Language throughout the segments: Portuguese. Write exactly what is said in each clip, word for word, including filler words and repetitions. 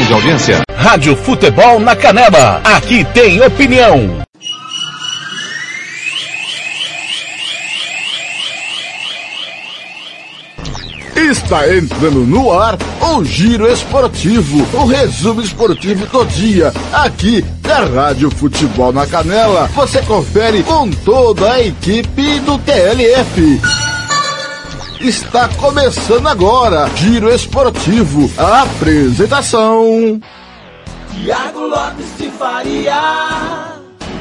de audiência. Rádio Futebol na Canela. Aqui tem opinião. Está entrando no ar o Giro Esportivo, o resumo esportivo do dia, aqui da Rádio Futebol na Canela. Você confere com toda a equipe do T L F. Está começando agora, Giro Esportivo, a apresentação... Thiago Lopes de Faria.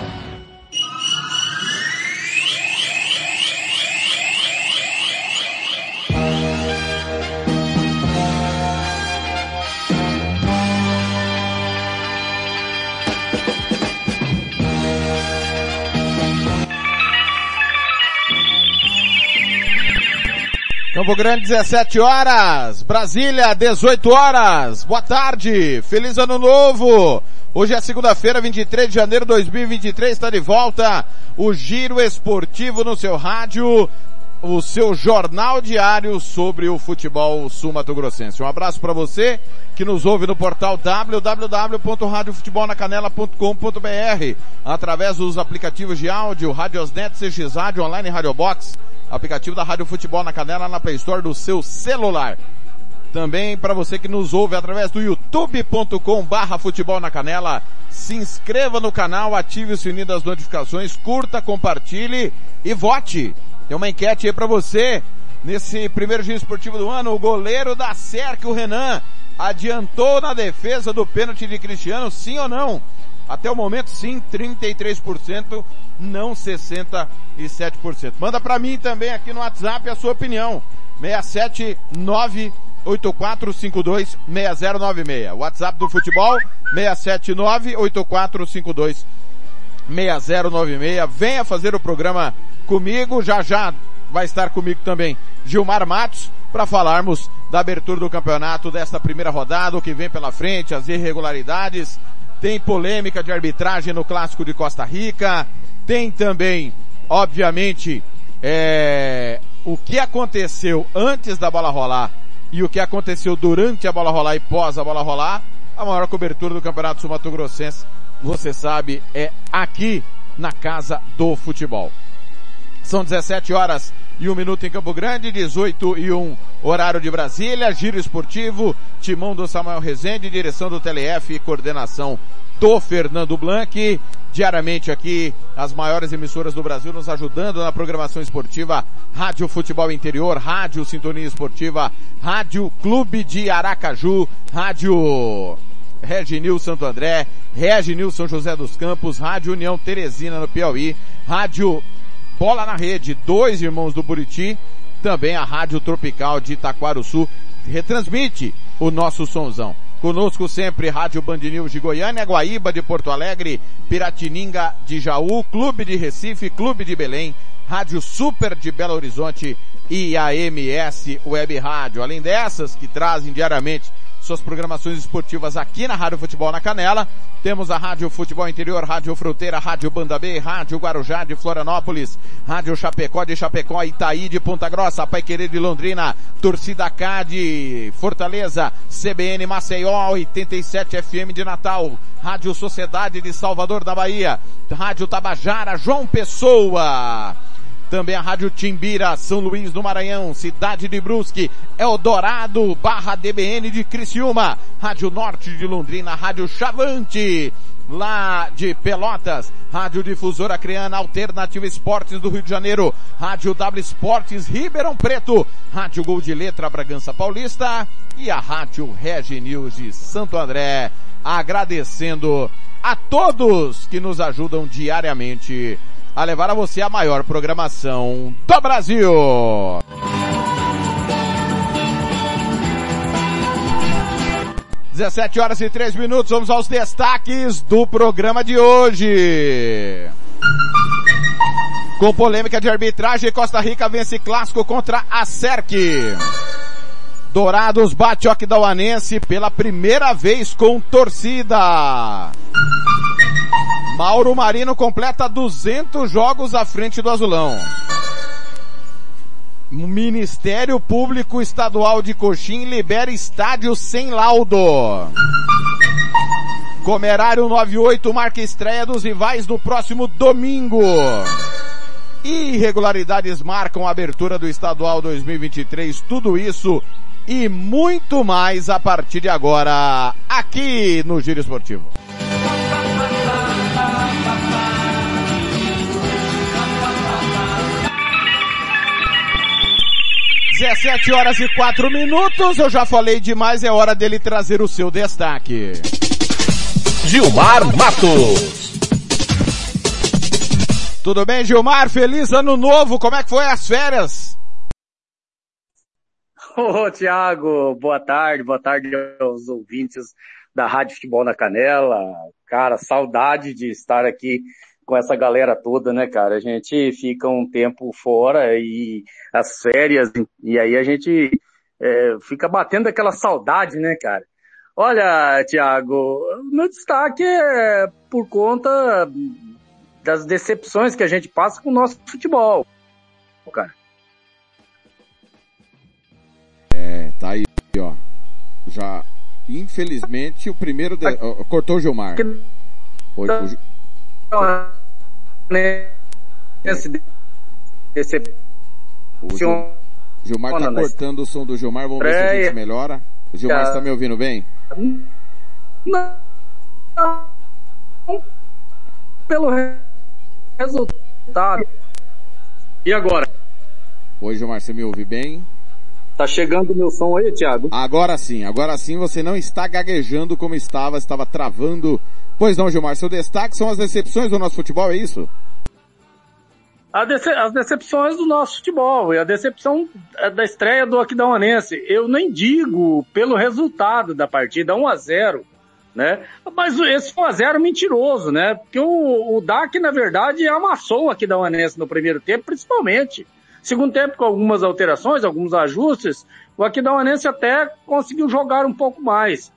Campo Grande, dezessete horas, Brasília, dezoito horas, boa tarde, feliz ano novo, hoje é segunda-feira, vinte e três de janeiro de dois mil e vinte e três, está de volta o Giro Esportivo no seu rádio, o seu jornal diário sobre o futebol sul-mato-grossense. Um abraço para você que nos ouve no portal w w w ponto rádio futebol na canela ponto com ponto b r, através dos aplicativos de áudio, Radiosnet, C X Rádio, Online Radio Box, aplicativo da Rádio Futebol na Canela na Play Store do seu celular. Também para você que nos ouve através do youtube ponto com barra futebol na canela, se inscreva no canal, ative o sininho das notificações, curta, compartilhe e vote. Tem uma enquete aí para você. Nesse primeiro giro esportivo do ano, o goleiro da S E R C, o Renan, adiantou na defesa do pênalti de Cristiano, sim ou não? Até o momento, sim, trinta e três por cento, não sessenta e sete por cento. Manda pra mim também aqui no WhatsApp a sua opinião. seis sete nove oito quatro cinco dois seis zero nove seis. WhatsApp do futebol, seis sete nove oito quatro cinco dois seis zero nove seis. Venha fazer o programa comigo. Já já vai estar comigo também Gilmar Matos para falarmos da abertura do campeonato desta primeira rodada, o que vem pela frente, as irregularidades. Tem polêmica de arbitragem no Clássico de Costa Rica. Tem também, obviamente, é, o que aconteceu antes da bola rolar e o que aconteceu durante a bola rolar e pós a bola rolar. A maior cobertura do Campeonato Sul-Mato-Grossense, você sabe, é aqui na Casa do Futebol. São dezessete horas e um minuto em Campo Grande, dezoito e um horário de Brasília, Giro Esportivo, timão do Samuel Rezende, direção do T L F e coordenação do Fernando Blanc. Diariamente aqui, as maiores emissoras do Brasil nos ajudando na programação esportiva, Rádio Futebol Interior, Rádio Sintonia Esportiva, Rádio Clube de Aracaju, Rádio Reginil Santo André, Reginil São José dos Campos, Rádio União Teresina no Piauí, Rádio Bola na Rede, dois irmãos do Buriti, também a Rádio Tropical de Itaquaruçu, retransmite o nosso sonzão. Conosco sempre Rádio Band News de Goiânia, Guaíba de Porto Alegre, Piratininga de Jaú, Clube de Recife, Clube de Belém, Rádio Super de Belo Horizonte e a M S Web Rádio. Além dessas que trazem diariamente suas programações esportivas aqui na Rádio Futebol na Canela, temos a Rádio Futebol Interior, Rádio Fronteira, Rádio Banda B, Rádio Guarujá de Florianópolis, Rádio Chapecó de Chapecó, Itaí de Ponta Grossa, Paiquerê de Londrina, Torcida K de Fortaleza, C B N Maceió, oitenta e sete F M de Natal, Rádio Sociedade de Salvador da Bahia, Rádio Tabajara, João Pessoa, também a Rádio Timbira, São Luís do Maranhão, Cidade de Brusque, Eldorado, Barra D B N de Criciúma, Rádio Norte de Londrina, Rádio Chavante, lá de Pelotas, Rádio Difusora Acreana, Alternativa Esportes do Rio de Janeiro, Rádio W Esportes Ribeirão Preto, Rádio Gol de Letra Bragança Paulista e a Rádio Regi News de Santo André, agradecendo a todos que nos ajudam diariamente a levar a você a maior programação do Brasil. dezessete horas e três minutos, vamos aos destaques do programa de hoje. Com polêmica de arbitragem, Costa Rica vence clássico contra a S E R C. Dourados bate Aquidauanense pela primeira vez com torcida. Mauro Marino completa duzentos jogos à frente do Azulão. Ministério Público Estadual de Coxim libera estádio sem laudo. Comerário noventa e oito marca estreia dos rivais no próximo domingo. Irregularidades marcam a abertura do Estadual dois mil e vinte e três. Tudo isso e muito mais a partir de agora, aqui no Giro Esportivo. dezessete horas e quatro minutos, eu já falei demais, é hora dele trazer o seu destaque. Gilmar Matos. Tudo bem, Gilmar? Feliz ano novo, como é que foi as férias? Ô, Thiago, boa tarde, boa tarde aos ouvintes da Rádio Futebol na Canela. Cara, saudade de estar aqui com essa galera toda, né, cara? A gente fica um tempo fora e as férias, e aí a gente é, fica batendo aquela saudade, né, cara? Olha, Thiago, meu destaque é por conta das decepções que a gente passa com o nosso futebol, cara. É, tá aí, ó. Já, infelizmente, o primeiro... De... Oh, cortou o Gilmar. Oi, o Gil... Esse decep... O Gil... Gilmar tá cortando o som do Gilmar, vamos ver se a gente melhora. O Gilmar está me ouvindo bem? Não. Pelo resultado. E agora? Oi, Gilmar, você me ouve bem? Tá chegando o meu som aí, Thiago? Agora sim, agora sim você não está gaguejando como estava, estava travando. Pois não, Gilmar, seu destaque são as decepções do nosso futebol, é isso? A dece- as decepções do nosso futebol e a decepção da estreia do Aquidauanense. Eu nem digo pelo resultado da partida, um a zero, né? Mas esse um a zero mentiroso, né? Porque o, o D A C, na verdade, amassou o Aquidauanense no primeiro tempo, principalmente. Segundo tempo, com algumas alterações, alguns ajustes, o Aquidauanense até conseguiu jogar um pouco mais.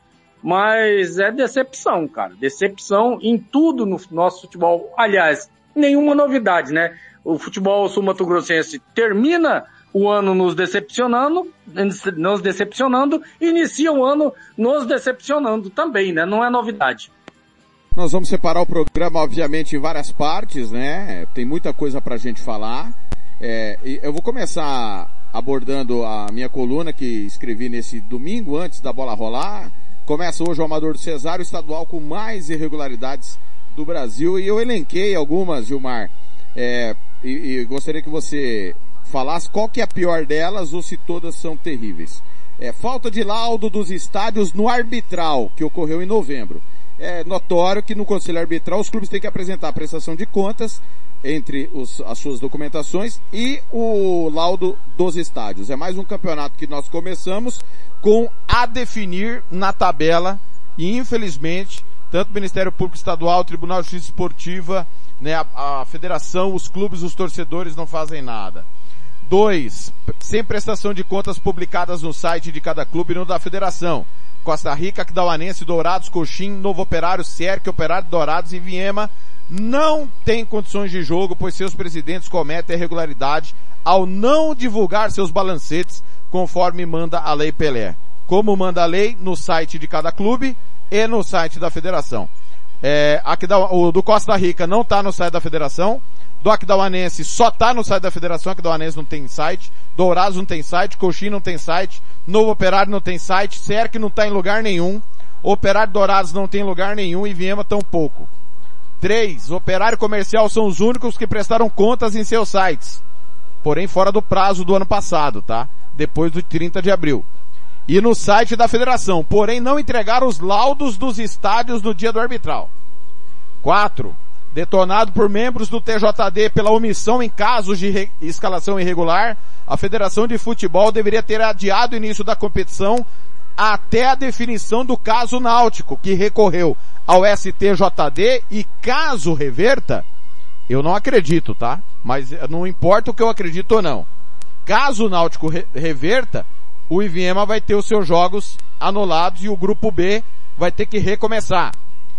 Mas é decepção, cara. Decepção em tudo no nosso futebol. Aliás, nenhuma novidade, né? O futebol sul-mato-grossense termina o ano nos decepcionando, nos decepcionando, e inicia o ano nos decepcionando também, né? Não é novidade. Nós vamos separar o programa, obviamente, em várias partes, né? Tem muita coisa pra gente falar. É, eu vou começar abordando a minha coluna que escrevi nesse domingo, antes da bola rolar. Começa hoje o Amador do Cesário, estadual com mais irregularidades do Brasil, e eu elenquei algumas, Gilmar, é, e, e gostaria que você falasse qual que é a pior delas ou se todas são terríveis. É, falta de laudo dos estádios no arbitral, que ocorreu em novembro. É notório que no Conselho Arbitral os clubes têm que apresentar a prestação de contas entre os, as suas documentações e o laudo dos estádios. É mais um campeonato que nós começamos com a definir na tabela, e infelizmente, tanto o Ministério Público Estadual, o Tribunal de Justiça Esportiva, né, a, a federação, os clubes, os torcedores não fazem nada. Dois, sem prestação de contas publicadas no site de cada clube e no da federação. Costa Rica, Aquidauanense, Dourados, Coxim, Novo Operário, Cerque, Operário Dourados e Viema não tem condições de jogo, pois seus presidentes cometem irregularidade ao não divulgar seus balancetes conforme manda a Lei Pelé. Como manda a lei? No site de cada clube e no site da federação. É, Aquidau, o do Costa Rica não está no site da federação, do Aquidauanense só está no site da federação, Aquidauanense não tem site, Dourados não tem site, Coxim não tem site, Novo Operário não tem site, Cerque não está em lugar nenhum, Operário Dourados não tem lugar nenhum e Viema tampouco. Três, Operário Comercial são os únicos que prestaram contas em seus sites, porém fora do prazo do ano passado, tá? Depois do trinta de abril. E no site da federação, porém não entregaram os laudos dos estádios no dia do arbitral. Quatro, detonado por membros do T J D pela omissão em casos de re... escalação irregular, a Federação de Futebol deveria ter adiado o início da competição até a definição do caso náutico, que recorreu ao S T J D, e caso reverta, eu não acredito, tá? Mas não importa o que eu acredito ou não. Caso o náutico re- reverta, o Iviema vai ter os seus jogos anulados e o grupo B vai ter que recomeçar.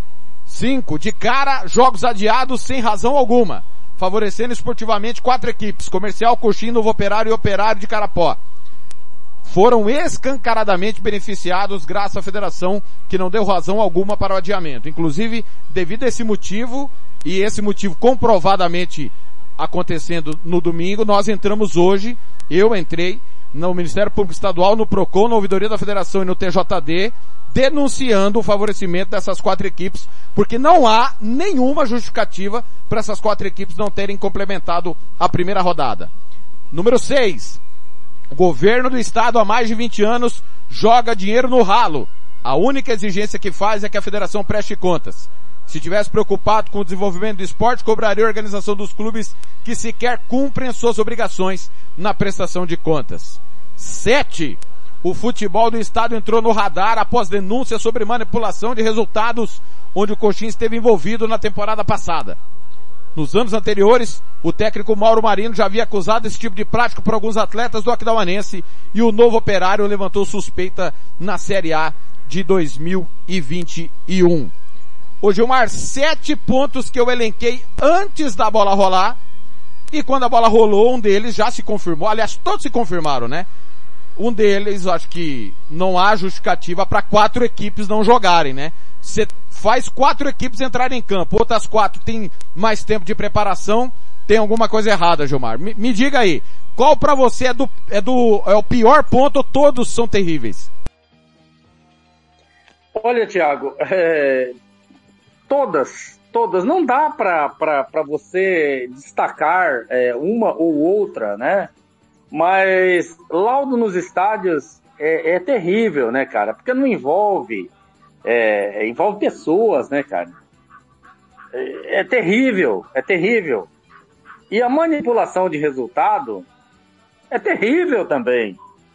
Cinco, de cara, jogos adiados sem razão alguma, favorecendo esportivamente quatro equipes: Comercial, Coxim, Novo Operário e Operário de Carapó. foram escancaradamente beneficiados graças à federação que não deu razão alguma para o adiamento. Inclusive, devido a esse motivo, e esse motivo comprovadamente acontecendo no domingo, nós entramos hoje, eu entrei no Ministério Público Estadual, no PROCON, na Ouvidoria da Federação e no T J D, denunciando o favorecimento dessas quatro equipes, porque não há nenhuma justificativa para essas quatro equipes não terem complementado a primeira rodada. Número seis. O governo do estado há mais de vinte anos joga dinheiro no ralo. A única exigência que faz é que a federação preste contas. Se tivesse preocupado com o desenvolvimento do esporte, cobraria a organização dos clubes que sequer cumprem suas obrigações na prestação de contas. Sete. O futebol do estado entrou no radar após denúncias sobre manipulação de resultados, onde o Coxim esteve envolvido na temporada passada. Nos anos anteriores, o técnico Mauro Marino já havia acusado esse tipo de prática por alguns atletas do Aquidauanense e o Novo Operário levantou suspeita na Série A de dois mil e vinte e um. Ô Gilmar, sete pontos que eu elenquei antes da bola rolar e quando a bola rolou, um deles já se confirmou. Aliás, todos se confirmaram, né? Um deles, acho que não há justificativa para quatro equipes não jogarem, né? Você faz quatro equipes entrarem em campo, outras quatro têm mais tempo de preparação, tem alguma coisa errada, Gilmar. Me, me diga aí, qual pra você é do, é do, é o pior ponto ou todos são terríveis? Olha, Thiago, é, todas, todas, não dá pra, pra, pra você destacar é, uma ou outra, né? Mas laudo nos estádios é, é terrível, né, cara? Porque não envolve, é, envolve pessoas, né, cara? É, é terrível, é terrível. E a manipulação de resultado é terrível também,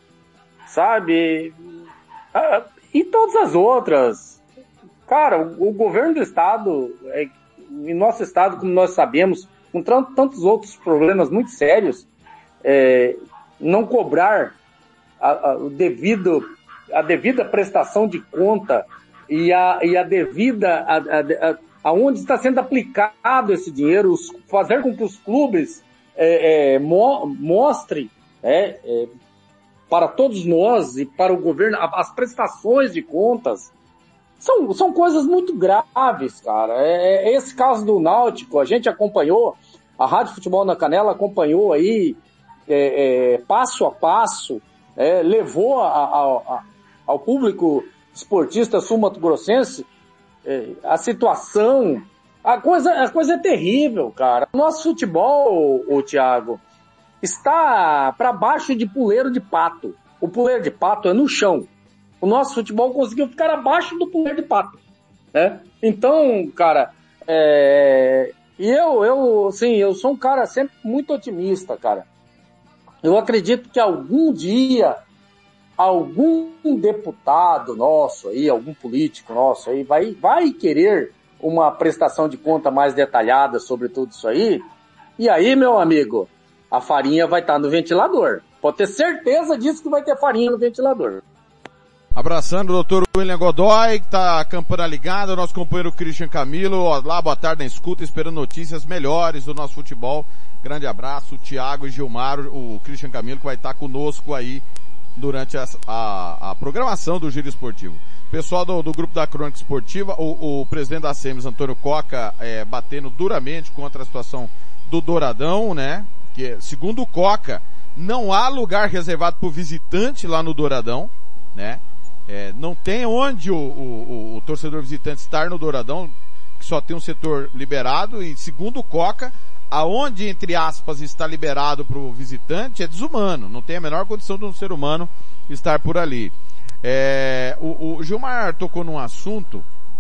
sabe? Ah, e todas as outras. Cara, o, o governo do estado, é, em nosso estado, como nós sabemos, com tantos outros problemas muito sérios, É, não cobrar a, a, o devido, a devida prestação de conta e a, e a devida, a, a, a, aonde está sendo aplicado esse dinheiro, os, fazer com que os clubes é, é, mo, mostrem é, é, para todos nós e para o governo as prestações de contas, são, são coisas muito graves, cara. É, é esse caso do Náutico, a gente acompanhou, a Rádio Futebol na Canela acompanhou aí, É, é, passo a passo, é, levou a, a, a, ao público esportista sul-mato-grossense é, a situação, a coisa, a coisa é terrível, cara. O nosso futebol, o Thiago, está para baixo de puleiro de pato. O puleiro de pato é no chão. O nosso futebol conseguiu ficar abaixo do puleiro de pato, né? Então, cara, é, e eu, eu, assim, eu sou um cara sempre muito otimista, cara. Eu acredito que algum dia, algum deputado nosso aí, algum político nosso aí, vai, vai querer uma prestação de conta mais detalhada sobre tudo isso aí. E aí, meu amigo, a farinha vai estar no ventilador. Pode ter certeza disso que vai ter farinha no ventilador. Abraçando o doutor William Godoy, que tá a campana ligada, o nosso companheiro Christian Camilo, lá, boa tarde na escuta, esperando notícias melhores do nosso futebol. Grande abraço, o Thiago e Gilmar, o Christian Camilo, que vai estar conosco aí durante a, a, a programação do Giro Esportivo. Pessoal do, do grupo da Crônica Esportiva, o, o presidente da SEMES, Antônio Coca, é, batendo duramente contra a situação do Douradão, né? Que, segundo o Coca, não há lugar reservado para o visitante lá no Douradão, né? É, não tem onde o, o, o, o torcedor visitante estar no Douradão, que só tem um setor liberado, e segundo o Coca, aonde, entre aspas, está liberado para o visitante é desumano, não tem a menor condição de um ser humano estar por ali. É, o, o Gilmar tocou num assunto.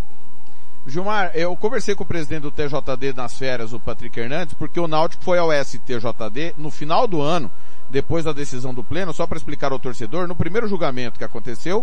Gilmar, eu conversei com o presidente do T J D nas férias, o Patrick Hernandes, porque o Náutico foi ao S T J D no final do ano, depois da decisão do pleno, só para explicar ao torcedor, no primeiro julgamento que aconteceu,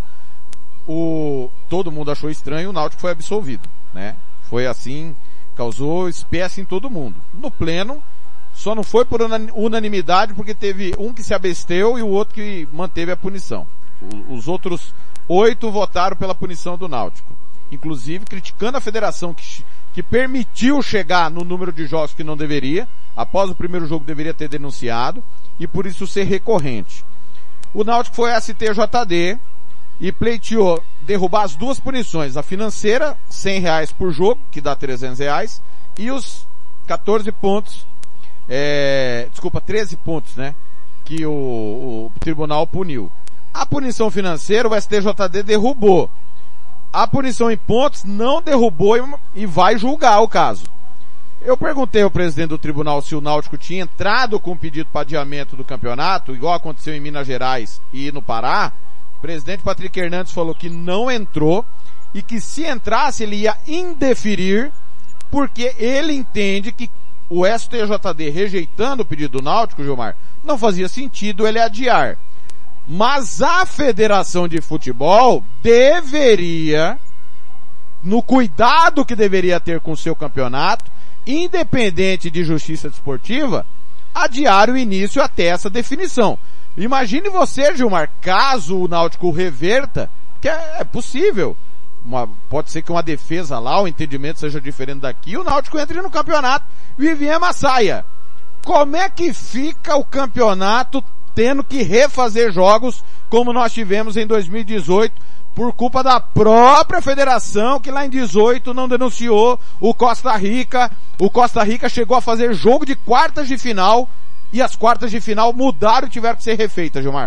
o, todo mundo achou estranho, o Náutico foi absolvido, né? Foi assim, causou espécie em todo mundo. No pleno, só não foi por unanimidade porque teve um que se absteu e o outro que manteve a punição. O, os outros oito votaram pela punição do Náutico. Inclusive criticando a federação que, que permitiu chegar no número de jogos que não deveria, após o primeiro jogo deveria ter denunciado, e por isso ser recorrente. o Náutico foi S T J D e pleiteou derrubar as duas punições, a financeira, cem reais por jogo, que dá trezentos reais, e os quatorze pontos, é, desculpa, treze pontos, né, que o, o tribunal puniu. A punição financeira, o S T J D derrubou. A punição em pontos não derrubou e, e vai julgar o caso. Eu perguntei ao presidente do tribunal se o Náutico tinha entrado com pedido para adiamento do campeonato, igual aconteceu em Minas Gerais e no Pará. O presidente Patrick Hernandes falou que não entrou e que se entrasse ele ia indeferir, porque ele entende que o S T J D rejeitando o pedido do Náutico, Gilmar, não fazia sentido ele adiar. Mas a Federação de Futebol deveria, no cuidado que deveria ter com o seu campeonato, independente de justiça desportiva, adiar o início até essa definição. Imagine você, Gilmar, caso o Náutico reverta, que é, é possível, uma, pode ser que uma defesa lá, o entendimento seja diferente daqui, o Náutico entre no campeonato e o Iviema saia. Como é que fica o campeonato tendo que refazer jogos como nós tivemos em dois mil e dezoito, por culpa da própria federação que lá em dezoito não denunciou o Costa Rica. O Costa Rica chegou a fazer jogo de quartas de final e as quartas de final mudaram e tiveram que ser refeitas, Gilmar.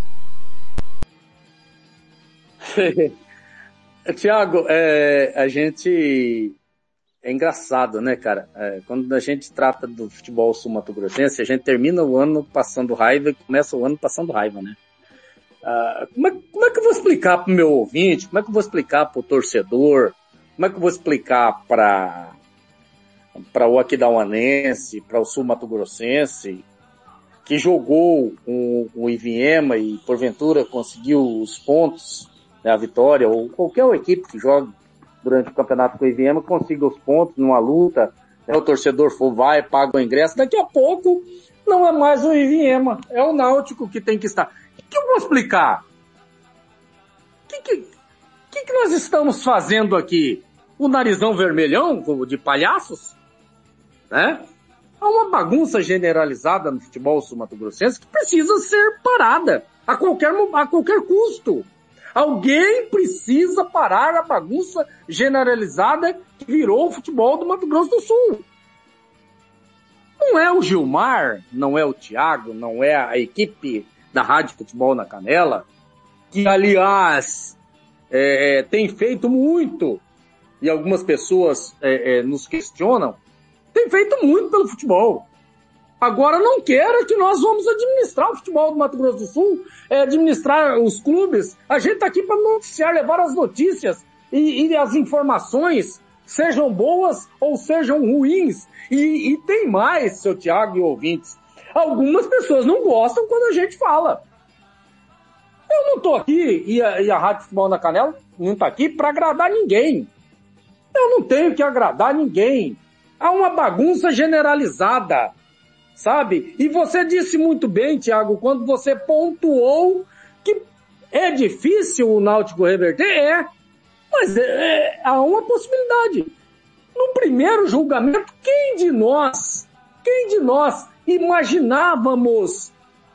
Tiago, é, a gente... É engraçado, né, cara? É, quando a gente trata do futebol sul-mato-grossense, a gente termina o ano passando raiva e começa o ano passando raiva, né? Ah, como, é, como é que eu vou explicar pro meu ouvinte? Como é que eu vou explicar pro torcedor? Como é que eu vou explicar para para o aquidauanense, para o sul-mato-grossense, que jogou com o Iviema e porventura conseguiu os pontos, né, a vitória, ou qualquer equipe que jogue durante o campeonato com o Iviema, consiga os pontos numa luta, né, o torcedor for, vai, paga o ingresso, daqui a pouco não é mais o Iviema, é o Náutico que tem que estar. O que eu vou explicar? O que, que, que, que nós estamos fazendo aqui? O narizão vermelhão, de palhaços? Né? Há uma bagunça generalizada no futebol sul-mato-grossense que precisa ser parada a qualquer, a qualquer custo. Alguém precisa parar a bagunça generalizada que virou o futebol do Mato Grosso do Sul. Não é o Gilmar, não é o Thiago, não é a equipe da Rádio Futebol na Canela, que, aliás, é, tem feito muito, e algumas pessoas é, é, nos questionam, tem feito muito pelo futebol. Agora não queira que nós vamos administrar o futebol do Mato Grosso do Sul, é, administrar os clubes. A gente está aqui para noticiar, levar as notícias e, e as informações, sejam boas ou sejam ruins. E, e tem mais, seu Thiago e ouvintes. Algumas pessoas não gostam quando a gente fala. Eu não estou aqui, e a, e a Rádio Futebol na Canela não está aqui para agradar ninguém. Eu não tenho que agradar ninguém. Há uma bagunça generalizada, sabe? E você disse muito bem, Thiago, quando você pontuou que é difícil o Náutico reverter, é, mas é, é, há uma possibilidade. No primeiro julgamento, quem de nós, quem de nós imaginávamos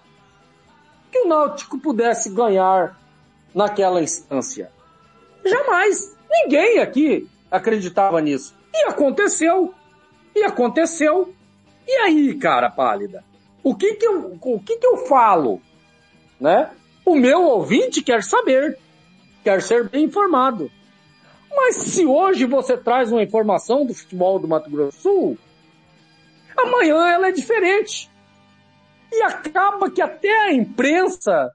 que o Náutico pudesse ganhar naquela instância? Jamais. Ninguém aqui acreditava nisso. E aconteceu. E aconteceu. E aí, cara pálida? O que que eu, o que que eu falo? Né? O meu ouvinte quer saber. Quer ser bem informado. Mas se hoje você traz uma informação do futebol do Mato Grosso do Sul, amanhã ela é diferente. E acaba que até a imprensa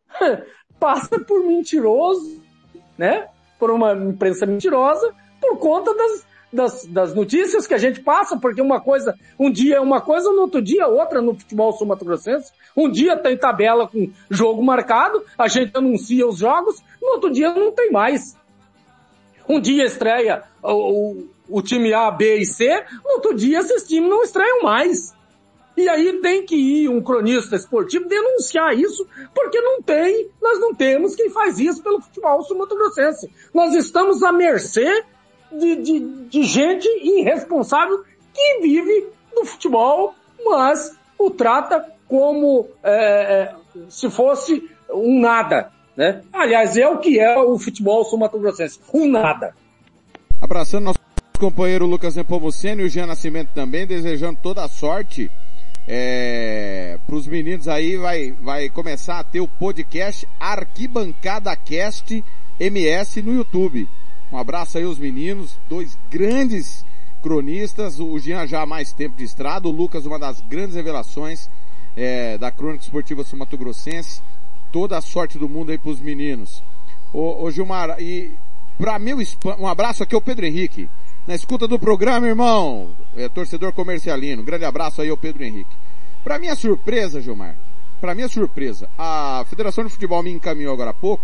passa por mentiroso, né? Por uma imprensa mentirosa, por conta das, das, das notícias que a gente passa, porque uma coisa, um dia é uma coisa, no outro dia é outra no futebol sul-mato-grossense. Um dia tem tabela com jogo marcado, a gente anuncia os jogos, no outro dia não tem mais. Um dia estreia o, o, o time A, B e C, no outro dia esses times não estreiam mais. E aí tem que ir um cronista esportivo denunciar isso, porque não tem, nós não temos quem faz isso pelo futebol sul-mato-grossense. Nós estamos à mercê de, de, de gente irresponsável que vive do futebol, mas o trata como é, se fosse um nada, né? Aliás, é o que é o futebol sul-mato-grossense, um nada. Abraçando nosso companheiro Lucas Nepomuceno e o Jean Nascimento também, desejando toda a sorte é, para os meninos aí, vai, vai começar a ter o podcast Arquibancada Cast M S no YouTube. Um abraço aí aos meninos, dois grandes cronistas, o Jean já há mais tempo de estrada, o Lucas uma das grandes revelações é, da crônica esportiva sul-mato-grossense. Toda a sorte do mundo aí pros meninos. Ô, ô Gilmar, e pra meu um abraço aqui ao Pedro Henrique, na escuta do programa, irmão, é, torcedor comercialino, grande abraço aí ao Pedro Henrique. Pra minha surpresa, Gilmar, pra minha surpresa, a Federação de Futebol me encaminhou agora há pouco,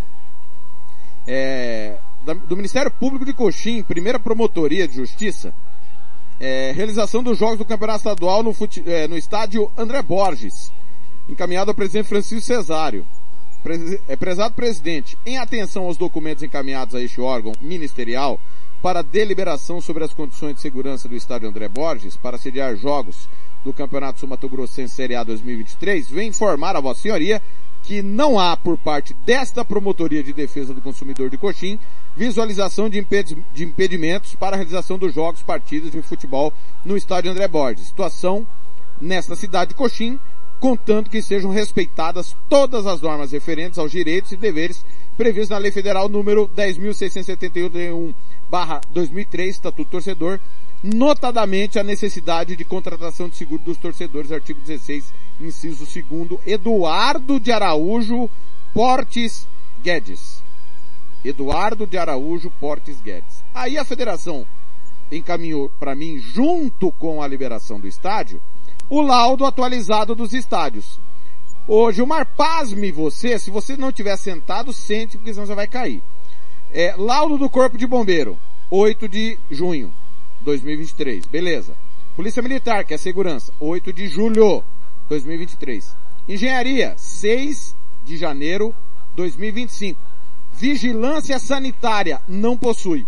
é, do Ministério Público de Coxim, primeira promotoria de justiça, é, realização dos jogos do Campeonato Estadual no, fute, é, no estádio André Borges, encaminhado ao presidente Francisco Cesário. É, prezado presidente, em atenção aos documentos encaminhados a este órgão ministerial para deliberação sobre as condições de segurança do estádio André Borges para sediar jogos do Campeonato Sul-Mato-Grossense Série A dois mil e vinte e três, vem informar a Vossa Senhoria que não há, por parte desta Promotoria de Defesa do Consumidor de Coxim, visualização de, imped- de impedimentos para a realização dos jogos partidas de futebol no estádio André Borges. Situação nesta cidade de Coxim, contanto que sejam respeitadas todas as normas referentes aos direitos e deveres previstos na Lei Federal número dez mil seiscentos e setenta e um barra dois mil e três, Estatuto Torcedor, notadamente a necessidade de contratação de seguro dos torcedores, artigo dezesseis, inciso segundo, Eduardo de Araújo Portes Guedes. Eduardo de Araújo Portes Guedes. Aí a federação encaminhou para mim, junto com a liberação do estádio, o laudo atualizado dos estádios. Ô Gilmar, pasme você, se você não estiver sentado, sente, porque senão você vai cair. É, laudo do Corpo de Bombeiro, oito de junho de dois mil e vinte e três, beleza. Polícia Militar, que é segurança, oito de julho de dois mil e vinte e três. Engenharia, seis de janeiro de dois mil e vinte e cinco. Vigilância Sanitária, não possui.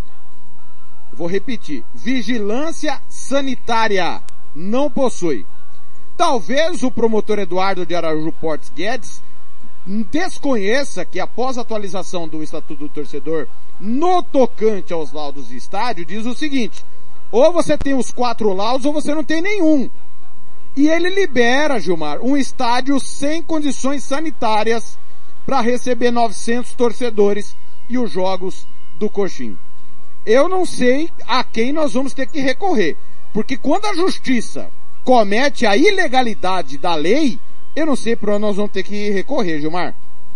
Vou repetir, Vigilância Sanitária, não possui. Talvez o promotor Eduardo de Araújo Portes Guedes desconheça que após a atualização do Estatuto do Torcedor no tocante aos laudos de estádio, diz o seguinte: ou você tem os quatro laudos ou você não tem nenhum. E ele libera, Gilmar, um estádio sem condições sanitárias para receber novecentos torcedores e os jogos do Coxim. Eu não sei a quem nós vamos ter que recorrer. Porque quando a justiça comete a ilegalidade da lei, eu não sei para onde nós vamos ter que recorrer, Gilmar.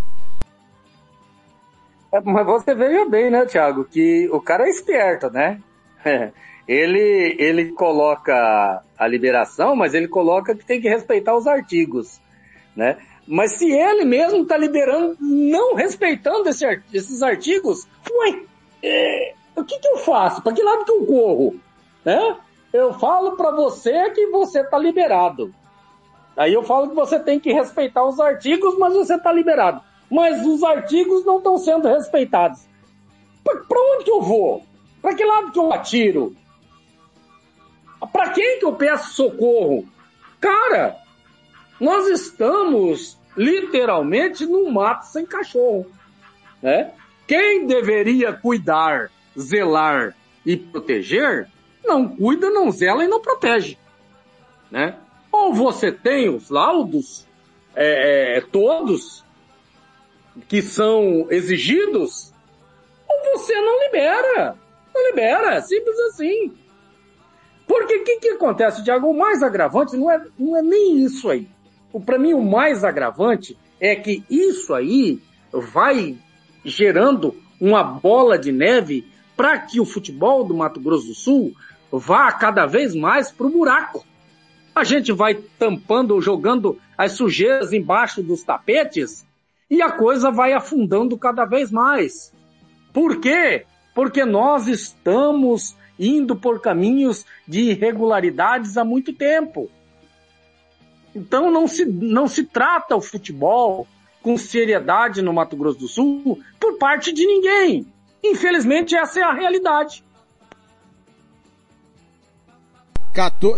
É, mas você veja bem, né, Thiago, que o cara é esperto, né? Ele, ele coloca a liberação, mas ele coloca que tem que respeitar os artigos, né? Mas se ele mesmo está liberando, não respeitando esse, esses artigos, ué, é, o que que eu faço? Para que lado que eu corro? Né? Eu falo para você que você está liberado. Aí eu falo que você tem que respeitar os artigos, mas você está liberado. Mas os artigos não estão sendo respeitados. Para onde que eu vou? Para que lado que eu atiro? Para quem que eu peço socorro? Cara, nós estamos literalmente num mato sem cachorro, né? Quem deveria cuidar, zelar e proteger, não cuida, não zela e não protege, né? Ou você tem os laudos, é, é, todos, que são exigidos, ou você não libera. Não libera, simples assim. Porque o que, que acontece, Thiago? O mais agravante não é, não é nem isso aí. Para mim, o mais agravante é que isso aí vai gerando uma bola de neve para que o futebol do Mato Grosso do Sul vá cada vez mais para o buraco. A gente vai tampando, jogando as sujeiras embaixo dos tapetes e a coisa vai afundando cada vez mais. Por quê? Porque nós estamos indo por caminhos de irregularidades há muito tempo. Então não se, não se trata o futebol com seriedade no Mato Grosso do Sul por parte de ninguém. Infelizmente essa é a realidade.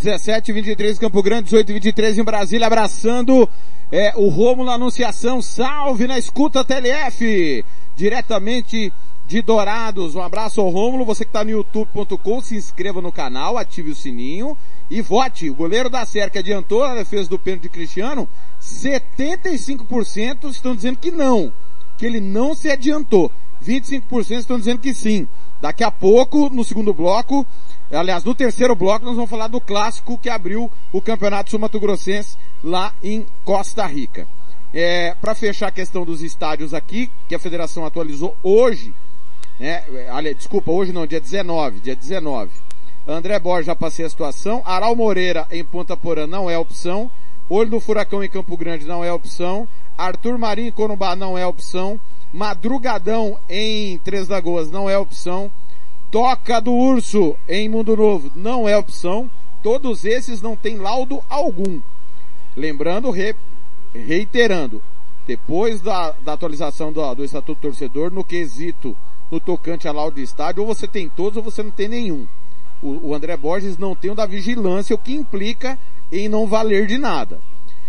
dezessete e vinte e três em Campo Grande, dezoito e vinte e três em Brasília, abraçando é, o Rômulo Anunciação, salve na escuta T L F, diretamente de Dourados. Um abraço ao Rômulo, você que está no youtube ponto com, se inscreva no canal, ative o sininho e vote. O goleiro da Serra que adiantou a defesa do pênalti de Cristiano, setenta e cinco por cento estão dizendo que não, que ele não se adiantou. vinte e cinco por cento estão dizendo que sim. Daqui a pouco, no segundo bloco, aliás, no terceiro bloco, nós vamos falar do clássico que abriu o Campeonato Sul-Mato-Grossense lá em Costa Rica. É, para fechar a questão dos estádios aqui, que a federação atualizou hoje, né, aliás, desculpa, hoje não, dia dezenove, dia dezenove. André Borges, já passei a situação. Aral Moreira em Ponta Porã não é opção. Olho do Furacão em Campo Grande não é opção. Arthur Marinho em Corumbá não é opção. Madrugadão em Três Lagoas não é opção. Toca do Urso em Mundo Novo não é opção. Todos esses não têm laudo algum. Lembrando, re, reiterando, depois da, da atualização do, do Estatuto Torcedor, no quesito, no tocante a laudo de estádio, ou você tem todos ou você não tem nenhum. O, o André Borges não tem o da vigilância, o que implica em não valer de nada.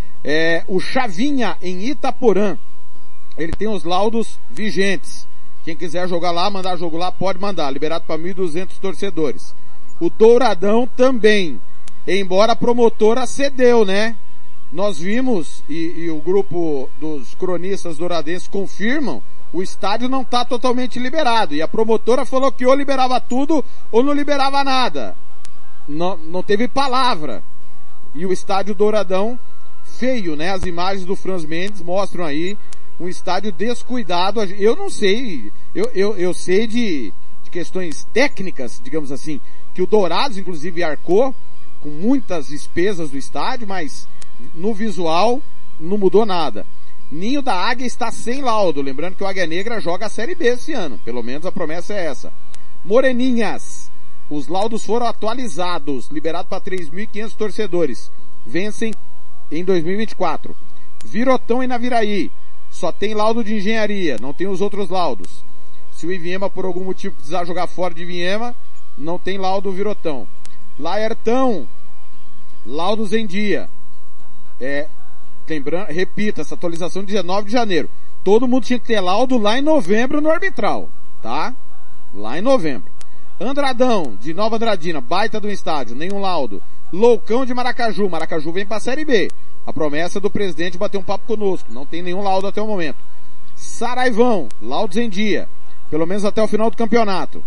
É, o Chavinha em Itaporã, ele tem os laudos vigentes. Quem quiser jogar lá, mandar jogo lá, pode mandar. Liberado para mil e duzentos torcedores. O Douradão também. Embora a promotora cedeu, né? Nós vimos, e, e o grupo dos cronistas douradenses confirmam, o estádio não está totalmente liberado. E a promotora falou que ou liberava tudo ou não liberava nada. Não, não teve palavra. E o estádio Douradão, feio, né? As imagens do Franz Mendes mostram aí um estádio descuidado. Eu não sei, eu, eu, eu sei de, de questões técnicas, digamos assim, que o Dourados inclusive arcou com muitas despesas do estádio, mas no visual não mudou nada. Ninho da Águia está sem laudo, lembrando que o Águia Negra joga a Série B esse ano, pelo menos a promessa é essa. Moreninhas, os laudos foram atualizados, liberado para três mil e quinhentos torcedores, vencem em dois mil e vinte e quatro. Virotão e Naviraí, só tem laudo de engenharia, não tem os outros laudos. Se o Iviema por algum motivo precisar jogar fora de Iviema, não tem laudo Virotão. Laertão, laudos em dia. É, lembrando, repita, essa atualização de dezenove de janeiro. Todo mundo tinha que ter laudo lá em novembro no arbitral, tá? Lá em novembro. Andradão, de Nova Andradina, baita do estádio, nenhum laudo. Loucão de Maracaju, Maracaju vem pra Série B. A promessa do presidente bater um papo conosco, não tem nenhum laudo até o momento. Saraivão, laudos em dia, pelo menos até o final do campeonato.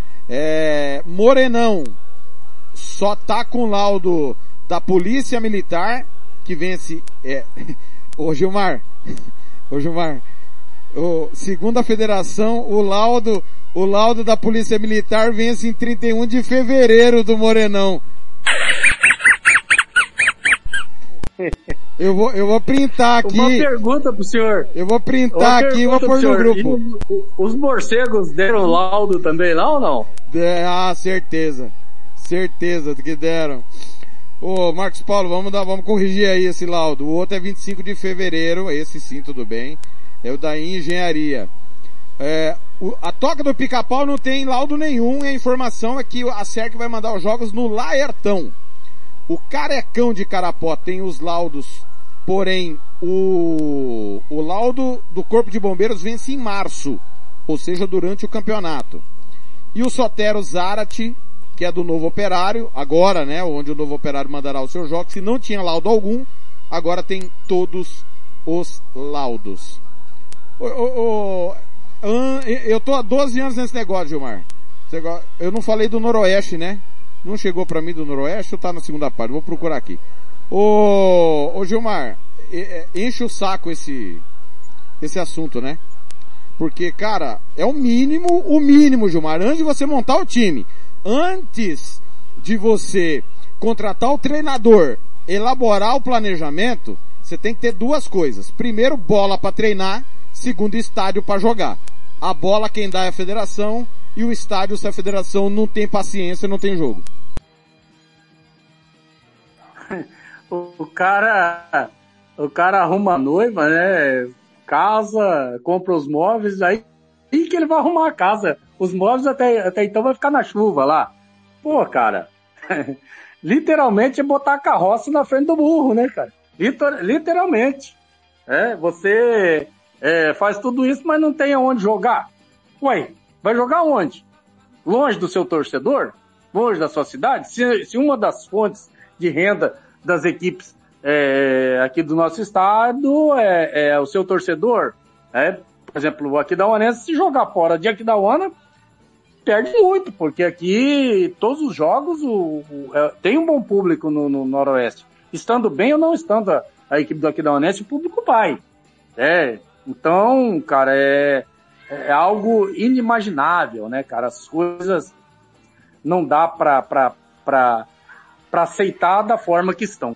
É, Morenão, só tá com laudo da Polícia Militar, que vence, é, ô Gilmar, ô Gilmar, o, segundo a federação, o laudo, o laudo da Polícia Militar vence em trinta e um de fevereiro do Morenão. Eu vou, eu vou printar aqui. Uma pergunta pro senhor. Eu vou printar aqui e vou pôr no grupo. E os morcegos deram laudo também lá ou não? É, ah, certeza. Certeza que deram. Ô, Marcos Paulo, vamos dar, vamos corrigir aí esse laudo. O outro é vinte e cinco de fevereiro, esse sim, tudo bem. É o da engenharia. É, o, a Toca do Pica-Pau não tem laudo nenhum, e a informação é que a S E R C vai mandar os jogos no Laertão. O Carecão de Carapó tem os laudos, porém o, o laudo do Corpo de Bombeiros vence em março, ou seja, durante o campeonato. E o Sotero Zarate, que é do Novo Operário, agora, né, onde o Novo Operário mandará os seus jogos, se não tinha laudo algum, agora tem todos os laudos. O, o, o, eu tô há doze anos nesse negócio, Gilmar. Eu não falei do Noroeste, né? Não chegou pra mim do Noroeste ou tá na segunda parte? Vou procurar aqui. Ô, ô Gilmar, enche o saco esse, esse assunto, né? Porque, cara, é o mínimo, o mínimo, Gilmar, antes de você montar o time, antes de você contratar o treinador, elaborar o planejamento, você tem que ter duas coisas. Primeiro, bola pra treinar, segundo, estádio pra jogar. A bola quem dá é a federação, e o estádio, se a federação não tem paciência, não tem jogo. O cara, o cara arruma a noiva, né? Casa, compra os móveis, aí e que ele vai arrumar a casa. Os móveis até, até então vai ficar na chuva lá. Pô, cara, literalmente é botar a carroça na frente do burro, né, cara? Liter, literalmente. É, você é, faz tudo isso, mas não tem aonde jogar. Ué, vai jogar onde? Longe do seu torcedor? Longe da sua cidade? Se, se uma das fontes de renda das equipes é, aqui do nosso estado é, é o seu torcedor, é, por exemplo, o Aquidauanense, se jogar fora de Aquidauana, perde muito, porque aqui todos os jogos o, o, é, tem um bom público no, no Noroeste. Estando bem ou não estando a, a equipe do Aquidauanense, o público vai. É, então, cara, é, é algo inimaginável, né, cara? As coisas não dá pra, pra, pra, pra aceitar da forma que estão.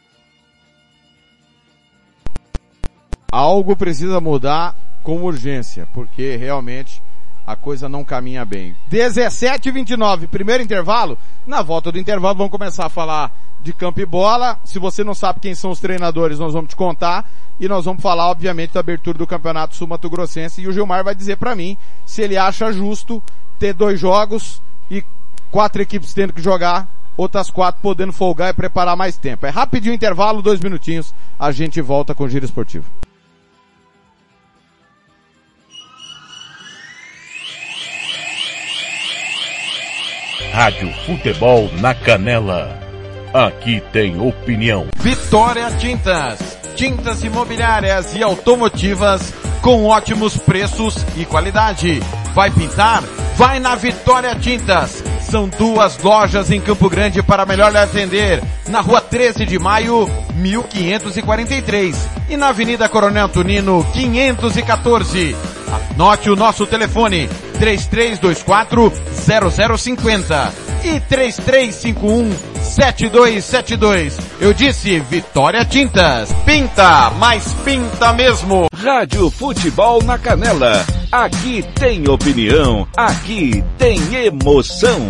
Algo precisa mudar com urgência, porque realmente a coisa não caminha bem. dezessete e vinte e nove, primeiro intervalo. Na volta do intervalo vamos começar a falar de campo e bola. Se você não sabe quem são os treinadores, nós vamos te contar. E nós vamos falar, obviamente, da abertura do Campeonato Sul-Mato-Grossense. E o Gilmar vai dizer pra mim se ele acha justo ter dois jogos e quatro equipes tendo que jogar, outras quatro podendo folgar e preparar mais tempo. É rapidinho intervalo, dois minutinhos, a gente volta com o Giro Esportivo. Rádio Futebol na Canela. Aqui tem opinião. Vitória Tintas. Tintas imobiliárias e automotivas com ótimos preços e qualidade. Vai pintar? Vai na Vitória Tintas. São duas lojas em Campo Grande para melhor lhe atender. Na rua treze de maio, mil quinhentos e quarenta e três. E na Avenida Coronel Tunino, quinhentos e quatorze. Anote o nosso telefone, três três dois quatro zero zero cinco zero e três três cinco um sete dois sete dois. Eu disse Vitória Tintas. Pinta, mas pinta mesmo. Rádio Futebol na Canela. Aqui tem opinião, aqui tem emoção.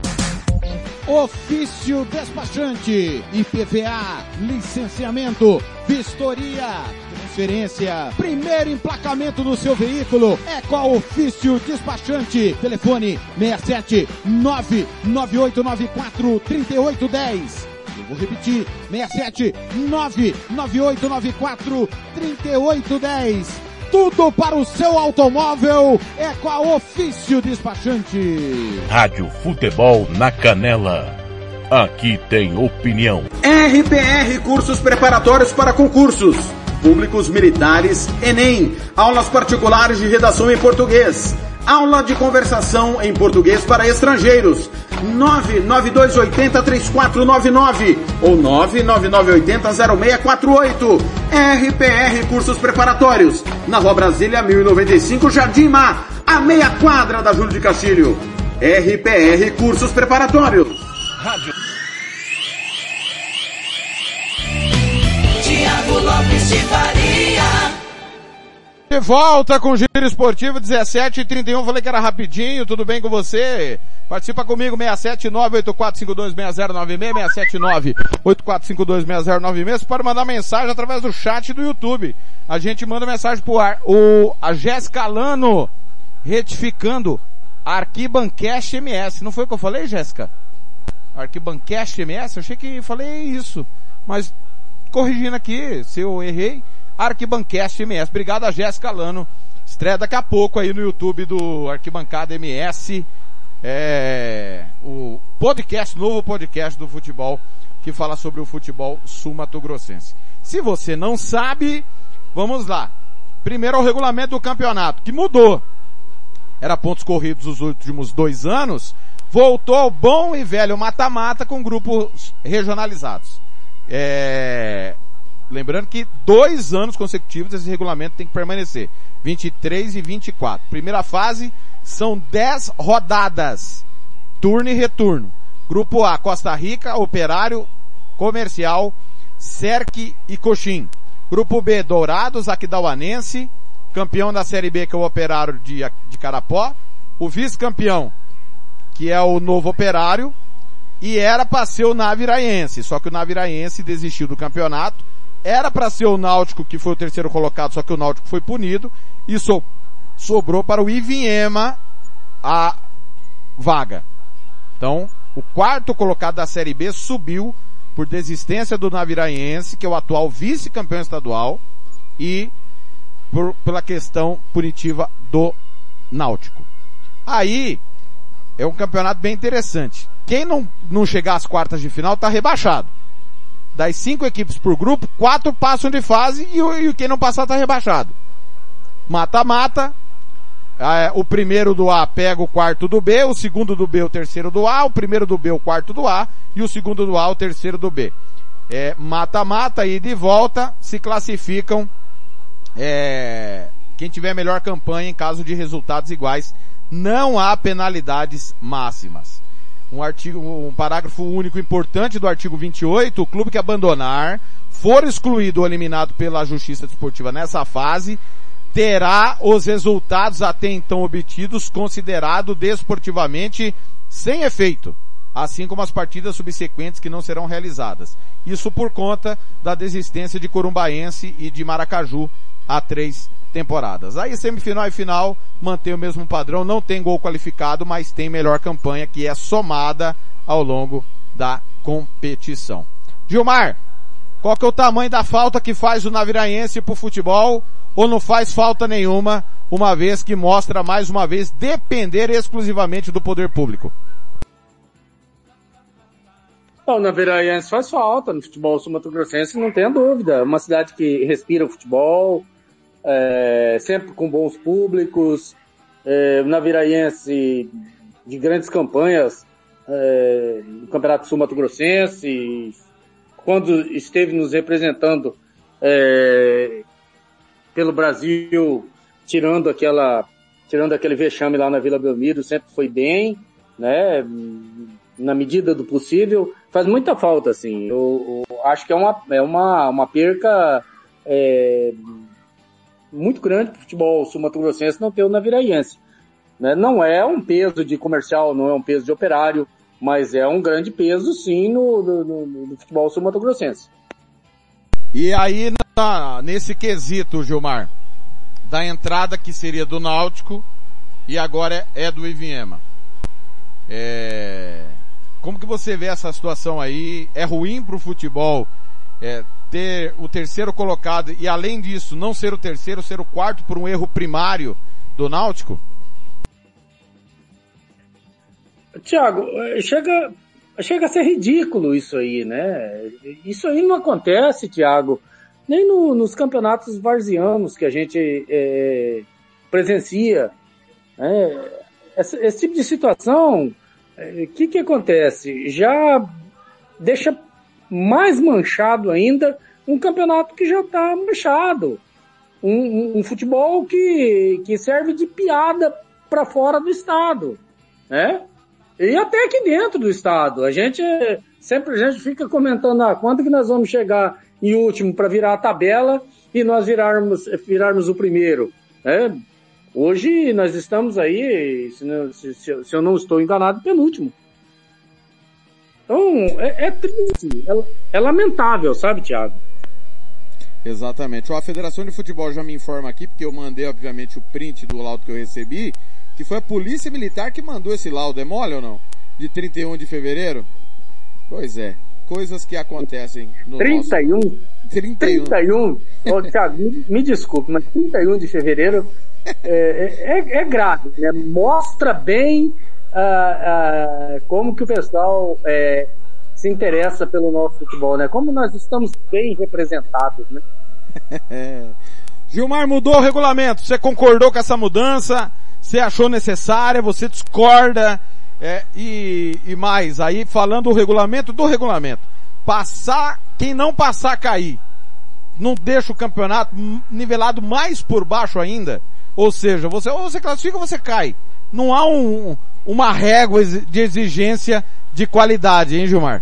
Ofício despachante, I P V A, licenciamento, vistoria, transferência, primeiro emplacamento do seu veículo é com a Ofício Despachante. Telefone seis sete nove nove oito nove quatro três oito um zero. Eu vou repetir, seis sete nove nove oito nove quatro três oito um zero. Tudo para o seu automóvel é com a Ofício Despachante. Rádio Futebol na Canela. Aqui tem opinião. R P R Cursos Preparatórios para Concursos Públicos Militares, Enem. Aulas particulares de redação em português. Aula de conversação em português para estrangeiros. nove nove dois oito zero três quatro nove nove ou nove nove nove oito zero zero seis quatro oito. R P R Cursos Preparatórios, na Rua Brasília mil e noventa e cinco, Jardim Mar, a meia quadra da Júlio de Castilho. R P R Cursos Preparatórios. Rádio Tiago Lopes de Faria. De volta com o Giro Esportivo, dezessete e trinta e um, falei que era rapidinho, tudo bem com você? Participa comigo, seis sete nove oito quatro cinco dois seis zero nove seis, seis sete nove oito quatro cinco dois seis zero nove seis, você pode mandar mensagem através do chat do YouTube. A gente manda mensagem pro ar. O, a Jéssica Alano, retificando, Arquibancast M S, não foi o que eu falei, Jéssica? Arquibancast M S? Eu achei que falei isso, mas corrigindo aqui, se eu errei, Arquibancast M S. Obrigado a Jéssica Alano. Estreia daqui a pouco aí no YouTube do Arquibancada M S. É, o podcast, novo podcast do futebol, que fala sobre o futebol sul-mato-grossense. Se você não sabe, vamos lá. Primeiro é o regulamento do campeonato, que mudou. Era pontos corridos os últimos dois anos, voltou ao bom e velho mata-mata com grupos regionalizados. É... Lembrando que dois anos consecutivos esse regulamento tem que permanecer. vinte e três e vinte e quatro. Primeira fase são dez rodadas. Turno e retorno. Grupo A, Costa Rica, Operário, Comercial, Cerque e Coxim. Grupo B, Dourados, Aquidauanense. Campeão da Série B, que é o Operário de, de Carapó. O vice-campeão, que é o Novo Operário. E era para ser o Naviraense. Só que o Naviraense desistiu do campeonato. Era para ser o Náutico, que foi o terceiro colocado, só que o Náutico foi punido, e so, sobrou para o Ivinhema a vaga. Então, O quarto colocado da Série B subiu por desistência do Naviraense, que é o atual vice-campeão estadual, e por, pela questão punitiva do Náutico. Aí, é um campeonato bem interessante. Quem não, não chegar às quartas de final tá rebaixado. Das cinco equipes por grupo, quatro passam de fase e, e quem não passar tá rebaixado. Mata-mata. É, o primeiro do A pega o quarto do B, o segundo do B o terceiro do A, o primeiro do B o quarto do A e o segundo do A o terceiro do B. É, mata-mata e de volta se classificam é, quem tiver melhor campanha em caso de resultados iguais. Não há penalidades máximas. Um artigo, um parágrafo único importante do artigo vinte e oito, o clube que abandonar, for excluído ou eliminado pela Justiça Desportiva nessa fase, terá os resultados até então obtidos considerado desportivamente sem efeito, assim como as partidas subsequentes que não serão realizadas. Isso por conta da desistência de Corumbaense e de Maracaju há três temporadas. Aí semifinal e final mantém o mesmo padrão, não tem gol qualificado, mas tem melhor campanha que é somada ao longo da competição. Gilmar, qual que é o tamanho da falta que faz o Naviraense pro futebol? Ou não faz falta nenhuma, uma vez que mostra mais uma vez depender exclusivamente do poder público? O Naviraense faz falta no futebol sul-mato-grossense, não tenha dúvida. É uma cidade que respira o futebol, é, sempre com bons públicos, é, o Naviraense de grandes campanhas é, no Campeonato Sul-Mato-Grossense, quando esteve nos representando é, pelo Brasil, tirando aquela, tirando aquele vexame lá na Vila Belmiro, sempre foi bem, né, na medida do possível. Faz muita falta, assim. Eu, eu acho que é uma, é uma, uma perca é, muito grande para o futebol sul-mato-grossense não ter o Naviraense. Né? Não é um peso de comercial, não é um peso de operário, mas é um grande peso, sim, no, no, no, no futebol sul-mato-grossense. E aí, na, nesse quesito, Gilmar, da entrada que seria do Náutico e agora é, é do Ivinhema. É... Como que você vê essa situação aí? É ruim pro futebol é, ter o terceiro colocado e, além disso, não ser o terceiro, ser o quarto por um erro primário do Náutico? Thiago, chega, chega a ser ridículo isso aí, né? Isso aí não acontece, Thiago, nem no, nos campeonatos varzianos que a gente é, presencia. Né? Esse, esse tipo de situação, o que que acontece? Já deixa mais manchado ainda um campeonato que já está manchado. Um, um, um futebol que, que serve de piada para fora do estado, né? E até aqui dentro do estado. A gente, sempre a gente fica comentando, ah, quando que nós vamos chegar em último para virar a tabela e nós virarmos, virarmos o primeiro, né? Hoje nós estamos aí, se, não, se, se eu não estou enganado, penúltimo. Então, é, é triste, é, é lamentável, sabe, Thiago? Exatamente. A Federação de Futebol já me informa aqui, porque eu mandei, obviamente, o print do laudo que eu recebi, que foi a Polícia Militar que mandou esse laudo. É mole ou não? De trinta e um de fevereiro? Pois é. Coisas que acontecem no trinta e um? nosso... trinta e um. trinta e um? Oh, Thiago, me, me desculpe, mas trinta e um de fevereiro é, é, é grave, né? Mostra bem uh, uh, como que o pessoal é, se interessa pelo nosso futebol, né? Como nós estamos bem representados, né? Gilmar, mudou o regulamento. Você concordou com essa mudança? Você achou necessária? Você discorda? É, e, e mais, aí falando o regulamento do regulamento. Passar, quem não passar cair, não deixa o campeonato nivelado mais por baixo ainda? Ou seja, você, ou você classifica ou você cai. Não há um, uma régua de exigência de qualidade, hein, Gilmar?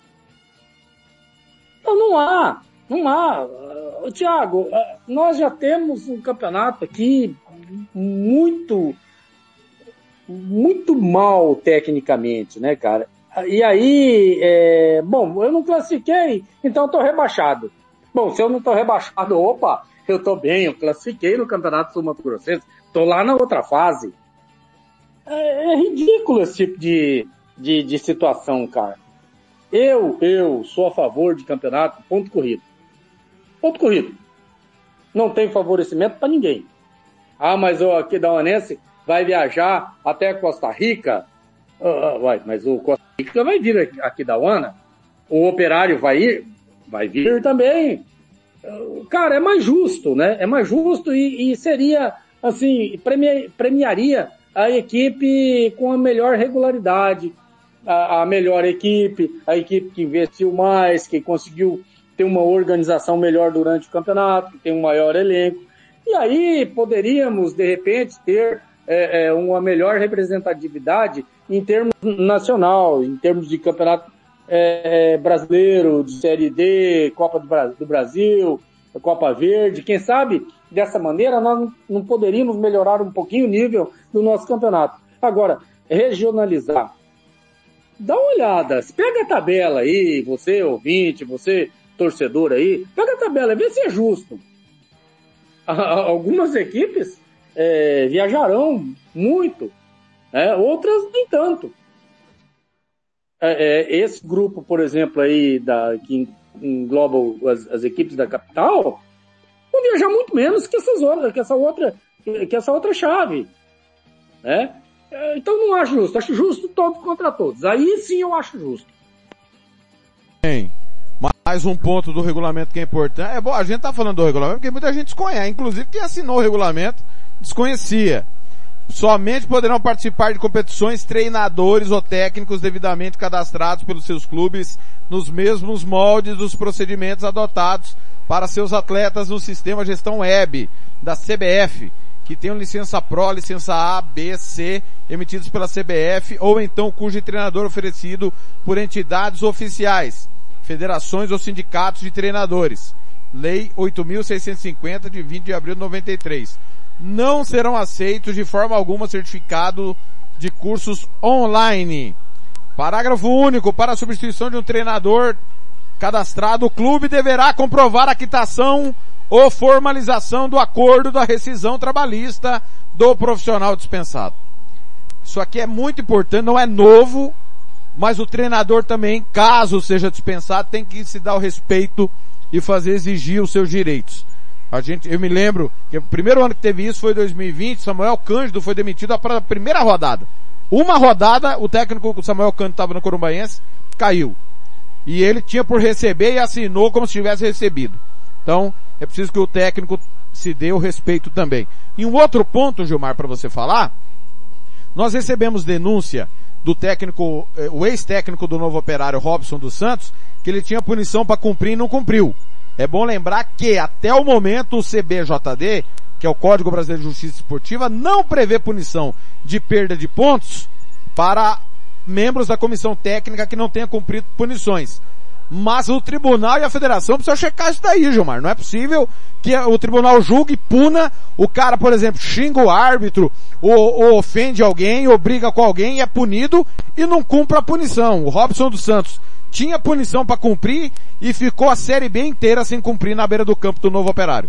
Não, não há. Não há. Uh, Thiago, uh, nós já temos um campeonato aqui muito, muito mal tecnicamente, né, cara? E aí, é, bom, eu não classifiquei, então eu tô rebaixado. Bom, se eu não tô rebaixado, opa, eu tô bem, eu classifiquei no Campeonato Sul-Mato-Grossense, tô lá na outra fase. É, é ridículo esse tipo de, de, de situação, cara. Eu, eu sou a favor de campeonato ponto corrido. Ponto corrido. Não tem favorecimento para ninguém. Ah, mas o Aquidauanense vai viajar até Costa Rica. Uh, vai, mas o Costa Rica vai vir aqui Aquidauana. O Operário vai ir, vai vir também. Uh, cara, é mais justo, né? É mais justo e, e seria, assim, premia, premiaria a equipe com a melhor regularidade, a, a melhor equipe, a equipe que investiu mais, que conseguiu ter uma organização melhor durante o campeonato, que tem um maior elenco. E aí poderíamos, de repente, ter é, é, uma melhor representatividade em termos nacional, em termos de campeonato é, brasileiro, de Série D, Copa do, Bra- do Brasil, Copa Verde. Quem sabe, dessa maneira, nós não poderíamos melhorar um pouquinho o nível do nosso campeonato. Agora, regionalizar. Dá uma olhada, pega a tabela aí, você ouvinte, você torcedor aí, pega a tabela, vê se é justo. Algumas equipes é, viajarão muito, né? Outras nem tanto. É, é, esse grupo, por exemplo, aí da, que engloba as, as equipes da capital, vão viajar muito menos que essas outras, que essa outra, que essa outra chave, né? Então não acho justo, acho justo todos contra todos. Aí sim eu acho justo. Bem, mais um ponto do regulamento que é importante. É bom, a gente tá falando do regulamento porque muita gente desconhece. Inclusive quem assinou o regulamento desconhecia. Somente poderão participar de competições treinadores ou técnicos devidamente cadastrados pelos seus clubes nos mesmos moldes dos procedimentos adotados para seus atletas no sistema gestão web da C B F, que tenham licença Pro, licença A, B, C, emitidos pela C B F, ou então cujo treinador oferecido por entidades oficiais, federações ou sindicatos de treinadores. Lei oito mil seiscentos e cinquenta, de vinte de abril de noventa e três. Não serão aceitos de forma alguma certificado de cursos online. Parágrafo único. Para a substituição de um treinador cadastrado, o clube deverá comprovar a quitação ou formalização do acordo da rescisão trabalhista do profissional dispensado. Isso aqui é muito importante, não é novo, mas o treinador também, caso seja dispensado, tem que se dar o respeito e fazer exigir os seus direitos. A gente, eu me lembro que o primeiro ano que teve isso foi em dois mil e vinte, Samuel Cândido foi demitido para a primeira rodada. Uma rodada, o técnico Samuel Cândido estava no Corumbaense, caiu. E ele tinha por receber e assinou como se tivesse recebido. Então, é preciso que o técnico se dê o respeito também. E um outro ponto, Gilmar, para você falar, nós recebemos denúncia do técnico, o ex-técnico do Novo Operário, Robson dos Santos, que ele tinha punição para cumprir e não cumpriu. É bom lembrar que, até o momento, o C B J D, que é o Código Brasileiro de Justiça Esportiva, não prevê punição de perda de pontos para membros da comissão técnica que não tenham cumprido punições. Mas o tribunal e a federação precisam checar isso daí, Gilmar. Não é possível que o tribunal julgue e puna o cara, por exemplo, xinga o árbitro, ou, ou ofende alguém, ou briga com alguém e é punido e não cumpre a punição. O Robson dos Santos tinha punição para cumprir e ficou a Série B inteira sem cumprir na beira do campo do Novo Operário.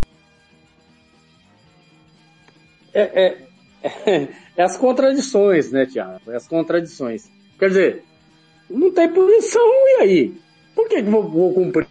É, é, é, é as contradições, né, Thiago? É as contradições. Quer dizer, não tem punição, e aí? Por que que vou, vou cumprir?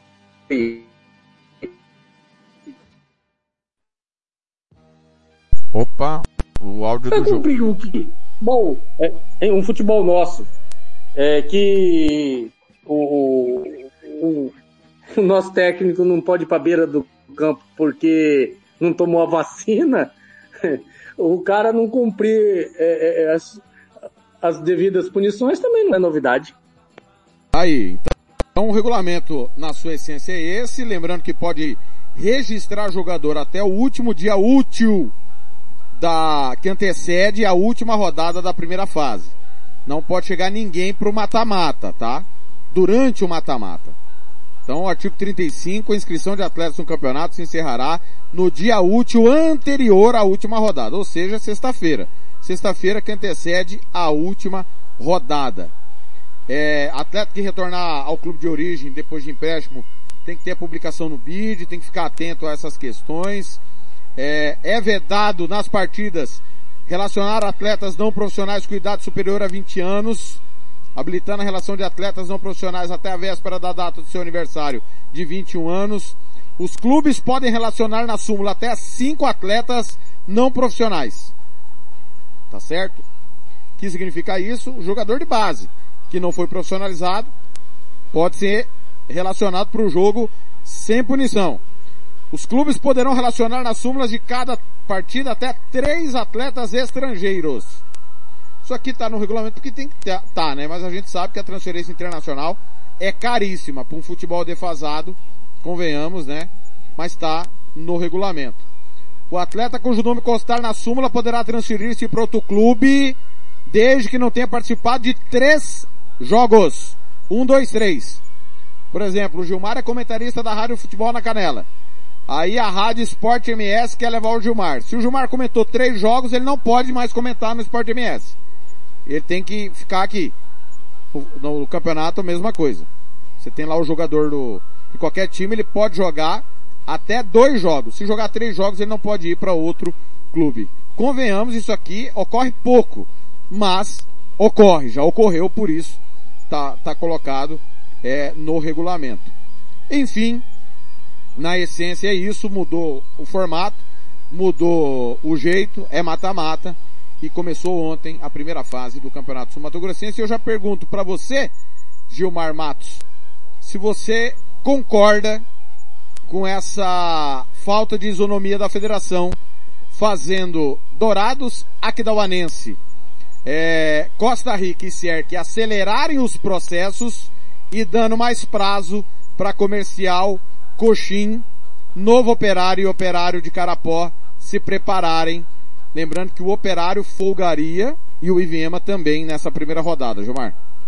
Opa, o áudio Vai do cumprir jogo. o quê? Bom, é, é um futebol nosso. É que o, o, o nosso técnico não pode ir para a beira do campo porque não tomou a vacina. O cara não cumprir é, é, as, as devidas punições também não é novidade. Aí, então, então o regulamento na sua essência é esse, lembrando que pode registrar jogador até o último dia útil da, que antecede a última rodada da primeira fase. Não pode chegar ninguém pro mata-mata, tá? Durante o mata-mata. Então, o artigo trinta e cinco, a inscrição de atletas no campeonato se encerrará no dia útil anterior à última rodada, ou seja, sexta-feira. Sexta-feira que antecede a última rodada. É, atleta que retornar ao clube de origem depois de empréstimo tem que ter a publicação no B I D, tem que ficar atento a essas questões. É, é vedado nas partidas relacionar atletas não profissionais com idade superior a vinte anos, habilitando a relação de atletas não profissionais até a véspera da data do seu aniversário de vinte e um anos. Os clubes podem relacionar na súmula até cinco atletas não profissionais. Tá certo? O que significa isso? O jogador de base, que não foi profissionalizado, pode ser relacionado para o jogo sem punição. Os clubes poderão relacionar nas súmulas de cada partida até três atletas estrangeiros. Isso aqui tá no regulamento porque tem que tá, né? Mas a gente sabe que a transferência internacional é caríssima para um futebol defasado, convenhamos, né? Mas tá no regulamento. O atleta cujo nome constar na súmula poderá transferir-se para outro clube desde que não tenha participado de três jogos. Um, dois, três. Por exemplo, o Gilmar é comentarista da Rádio Futebol na Canela. Aí a Rádio Sport M S quer levar o Gilmar. Se o Gilmar comentou três jogos, ele não pode mais comentar no Sport M S. Ele tem que ficar aqui. No, no campeonato, a mesma coisa. Você tem lá o jogador do, de qualquer time, ele pode jogar até dois jogos. Se jogar três jogos, ele não pode ir para outro clube. Convenhamos, isso aqui ocorre pouco, mas ocorre, já ocorreu, por isso tá, tá colocado é, no regulamento. Enfim, na essência é isso, mudou o formato, mudou o jeito, é mata-mata, e começou ontem a primeira fase do Campeonato Sul-Mato-Grossense. Eu já pergunto para você, Gilmar Matos, se você concorda com essa falta de isonomia da federação, fazendo Dourados, Aquidauanense, é, Costa Rica e Sierck acelerarem os processos e dando mais prazo para Comercial, Coxim, Novo Operário e Operário de Carapó se prepararem. Lembrando que o Operário folgaria e o Iviema também nessa primeira rodada, Gilmar.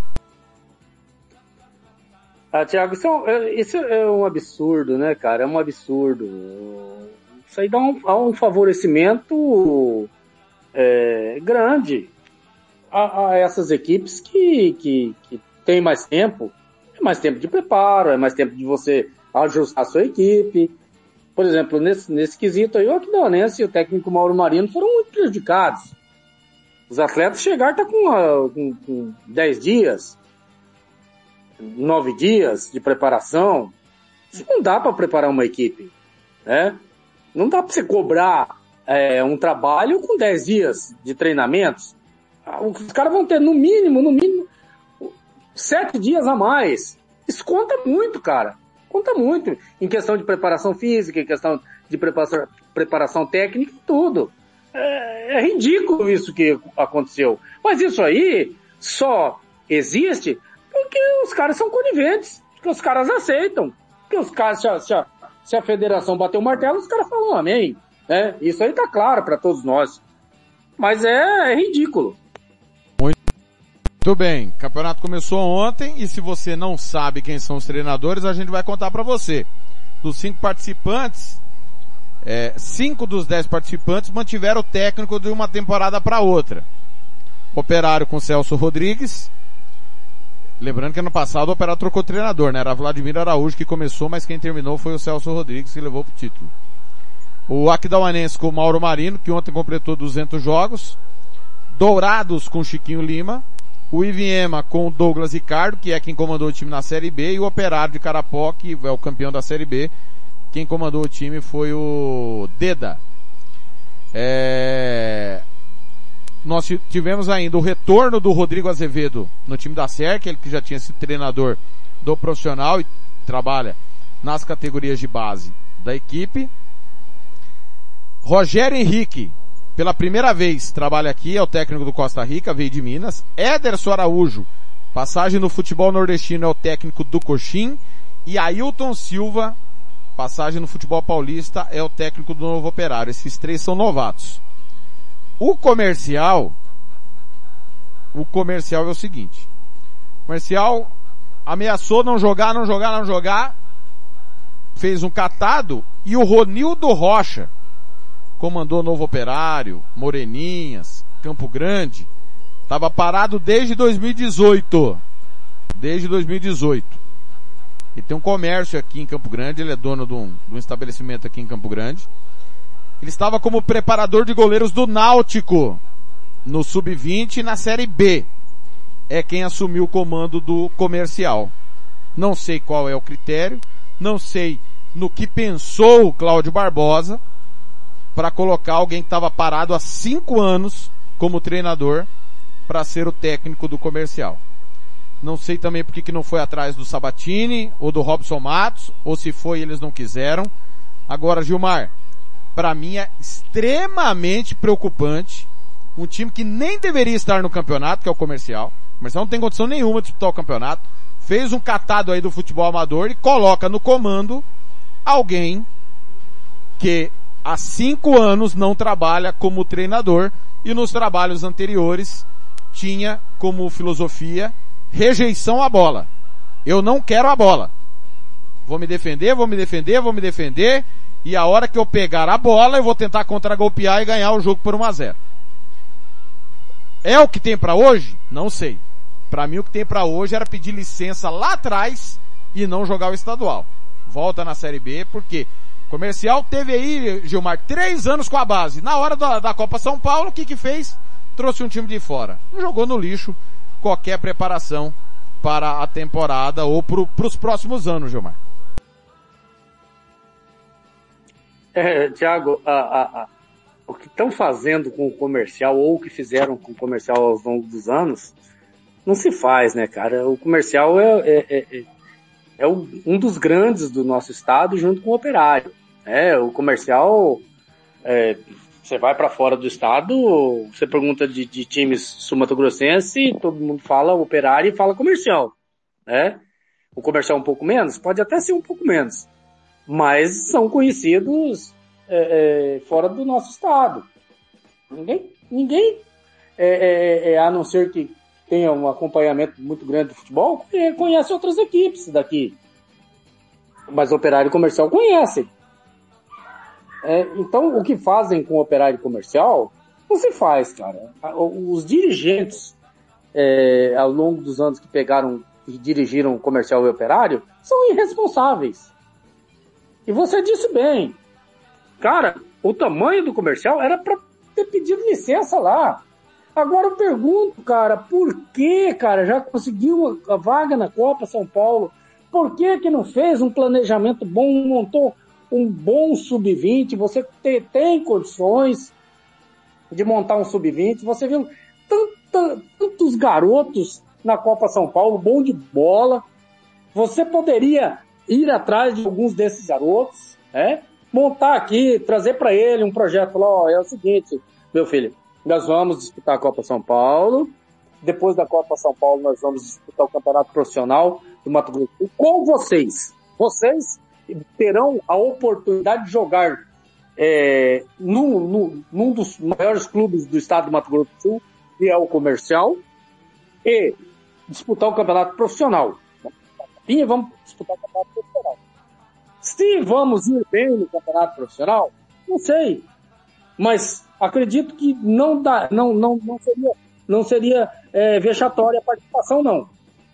Ah, Thiago, isso é, um, isso é um absurdo, né, cara? É um absurdo. Isso aí dá um, um favorecimento é, grande a, a essas equipes que, que, que têm mais tempo. É mais tempo de preparo, é mais tempo de você ajustar a sua equipe. Por exemplo, nesse, nesse quesito aí, o Aquidauanense e o técnico Mauro Marino foram muito prejudicados. Os atletas chegaram tá com, com, com dez dias, nove dias de preparação. Isso não dá para preparar uma equipe, né? Não dá para você cobrar é, um trabalho com dez dias de treinamentos. Os caras vão ter no mínimo, no mínimo, sete dias a mais. Isso conta muito, cara. Conta muito em questão de preparação física, em questão de preparação, preparação técnica e tudo. É, é ridículo isso que aconteceu. Mas isso aí só existe porque os caras são coniventes, porque os caras aceitam, porque os caras, se a, se a, se a federação bater o martelo, os caras falam amém. Né? Isso aí tá claro para todos nós. Mas é, é ridículo. Muito bem, o campeonato começou ontem e se você não sabe quem são os treinadores, a gente vai contar para você. Dos cinco participantes, é, cinco dos dez participantes mantiveram o técnico de uma temporada para outra. Operário com Celso Rodrigues. Lembrando que ano passado o Operário trocou treinador, né? Era Vladimir Araújo que começou, mas quem terminou foi o Celso Rodrigues que levou pro título. O Aquidauanense com o Mauro Marino, que ontem completou duzentos jogos. Dourados com Chiquinho Lima. O Iviema com o Douglas Ricardo, que é quem comandou o time na Série B, e o Operário de Carapó, que é o campeão da Série B. Quem comandou o time foi o Deda. É... Nós tivemos ainda o retorno do Rodrigo Azevedo no time da Sierck, ele que já tinha sido treinador do profissional e trabalha nas categorias de base da equipe. Rogério Henrique, pela primeira vez, trabalha aqui, é o técnico do Costa Rica, veio de Minas. Éderson Araújo, passagem no futebol nordestino, é o técnico do Coxim. E Ailton Silva, passagem no futebol paulista, é o técnico do Novo Operário. Esses três são novatos. O comercial, o comercial é o seguinte. O comercial ameaçou não jogar, não jogar, não jogar. Fez um catado e o Ronildo Rocha, comandou Novo Operário, Moreninhas, Campo Grande, estava parado desde dois mil e dezoito. Desde dois mil e dezoito. E tem um comércio aqui em Campo Grande, ele é dono de um, de um estabelecimento aqui em Campo Grande. Ele estava como preparador de goleiros do Náutico, no sub vinte e na Série B. É quem assumiu o comando do Comercial. Não sei qual é o critério, não sei no que pensou o Cláudio Barbosa para colocar alguém que estava parado há cinco anos como treinador para ser o técnico do Comercial. Não sei também por que que não foi atrás do Sabatini ou do Robson Matos, ou se foi eles não quiseram. Agora, Gilmar, para mim é extremamente preocupante um time que nem deveria estar no campeonato, que é o Comercial. O Comercial não tem condição nenhuma de disputar o campeonato. Fez um catado aí do futebol amador e coloca no comando alguém que há cinco anos não trabalha como treinador e nos trabalhos anteriores tinha como filosofia rejeição à bola. Eu não quero a bola. Vou me defender, vou me defender, vou me defender e a hora que eu pegar a bola eu vou tentar contragolpear e ganhar o jogo por um a zero. É o que tem pra hoje? Não sei. Pra mim o que tem pra hoje era pedir licença lá atrás e não jogar o estadual. Volta na Série B, porque Comercial teve aí, Gilmar, três anos com a base. Na hora da, da Copa São Paulo, o que que fez? Trouxe um time de fora. Jogou no lixo qualquer preparação para a temporada ou pro, pros próximos anos, Gilmar. É, Thiago, a, a, a, o que estão fazendo com o Comercial ou o que fizeram com o Comercial ao longo dos anos, não se faz, né, cara? O Comercial é, é, é, é um dos grandes do nosso estado junto com o Operário. É, o Comercial, é, você vai para fora do estado, você pergunta de, de times sul-mato-grossense, todo mundo fala Operário e fala Comercial, né? O Comercial um pouco menos? Pode até ser um pouco menos, mas são conhecidos é, é, fora do nosso estado. Ninguém, ninguém é, é, é, a não ser que tenha um acompanhamento muito grande do futebol, conhece outras equipes daqui. Mas o Operário Comercial conhece. É, então, o que fazem com o Operário Comercial, não se faz, cara. Os dirigentes, é, ao longo dos anos que pegaram e dirigiram o Comercial e o Operário, são irresponsáveis. E você disse bem. Cara, o tamanho do Comercial era para ter pedido licença lá. Agora eu pergunto, cara, por que, cara, já conseguiu a vaga na Copa São Paulo? Por que que não fez um planejamento bom, montou um bom sub vinte? Você te, tem condições de montar um sub vinte. Você viu tanta, tantos garotos na Copa São Paulo, bom de bola. Você poderia ir atrás de alguns desses garotos, né? Montar aqui, trazer para ele um projeto. Falar, ó, é o seguinte, meu filho, nós vamos disputar a Copa São Paulo. Depois da Copa São Paulo, nós vamos disputar o Campeonato Profissional do Mato Grosso do Sul com vocês. Vocês terão a oportunidade de jogar é, num, num, num dos maiores clubes do estado do Mato Grosso do Sul, que é o Comercial, e disputar o Campeonato Profissional. E vamos disputar o Campeonato Profissional. Se vamos ir bem no Campeonato Profissional, não sei. Mas acredito que não, dá, não, não, não seria, não seria é, vexatória a participação, não.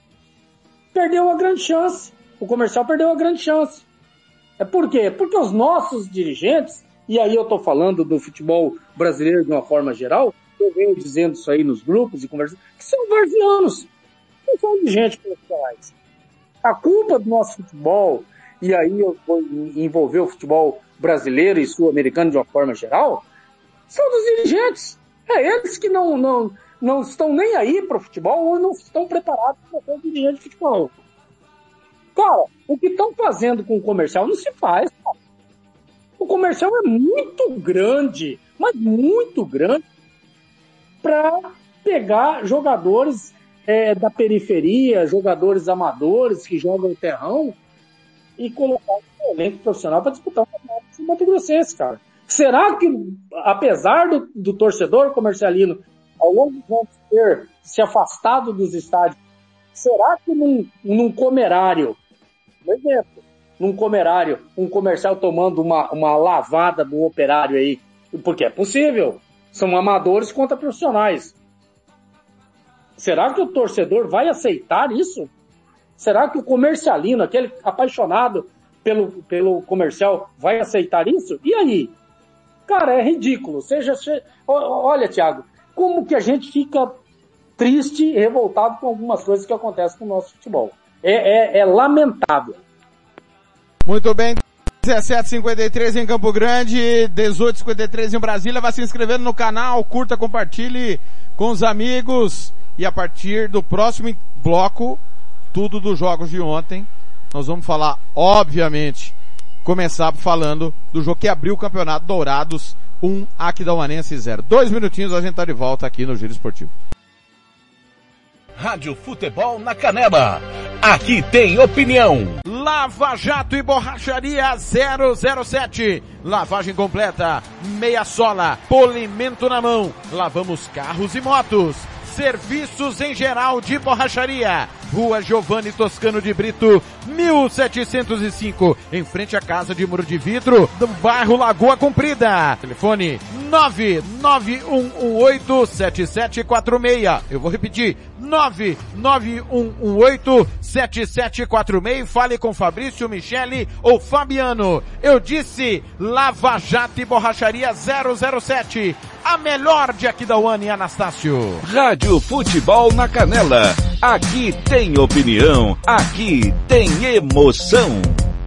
Perdeu uma grande chance. O Comercial perdeu uma grande chance. É por quê? Porque os nossos dirigentes, e aí eu estou falando do futebol brasileiro de uma forma geral, eu venho dizendo isso aí nos grupos e conversando, que são varzianos, não são dirigentes profissionais. A culpa do nosso futebol, e aí eu vou envolver o futebol brasileiro e sul-americano de uma forma geral, são dos dirigentes. É eles que não, não, não estão nem aí para o futebol ou não estão preparados para ser dirigente de futebol. Cara, o que estão fazendo com o Comercial não se faz, cara. O Comercial é muito grande, mas muito grande, para pegar jogadores é, da periferia, jogadores amadores que jogam terrão e colocar um elenco profissional para disputar o campeonato do Mato Grossense, cara. Será que, apesar do, do torcedor comercialino ao longo dos anos ter se afastado dos estádios, será que num, num comerário, por exemplo, num comerário, um comercial tomando uma, uma lavada do Operário aí, porque é possível, são amadores contra profissionais. Será que o torcedor vai aceitar isso? Será que o comercialino, aquele apaixonado pelo, pelo comercial, vai aceitar isso? E aí? Cara, é ridículo. Seja, seja, olha, Thiago, como que a gente fica triste e revoltado com algumas coisas que acontecem com o nosso futebol. É, é, é lamentável. Muito bem. dezessete e cinquenta e três em Campo Grande, dezoito e cinquenta e três em Brasília. Vai se inscrevendo no canal, curta, compartilhe com os amigos. E a partir do próximo bloco, tudo dos jogos de ontem. Nós vamos falar, obviamente, começar falando do jogo que abriu o Campeonato Dourados um, Aquidauanense zero. Dois minutinhos, a gente tá de volta aqui no Giro Esportivo. Rádio Futebol na Canela. Aqui tem opinião. Lava Jato e Borracharia zero zero sete. Lavagem completa, meia sola, polimento na mão. Lavamos carros e motos. Serviços em geral de borracharia. Rua Giovanni Toscano de Brito, mil setecentos e cinco, em frente à Casa de Muro de Vidro, do bairro Lagoa Comprida. Telefone nove nove um um oito sete sete quatro seis. Eu vou repetir, nove nove um um oito sete sete quatro seis. Fale com Fabrício, Michele ou Fabiano. Eu disse Lava Jato e Borracharia zero zero sete. A melhor de Aquidauana e Anastácio. Rádio Futebol na Canela. Aqui tem opinião, aqui tem emoção.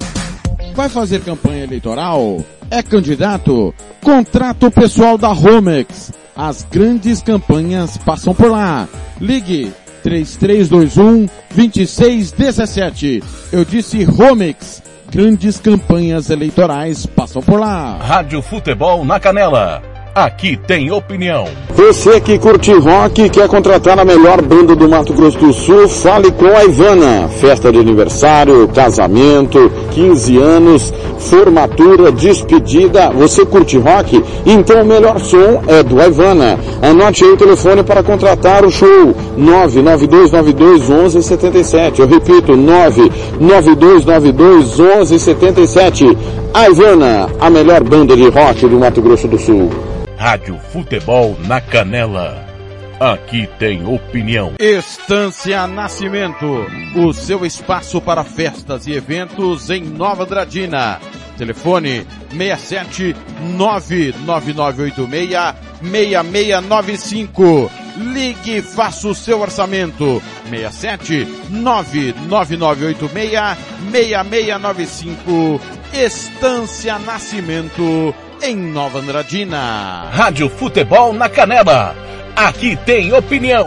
Vai fazer campanha eleitoral? É candidato? Contrato pessoal da Romex. As grandes campanhas passam por lá. Ligue três três dois um, dois seis um sete. Eu disse Romex. Grandes campanhas eleitorais passam por lá. Rádio Futebol na Canela. Aqui tem opinião. Você que curte rock e quer contratar a melhor banda do Mato Grosso do Sul, fale com a Ivana. Festa de aniversário, casamento, quinze anos, formatura, despedida. Você curte rock? Então o melhor som é do Ivana. Anote aí o telefone para contratar o show. nove nove dois nove dois um um sete sete. Eu repito, nove nove dois nove dois um um sete sete. A Ivana, a melhor banda de rock do Mato Grosso do Sul. Rádio Futebol na Canela. Aqui tem opinião. Estância Nascimento, o seu espaço para festas e eventos em Nova Andradina. Telefone seis sete nove nove nove oito seis seis seis nove cinco. Ligue e faça o seu orçamento. seis sete nove nove nove oito seis seis seis nove cinco. Estância Nascimento em Nova Andradina. Rádio Futebol na Canela. Aqui tem opinião.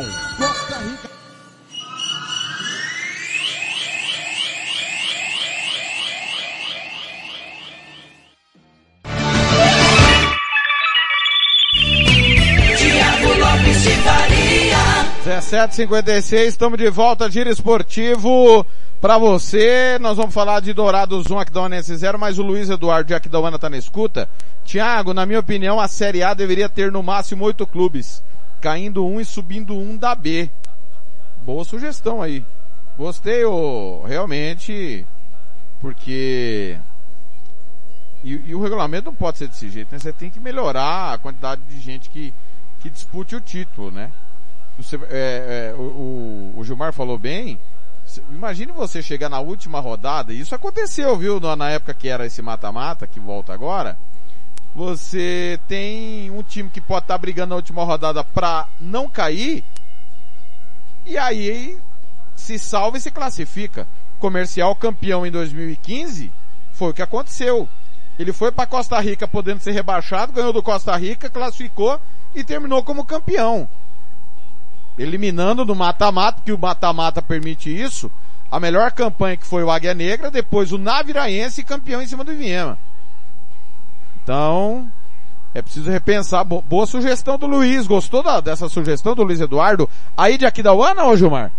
dezessete e cinquenta e seis, estamos de volta, Giro Esportivo para você. Nós vamos falar de Dourados um, Aquidauanense zero, mas o Luiz Eduardo de Aquidauana tá na escuta. Thiago, na minha opinião, a Série A deveria ter no máximo oito clubes, caindo um e subindo um da B. Boa sugestão aí. Gostei, oh, realmente, porque e, e o regulamento não pode ser desse jeito, né? Você tem que melhorar a quantidade de gente que, que dispute o título, né? Você, é, é, o, o Gilmar falou bem. Imagine você chegar na última rodada, e isso aconteceu, viu, na época que era esse mata-mata, que volta agora. Você tem um time que pode estar brigando na última rodada pra não cair, e aí se salva e se classifica. Comercial campeão em dois mil e quinze, foi o que aconteceu. Ele foi pra Costa Rica podendo ser rebaixado, ganhou do Costa Rica, classificou e terminou como campeão. Eliminando no mata-mata, que o mata-mata permite isso, a melhor campanha que foi o Águia Negra, depois o Naviraense, campeão em cima do Iviema. Então, é preciso repensar. Boa sugestão do Luiz. Gostou da, dessa sugestão do Luiz Eduardo? Aí de Aquidauana, ô Gilmar?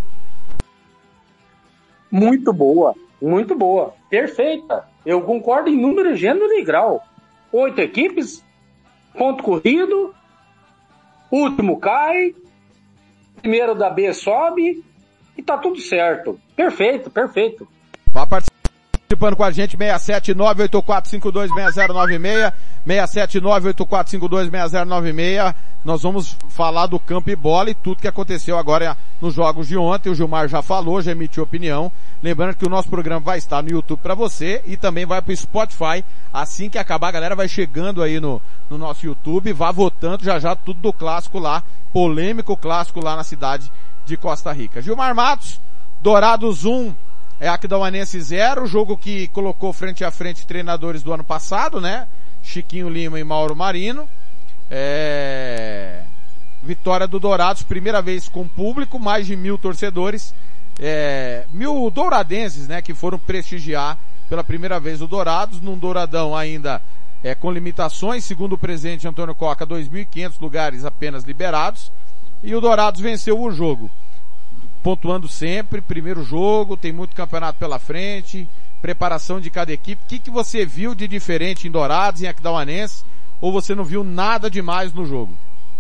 Muito boa, muito boa. Perfeita. Eu concordo em número, gênero e grau. Oito equipes, ponto corrido, último cai, primeiro da B sobe e tá tudo certo. Perfeito, perfeito. Vá participando com a gente, seis sete nove oito quatro cinco dois seis zero nove seis, seis sete nove oito quatro cinco dois seis zero nove seis. nós vamos falar do campo e bola e tudo que aconteceu agora nos jogos de ontem. O Gilmar já falou, já emitiu opinião. Lembrando que o nosso programa vai estar no YouTube para você e também vai para o Spotify. Assim que acabar, a galera vai chegando aí no, no nosso YouTube, vá votando já já tudo do clássico lá, polêmico clássico lá na cidade de Costa Rica. Gilmar Matos, Dourados um, é Aquidauanense zero, jogo que colocou frente a frente treinadores do ano passado, né? Chiquinho Lima e Mauro Marino. É... Vitória do Dourados, primeira vez com público, mais de mil torcedores, é... mil douradenses, né, que foram prestigiar pela primeira vez o Dourados, num Douradão ainda é, com limitações, segundo o presidente Antônio Coca, dois mil e quinhentos lugares apenas liberados, e o Dourados venceu o jogo, pontuando sempre, primeiro jogo, tem muito campeonato pela frente, preparação de cada equipe. O que, que você viu de diferente em Dourados, em Aquidauanense, ou você não viu nada demais no jogo?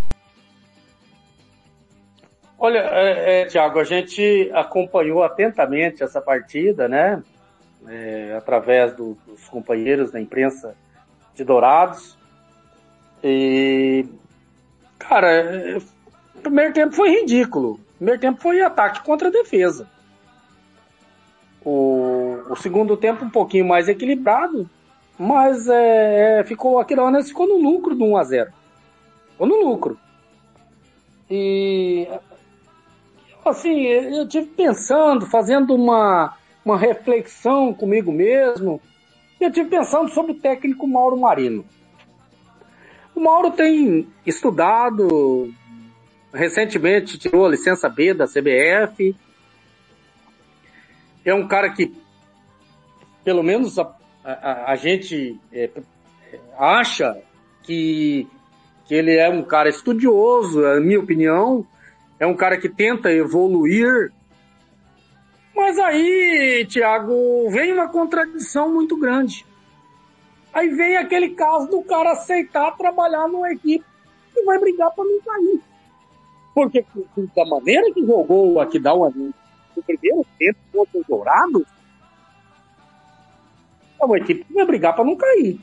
Olha, é, é, Thiago, a gente acompanhou atentamente essa partida, né? É, através do, dos companheiros da imprensa de Dourados. E, cara, o primeiro tempo foi ridículo. O primeiro tempo foi ataque contra defesa. O, o segundo tempo um pouquinho mais equilibrado, mas é, é, ficou, Aquidauanense ficou no lucro do um a zero. Ficou no lucro. E, assim, eu tive pensando, fazendo uma, uma reflexão comigo mesmo, eu tive pensando sobre o técnico Mauro Marino. O Mauro tem estudado, recentemente tirou a licença B da C B F, é um cara que, pelo menos a, a, a gente é, acha que, que ele é um cara estudioso, é a minha opinião, é um cara que tenta evoluir. Mas aí, Thiago, vem uma contradição muito grande. Aí vem aquele caso do cara aceitar trabalhar numa equipe que vai brigar para não cair. Porque da maneira que jogou o Aquidauanense no primeiro tempo contra o Dourados, é uma equipe que vai brigar para não cair.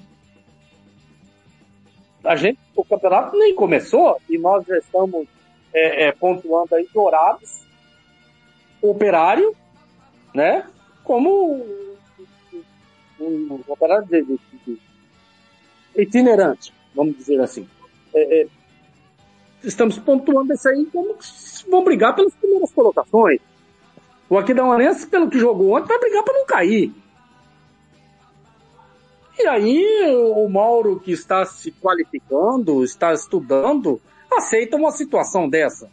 A gente, o campeonato nem começou e nós já estamos é, é, pontuando aí Dourados, Operário, né? Como um, um operário de, de, de, itinerante, vamos dizer assim. É, é, estamos pontuando isso aí como que vão brigar pelas primeiras colocações. O Aquidauanense, pelo que jogou ontem, vai brigar para não cair. E aí o Mauro, que está se qualificando, está estudando, aceita uma situação dessa.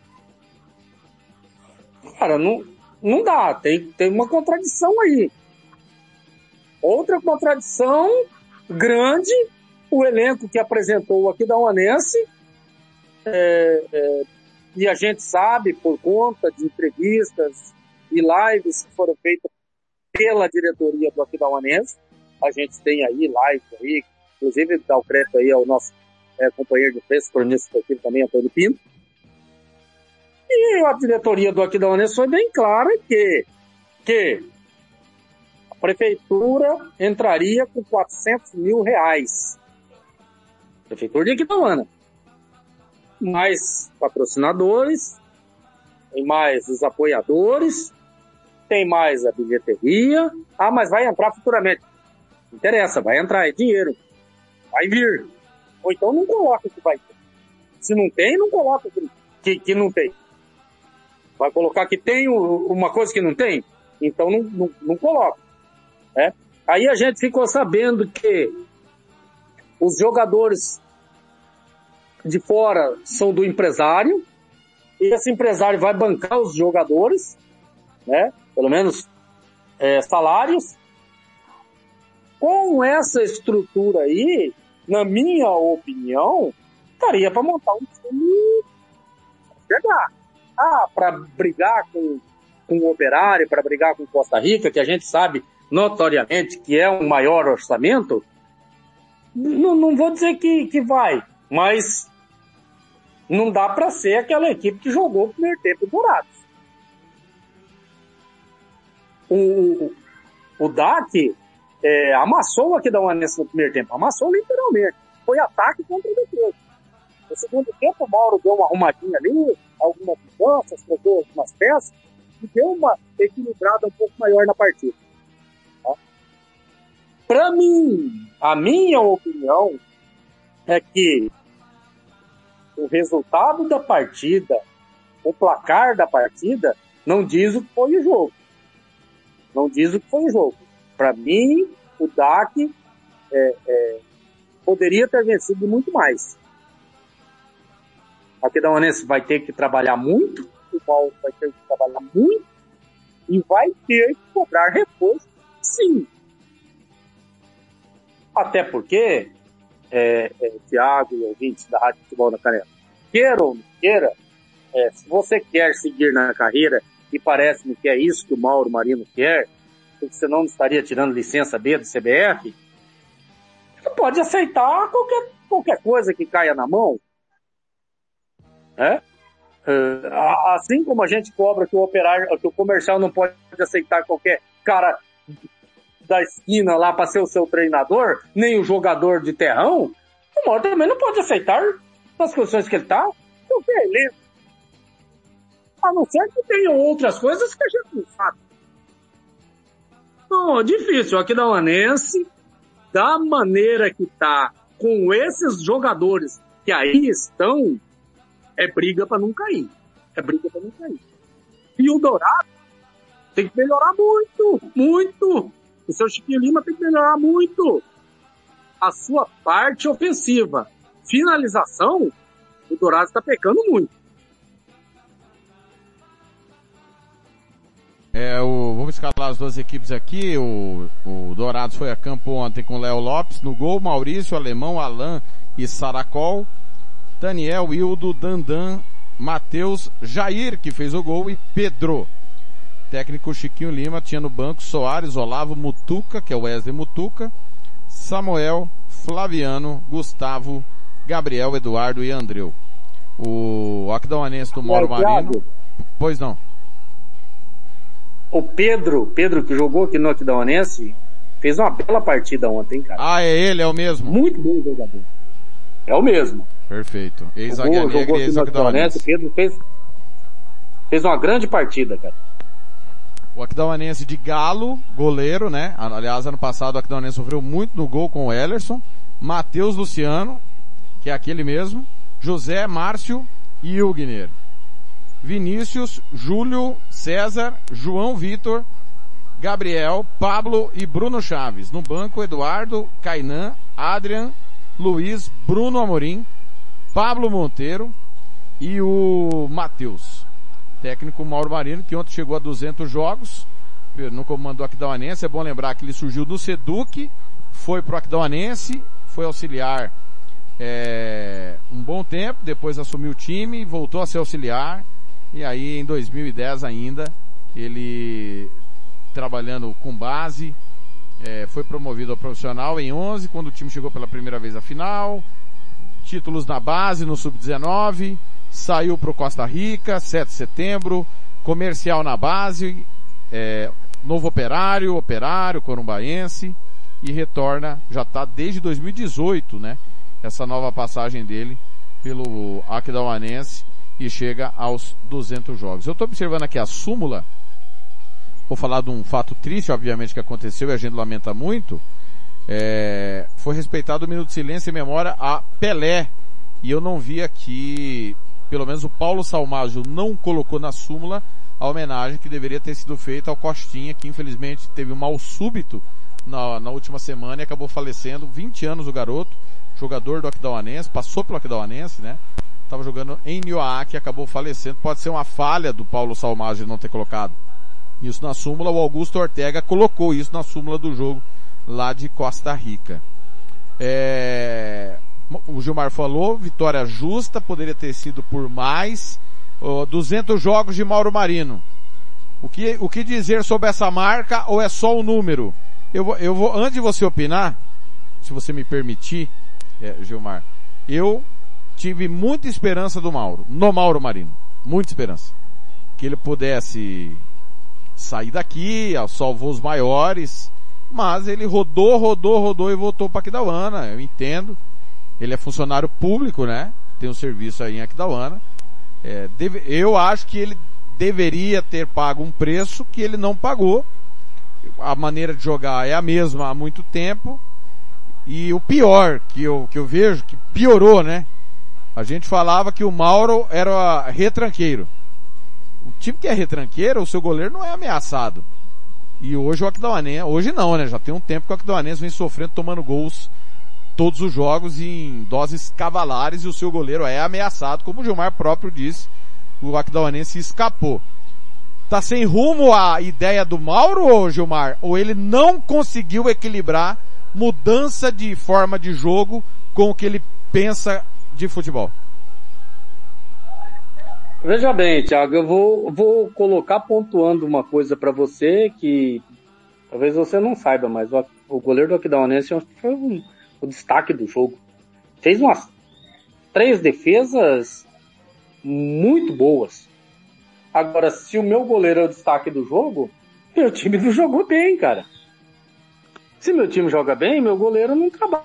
Cara, não, não dá, tem, tem uma contradição aí. Outra contradição grande, o elenco que apresentou o Aquidauanense, é, é, e a gente sabe, por conta de entrevistas e lives que foram feitas pela diretoria do Aquidauanense, a gente tem aí lives aí, inclusive dá o crédito aí ao nosso é, companheiro de imprensa, cronista esportivo também, Antônio Pinto. E a diretoria do Aquidauanense foi bem clara que, que a prefeitura entraria com quatrocentos mil reais. Prefeitura de Aquidauana. Mais patrocinadores, tem mais os apoiadores, tem mais a bilheteria. Ah, mas vai entrar futuramente. Não interessa, vai entrar, é dinheiro. Vai vir. Ou então não coloca que vai ter. Se não tem, não coloca que, que, que não tem. Vai colocar que tem uma coisa que não tem? Então não, não, não coloca. Né? Aí a gente ficou sabendo que os jogadores de fora são do empresário, e esse empresário vai bancar os jogadores, né? Pelo menos é, salários. Com essa estrutura aí, na minha opinião, daria para montar um time chegar. Ah, para brigar com, com o Operário, para brigar com Costa Rica, que a gente sabe notoriamente que é um maior orçamento, não, não vou dizer que, que vai, mas não dá para ser aquela equipe que jogou o primeiro tempo Dourados. O, o D A C é, amassou o Aquidauanense no primeiro tempo, amassou literalmente. Foi ataque contra defesa. No segundo tempo, o Mauro deu uma arrumadinha ali, algumas mudanças, trocou algumas peças, e deu uma equilibrada um pouco maior na partida. Tá? Para mim, a minha opinião é que o resultado da partida, o placar da partida, não diz o que foi o jogo. Não diz o que foi o jogo. Para mim, o D A C é, é, poderia ter vencido muito mais. A Aquidauanense vai ter que trabalhar muito, o Mauro vai ter que trabalhar muito e vai ter que cobrar reforço, sim. Até porque, é, é, Thiago e ouvintes da Rádio Futebol na Canela, queira ou não queira, é, se você quer seguir na carreira, e parece-me que é isso que o Mauro Marino quer, porque senão não estaria tirando licença B do C B F, você pode aceitar qualquer, qualquer coisa que caia na mão. É? Assim como a gente cobra que o operário, que o comercial não pode aceitar qualquer cara da esquina lá para ser o seu treinador, nem o jogador de terrão, o Mauro também não pode aceitar nas condições que ele está, porque é elenco. A não ser que tenham outras coisas que a gente não sabe. Não, é difícil. O Aquidauanense, da maneira que está, com esses jogadores que aí estão, é briga para não cair. É briga para não cair. E o Dourado tem que melhorar muito, muito. O seu Chiquinho Lima tem que melhorar muito. A sua parte ofensiva. Finalização, o Dourado está pecando muito. É, o, vamos escalar as duas equipes aqui. O, o Dourados foi a campo ontem com Léo Lopes no gol, Maurício, Alemão, Alain e Saracol, Daniel, Hildo, Dandan, Matheus, Jair, que fez o gol, e Pedro. Técnico Chiquinho Lima tinha no banco Soares, Olavo, Mutuca, que é o Wesley Mutuca, Samuel, Flaviano, Gustavo, Gabriel, Eduardo e Andreu. O Aquidauanense do Mauro Marino. Pois não. O Pedro, Pedro que jogou aqui no Aquidauanense, fez uma bela partida ontem, cara. Ah, é ele, é o mesmo? Muito bom jogador. É o mesmo. Perfeito. Ex-Águia Negra e ex-Aquidauanense. O Pedro fez, fez uma grande partida, cara. O Aquidauanense de Galo, goleiro, né? Aliás, ano passado o Aquidauanense sofreu muito no gol com o Ellerson. Matheus Luciano, que é aquele mesmo. José, Márcio e Hugner. Vinícius, Júlio, César, João Vitor, Gabriel, Pablo e Bruno Chaves. No banco, Eduardo, Kainan, Adrian, Luiz, Bruno Amorim, Pablo Monteiro e o Matheus. Técnico Mauro Marino, que ontem chegou a duzentos jogos no comando do Aquidauanense. É bom lembrar que ele surgiu do Seduc, foi pro Aquidauanense, foi auxiliar é, um bom tempo, depois assumiu o time, voltou a ser auxiliar, e aí em dois mil e dez ainda, ele trabalhando com base, é, foi promovido ao profissional em onze, quando o time chegou pela primeira vez à final, títulos na base, no sub dezenove, saiu pro Costa Rica, sete de setembro, comercial na base, é, novo operário, operário, corumbaense, e retorna, já está desde dois mil e dezoito, né, essa nova passagem dele pelo Aquidauanense, e chega aos duzentos jogos. Eu estou observando aqui a súmula, vou falar de um fato triste, obviamente, que aconteceu e a gente lamenta muito, é, foi respeitado o minuto de silêncio em memória a Pelé, e eu não vi aqui, pelo menos o Paulo Salmaggio não colocou na súmula a homenagem que deveria ter sido feita ao Costinha, que infelizmente teve um mal súbito na, na última semana e acabou falecendo, vinte anos o garoto, jogador do Aquidauanense, passou pelo Aquidauanense, né? Estava jogando em Nioaque e acabou falecendo. Pode ser uma falha do Paulo Salmaggio não ter colocado isso na súmula. O Augusto Ortega colocou isso na súmula do jogo lá de Costa Rica. É... O Gilmar falou, vitória justa, poderia ter sido por mais. Oh, duzentos jogos de Mauro Marino. O que, o que dizer sobre essa marca, ou é só um número? Eu vou, eu vou, antes de você opinar, se você me permitir, é, Gilmar, eu tive muita esperança do Mauro, no Mauro Marino. Muita esperança. Que ele pudesse sair daqui, só voos maiores, mas ele rodou, rodou, rodou e voltou para Aquidauana. Eu entendo. Ele é funcionário público, né? tem um serviço aí em Aquidauana. É, deve, eu acho que ele deveria ter pago um preço que ele não pagou. A maneira de jogar é a mesma há muito tempo. E o pior que eu, que eu vejo, que piorou, né? A gente falava que o Mauro era retranqueiro. O time que é retranqueiro, o seu goleiro não é ameaçado. E hoje o Aquidauanense, hoje não, né? Já tem um tempo que o Aquidauanense vem sofrendo, tomando gols todos os jogos em doses cavalares, e o seu goleiro é ameaçado, como o Gilmar próprio disse, o Aquidauanense escapou. Tá sem rumo a ideia do Mauro, ou Gilmar? Ou ele não conseguiu equilibrar mudança de forma de jogo com o que ele pensa de futebol? Veja bem, Thiago, eu vou, vou colocar pontuando uma coisa para você que talvez você não saiba, mas o, o goleiro do Aquidauanense foi um, o destaque do jogo. Fez umas três defesas muito boas. Agora, se o meu goleiro é o destaque do jogo, meu time não jogou bem, cara. Se meu time joga bem, meu goleiro não trabalha.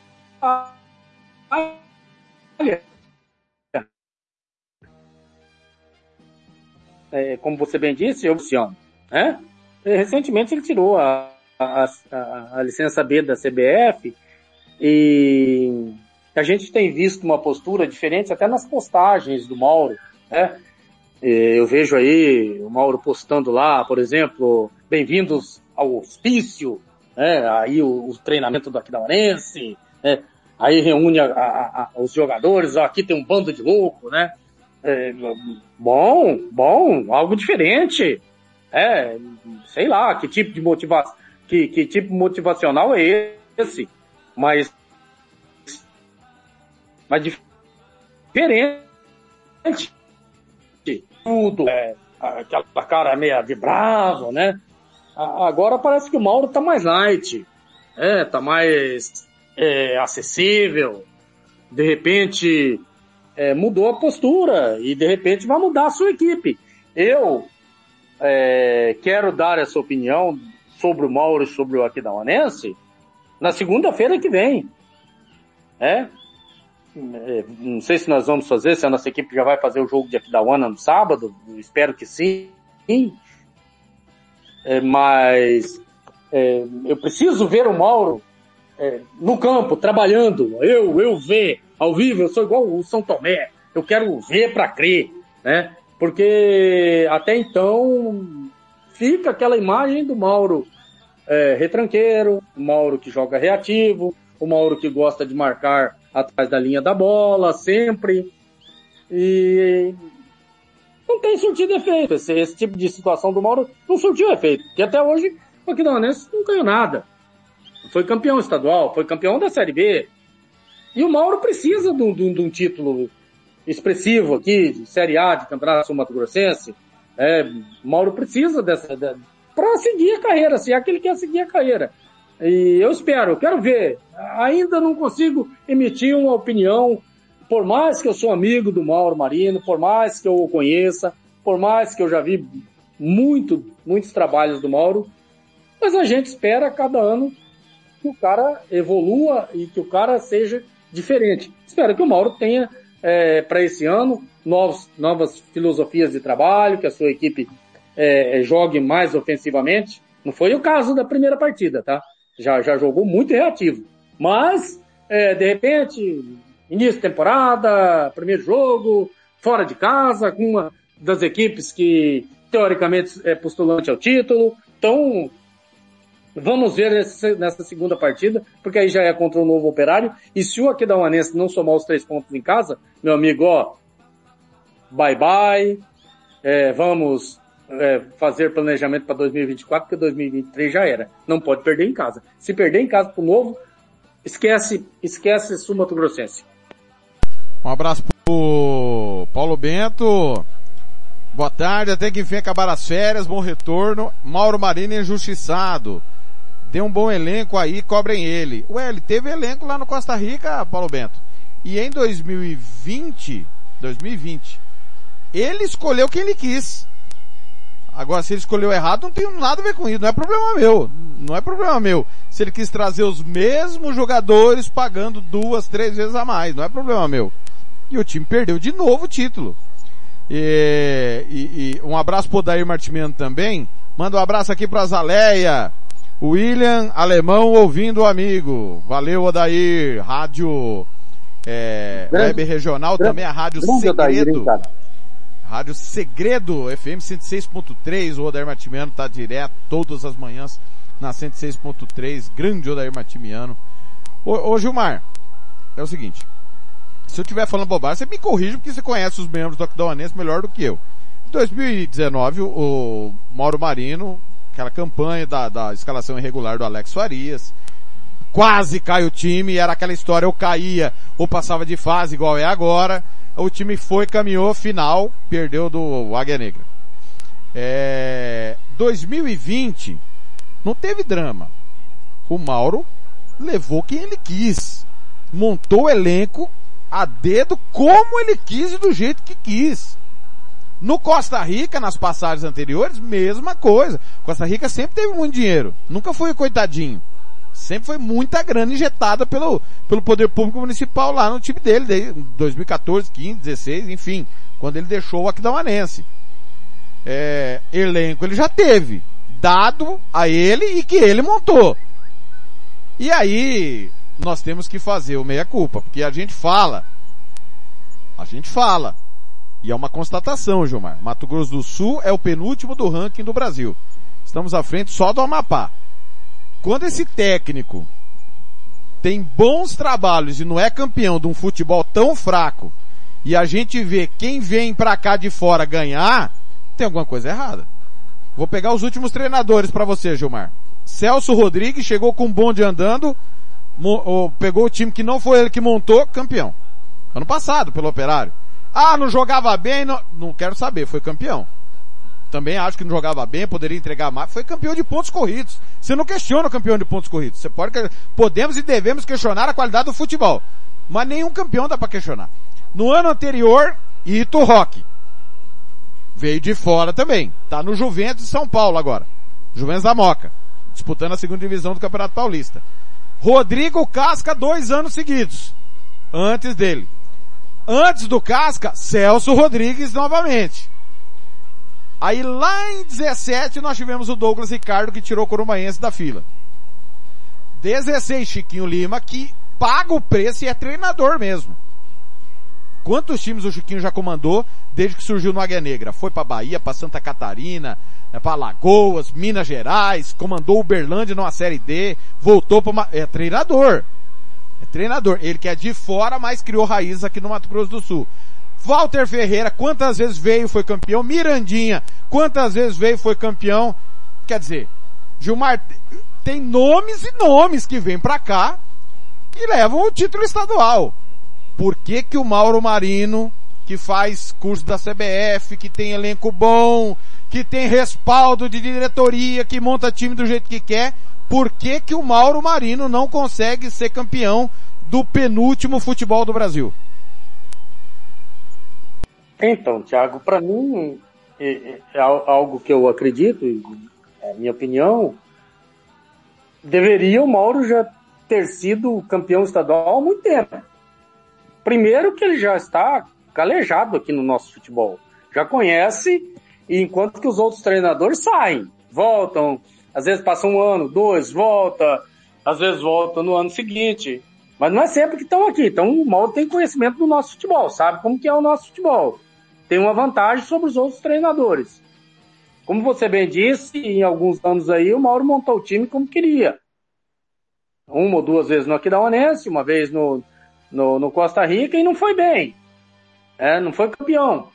É, como você bem disse, eu funciono, né? Recentemente ele tirou a, a, a, a licença B da C B F e a gente tem visto uma postura diferente até nas postagens do Mauro, né? Eu vejo aí o Mauro postando lá, por exemplo, bem-vindos ao hospício, né? Aí o, o treinamento do Aquidauanense, né? Aí reúne a, a, a, os jogadores, ó, aqui tem um bando de louco, né? É, bom, bom, algo diferente. É, sei lá, que tipo de motivação, que, que tipo motivacional é esse? Mas, mas diferente. Tudo, é, aquela cara meio vibrável, né? Agora parece que o Mauro tá mais light, é, tá mais é, acessível. De repente É, mudou a postura e de repente vai mudar a sua equipe. Eu é, quero dar essa opinião sobre o Mauro e sobre o Aquidauanense na segunda-feira que vem. É? É, não sei se nós vamos fazer, se a nossa equipe já vai fazer o jogo de Aquidauana no sábado, espero que sim. É, mas é, eu preciso ver o Mauro é, no campo, trabalhando, eu, eu ver ao vivo. Eu sou igual o São Tomé, eu quero ver para crer, né? Porque até então fica aquela imagem do Mauro é, retranqueiro, o Mauro que joga reativo, o Mauro que gosta de marcar atrás da linha da bola, sempre, e não tem surtido efeito. Esse, esse tipo de situação do Mauro não surtiu efeito, porque até hoje o Aquidauanense não ganhou nada. Foi campeão estadual, foi campeão da Série B. E o Mauro precisa de um, de um, de um título expressivo aqui, de Série A, de Campeonato Sul-Mato-Grossense. É, o Mauro precisa dessa, de, para seguir a carreira, se é que ele quer seguir a carreira. E eu espero, eu quero ver. Ainda não consigo emitir uma opinião, por mais que eu sou amigo do Mauro Marino, por mais que eu o conheça, por mais que eu já vi muito, muitos trabalhos do Mauro, mas a gente espera cada ano que o cara evolua e que o cara seja diferente. Espero que o Mauro tenha, é, para esse ano, novos, novas filosofias de trabalho, que a sua equipe é, jogue mais ofensivamente. Não foi o caso da primeira partida, tá? Já, já jogou muito reativo. Mas, é, de repente, início de temporada, primeiro jogo, fora de casa, com uma das equipes que, teoricamente, é postulante ao título. Então, vamos ver nessa, nessa segunda partida, porque aí já é contra o Novo Operário. E se o Aquidauanense não somar os três pontos em casa, meu amigo, ó, bye bye, é, vamos é, fazer planejamento para dois mil e vinte e quatro, porque dois mil e vinte e três já era. Não pode perder em casa. Se perder em casa pro Novo, esquece, esquece Sul-Mato-Grossense. Um abraço pro Paulo Bento. Boa tarde, até que enfim acabar as férias, bom retorno. Mauro Marino injustiçado. Dê um bom elenco aí, cobrem ele. Ué, ele teve elenco lá no Costa Rica, Paulo Bento. E em dois mil e vinte, dois mil e vinte, ele escolheu quem ele quis. Agora, se ele escolheu errado, não tem nada a ver com isso. Não é problema meu. Não é problema meu. Se ele quis trazer os mesmos jogadores pagando duas, três vezes a mais, não é problema meu. E o time perdeu de novo o título. E, e, e um abraço pro Odair Martimiano também. Manda um abraço aqui pra Zaleia. William Alemão ouvindo o amigo. Valeu, Odair. Rádio é, grande, Web Regional grande, também, a Rádio Segredo. Odair, hein, Rádio Segredo, F M cento e seis ponto três. O Odair Martimiano tá direto todas as manhãs na cento e seis ponto três. Grande Odair Martimiano. Ô, ô Gilmar, é o seguinte. Se eu estiver falando bobagem, você me corrige porque você conhece os membros do Aquidauanense melhor do que eu. Em dois mil e dezenove, o Mauro Marino, aquela campanha da, da escalação irregular do Alex Farias, quase cai o time, era aquela história, ou caía, ou passava de fase, igual é agora. O time foi, caminhou, final, perdeu do Águia Negra. É, dois mil e vinte, não teve drama. O Mauro levou quem ele quis. Montou o elenco a dedo como ele quis e do jeito que quis. No Costa Rica, nas passagens anteriores, mesma coisa. Costa Rica sempre teve muito dinheiro. Nunca foi coitadinho. Sempre foi muita grana injetada pelo, pelo poder público municipal lá no time dele, desde dois mil e quatorze, quinze, dezesseis, enfim, quando ele deixou o Aquidauanense. É, elenco ele já teve, dado a ele e que ele montou. E aí, nós temos que fazer o meia-culpa, porque a gente fala, a gente fala, e é uma constatação, Gilmar, Mato Grosso do Sul é o penúltimo do ranking do Brasil. Estamos à frente só do Amapá. Quando esse técnico tem bons trabalhos e não é campeão de um futebol tão fraco, e a gente vê quem vem pra cá de fora ganhar, tem alguma coisa errada. Vou pegar os últimos treinadores pra você, Gilmar. Celso Rodrigues chegou com um bonde andando, mo- pegou o time que não foi ele que montou, campeão. Ano passado, pelo Operário. Ah, não jogava bem, não, não quero saber, foi campeão. Também acho que não jogava bem, poderia entregar mais, foi campeão de pontos corridos. Você não questiona o campeão de pontos corridos. Você pode, podemos e devemos questionar a qualidade do futebol. Mas nenhum campeão dá pra questionar. No ano anterior, Ito Roque. Veio de fora também. Tá no Juventus de São Paulo agora. Juventus da Moca. Disputando a segunda divisão do Campeonato Paulista. Rodrigo Casca, dois anos seguidos. Antes dele. Antes do Casca, Celso Rodrigues novamente. Aí lá em dezessete nós tivemos o Douglas Ricardo que tirou o Corumbaense da fila. dezesseis, Chiquinho Lima, que paga o preço e é treinador mesmo. Quantos times o Chiquinho já comandou desde que surgiu no Águia Negra? Foi pra Bahia, pra Santa Catarina, pra Alagoas, Minas Gerais, comandou o Uberlândia numa Série D, voltou pra uma... É treinador. É treinador. Ele que é de fora, mas criou raízes aqui no Mato Grosso do Sul. Walter Ferreira, quantas vezes veio e foi campeão? Mirandinha, quantas vezes veio e foi campeão? Quer dizer, Gilmar, tem nomes e nomes que vêm pra cá e levam o título estadual. Por que que o Mauro Marino, que faz curso da C B F, que tem elenco bom, que tem respaldo de diretoria, que monta time do jeito que quer, por que que o Mauro Marino não consegue ser campeão do penúltimo futebol do Brasil? Então, Thiago, para mim, é, é algo que eu acredito, é a minha opinião, deveria o Mauro já ter sido campeão estadual há muito tempo. Primeiro que ele já está calejado aqui no nosso futebol. Já conhece, e enquanto que os outros treinadores saem, voltam, às vezes passa um ano, dois, volta, às vezes volta no ano seguinte. Mas não é sempre que estão aqui. Então o Mauro tem conhecimento do nosso futebol, sabe como que é o nosso futebol. Tem uma vantagem sobre os outros treinadores. Como você bem disse, em alguns anos aí, o Mauro montou o time como queria. Uma ou duas vezes no Aquidauanense, uma vez no, no, no Costa Rica, e não foi bem. É, não foi campeão.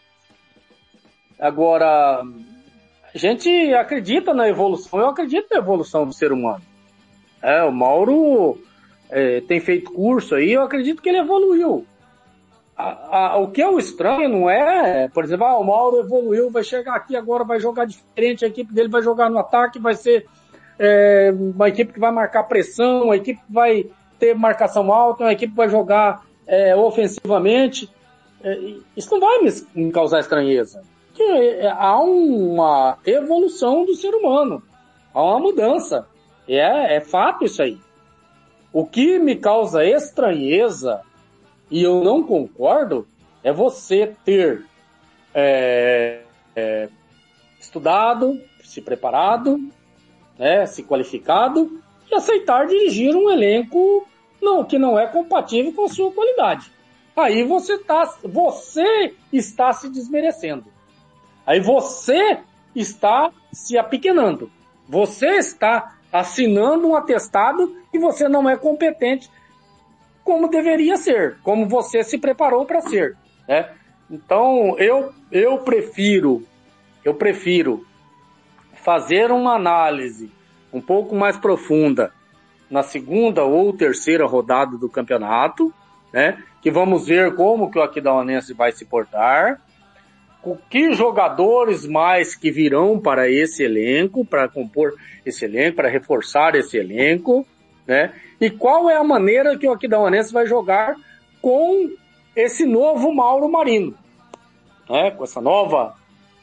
Agora, a gente acredita na evolução, eu acredito na evolução do ser humano. É, o Mauro é, tem feito curso aí, eu acredito que ele evoluiu. A, a, o que é o estranho não é, por exemplo, ah, o Mauro evoluiu, vai chegar aqui agora, vai jogar diferente, a equipe dele vai jogar no ataque, vai ser é, uma equipe que vai marcar pressão, uma equipe que vai ter marcação alta, uma equipe que vai jogar é, ofensivamente. É, isso não vai me, me causar estranheza. Porque é, há uma evolução do ser humano, há uma mudança. É, é fato isso aí. O que me causa estranheza, e eu não concordo, É você ter é, é, estudado, se preparado, né, se qualificado e aceitar dirigir um elenco não, que não é compatível com a sua qualidade. Aí você, tá, você está se desmerecendo. Aí você está se apequenando. Você está assinando um atestado que você não é competente como deveria ser, como você se preparou para ser, né? Então, eu, eu prefiro, eu prefiro fazer uma análise um pouco mais profunda na segunda ou terceira rodada do campeonato, né? Que vamos ver como que o Aquidauanense vai se portar, o que jogadores mais que virão para esse elenco, para compor esse elenco, para reforçar esse elenco, né? E qual é a maneira que o Aquidauanense vai jogar com esse novo Mauro Marino, né? Com essa nova...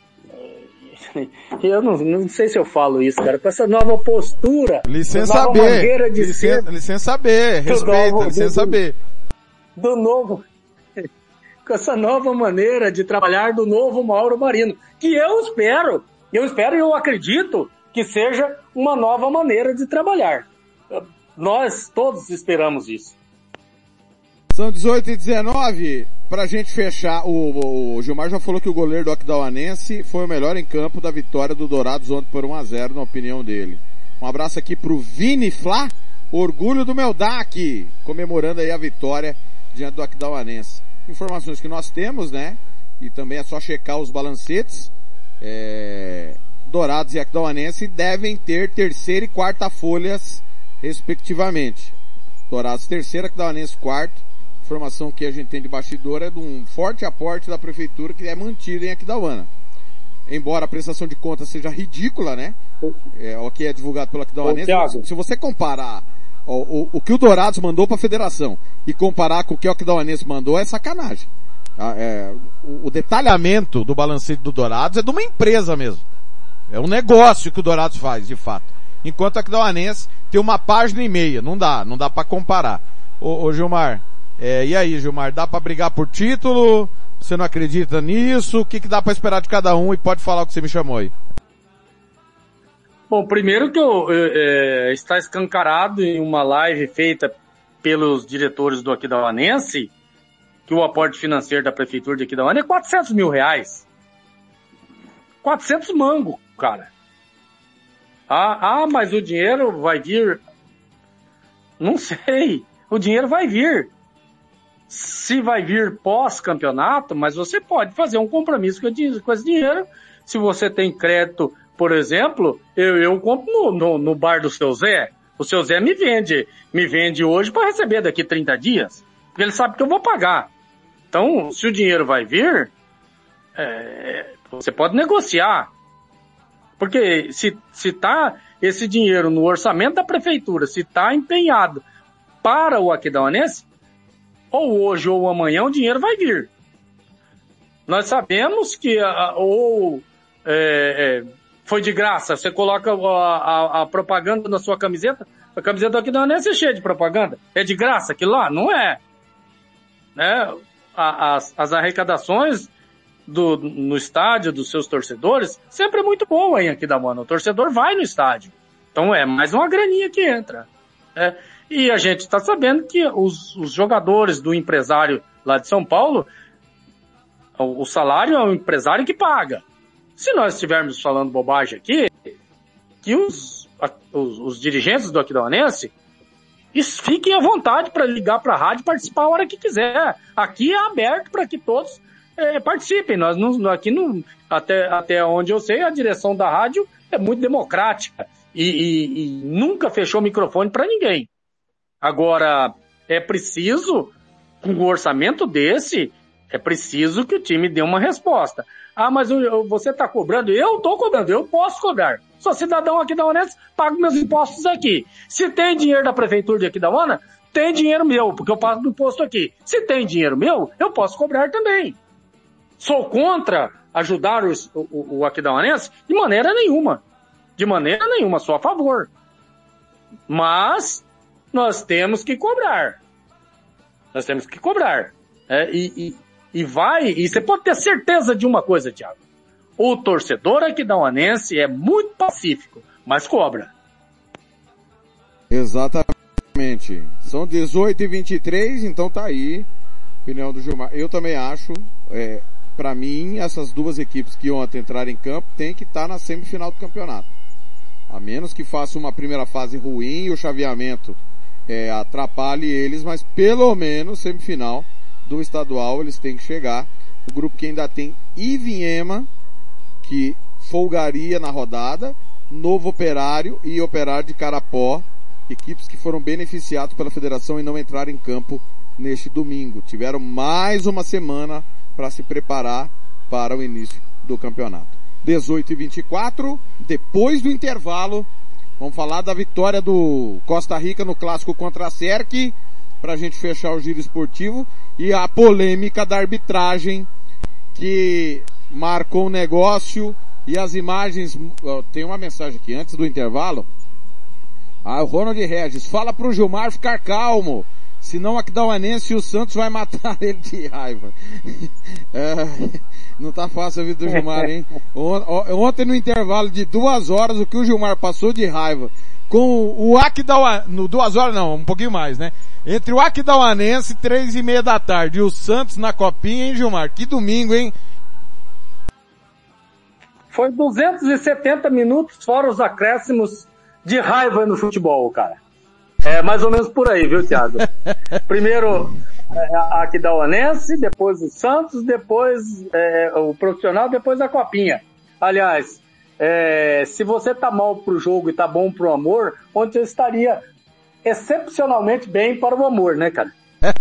Eu não, não sei se eu falo isso, cara, com essa nova postura, licença nova B, maneira de licença, ser, licença B, respeita, novo, licença do, B. Do novo, com essa nova maneira de trabalhar do novo Mauro Marino, que eu espero, eu espero e eu acredito que seja uma nova maneira de trabalhar. Nós todos esperamos isso. São dezoito e dezenove. Pra gente fechar, o, o Gilmar já falou que o goleiro do Aquidauanense foi o melhor em campo da vitória do Dourados ontem por um a zero, na opinião dele. Um abraço aqui pro Vini Flá, orgulho do Meldac, comemorando aí a vitória diante do Aquidauanense. Informações que nós temos, né? E também é só checar os balancetes. É, Dourados e Aquidauanense devem ter terceira e quarta folhas, respectivamente. Dourados terceira, Aquidauanense quarto. Informação que a gente tem de bastidor é de um forte aporte da prefeitura que é mantido em Aquidauana. Embora a prestação de contas seja ridícula, né? É o que é divulgado pelo Aquidauanense. Se, se você comparar o, o, o que o Dourados mandou para a federação e comparar com o que o Aquidauanense mandou, é sacanagem. É, o, o detalhamento do balancete do Dourados é de uma empresa mesmo. É um negócio que o Dourados faz, de fato. Enquanto o Aquidauanense tem uma página e meia. Não dá, não dá para comparar. Ô, ô Gilmar, É, e aí, Gilmar, dá pra brigar por título? Você não acredita nisso? O que, que dá pra esperar de cada um? E pode falar o que você me chamou aí. Bom, primeiro que eu, é, está escancarado em uma live feita pelos diretores do Aquidauanense que o aporte financeiro da prefeitura de Aquidauana é quatrocentos mil reais. quatrocentos mango, cara. Ah, ah, mas o dinheiro vai vir... Não sei. O dinheiro vai vir. Se vai vir pós-campeonato, mas você pode fazer um compromisso com esse dinheiro. Se você tem crédito, por exemplo, eu, eu compro no, no, no bar do seu Zé. O seu Zé me vende, me vende hoje para receber daqui trinta dias, porque ele sabe que eu vou pagar. Então, se o dinheiro vai vir, é, você pode negociar. Porque se, se tá esse dinheiro no orçamento da prefeitura, se está empenhado para o Aquidauanense, ou hoje ou amanhã o dinheiro vai vir. Nós sabemos que a, ou é, é, foi de graça, você coloca a, a, a propaganda na sua camiseta, a camiseta do Aquidauanense é cheia de propaganda, é de graça aquilo lá? Não é. Né? A, as, as arrecadações do, no estádio dos seus torcedores sempre é muito boa em Aquidauana, o torcedor vai no estádio, então é mais uma graninha que entra, né? E a gente está sabendo que os, os jogadores do empresário lá de São Paulo, o, o salário é o empresário que paga. Se nós estivermos falando bobagem aqui, que os, a, os, os dirigentes do Aquidauanense fiquem à vontade para ligar para a rádio e participar a hora que quiser. Aqui é aberto para que todos é, participem. Nós não, aqui não, até, até onde eu sei, a direção da rádio é muito democrática e, e, e nunca fechou o microfone para ninguém. Agora, é preciso, com um orçamento desse, é preciso que o time dê uma resposta. Ah, mas você está cobrando? Eu estou cobrando, eu posso cobrar. Sou cidadão aquidauanense, pago meus impostos aqui. Se tem dinheiro da prefeitura de Aquidauana, tem dinheiro meu, porque eu pago imposto aqui. Se tem dinheiro meu, eu posso cobrar também. Sou contra ajudar o, o, o aquidauanense? De maneira nenhuma. De maneira nenhuma, sou a favor. Mas... nós temos que cobrar. Nós temos que cobrar. É, e, e, E vai, e você pode ter certeza de uma coisa, Thiago. O torcedor aquidauanense é muito pacífico, mas cobra. Exatamente. São dezoito e vinte e três, então tá aí. Opinião do Gilmar. Eu também acho, é, para mim, essas duas equipes que ontem entraram em campo tem que estar tá na semifinal do campeonato. A menos que faça uma primeira fase ruim e o chaveamento é, atrapalhe eles, mas pelo menos semifinal do estadual eles têm que chegar. O grupo que ainda tem Ivinhema, que folgaria na rodada, Novo Operário e Operário de Carapó, equipes que foram beneficiados pela federação e não entraram em campo neste domingo. Tiveram mais uma semana para se preparar para o início do campeonato. dezoito e vinte e quatro, depois do intervalo, vamos falar da vitória do Costa Rica no clássico contra a S E R C, pra gente fechar o giro esportivo, e a polêmica da arbitragem que marcou o negócio e as imagens. Tem uma mensagem aqui antes do intervalo. Ah, o Ronald Regis, fala pro Gilmar ficar calmo, senão o Aquidauanense e o Santos vai matar ele de raiva. É, não tá fácil a vida do Gilmar, hein? Ontem no intervalo de duas horas, o que o Gilmar passou de raiva com o Aquidauanense, no duas horas não, um pouquinho mais, né? Entre o Aquidauanense, três e meia da tarde, e o Santos na copinha, hein, Gilmar? Que domingo, hein? Foi duzentos e setenta minutos, fora os acréscimos de raiva no futebol, cara. É mais ou menos por aí, viu, Thiago? Primeiro a Aquidauanense, depois o Santos, depois é, o profissional, depois a copinha. Aliás, é, se você tá mal pro jogo e tá bom pro amor, onde você estaria excepcionalmente bem para o amor, né, cara?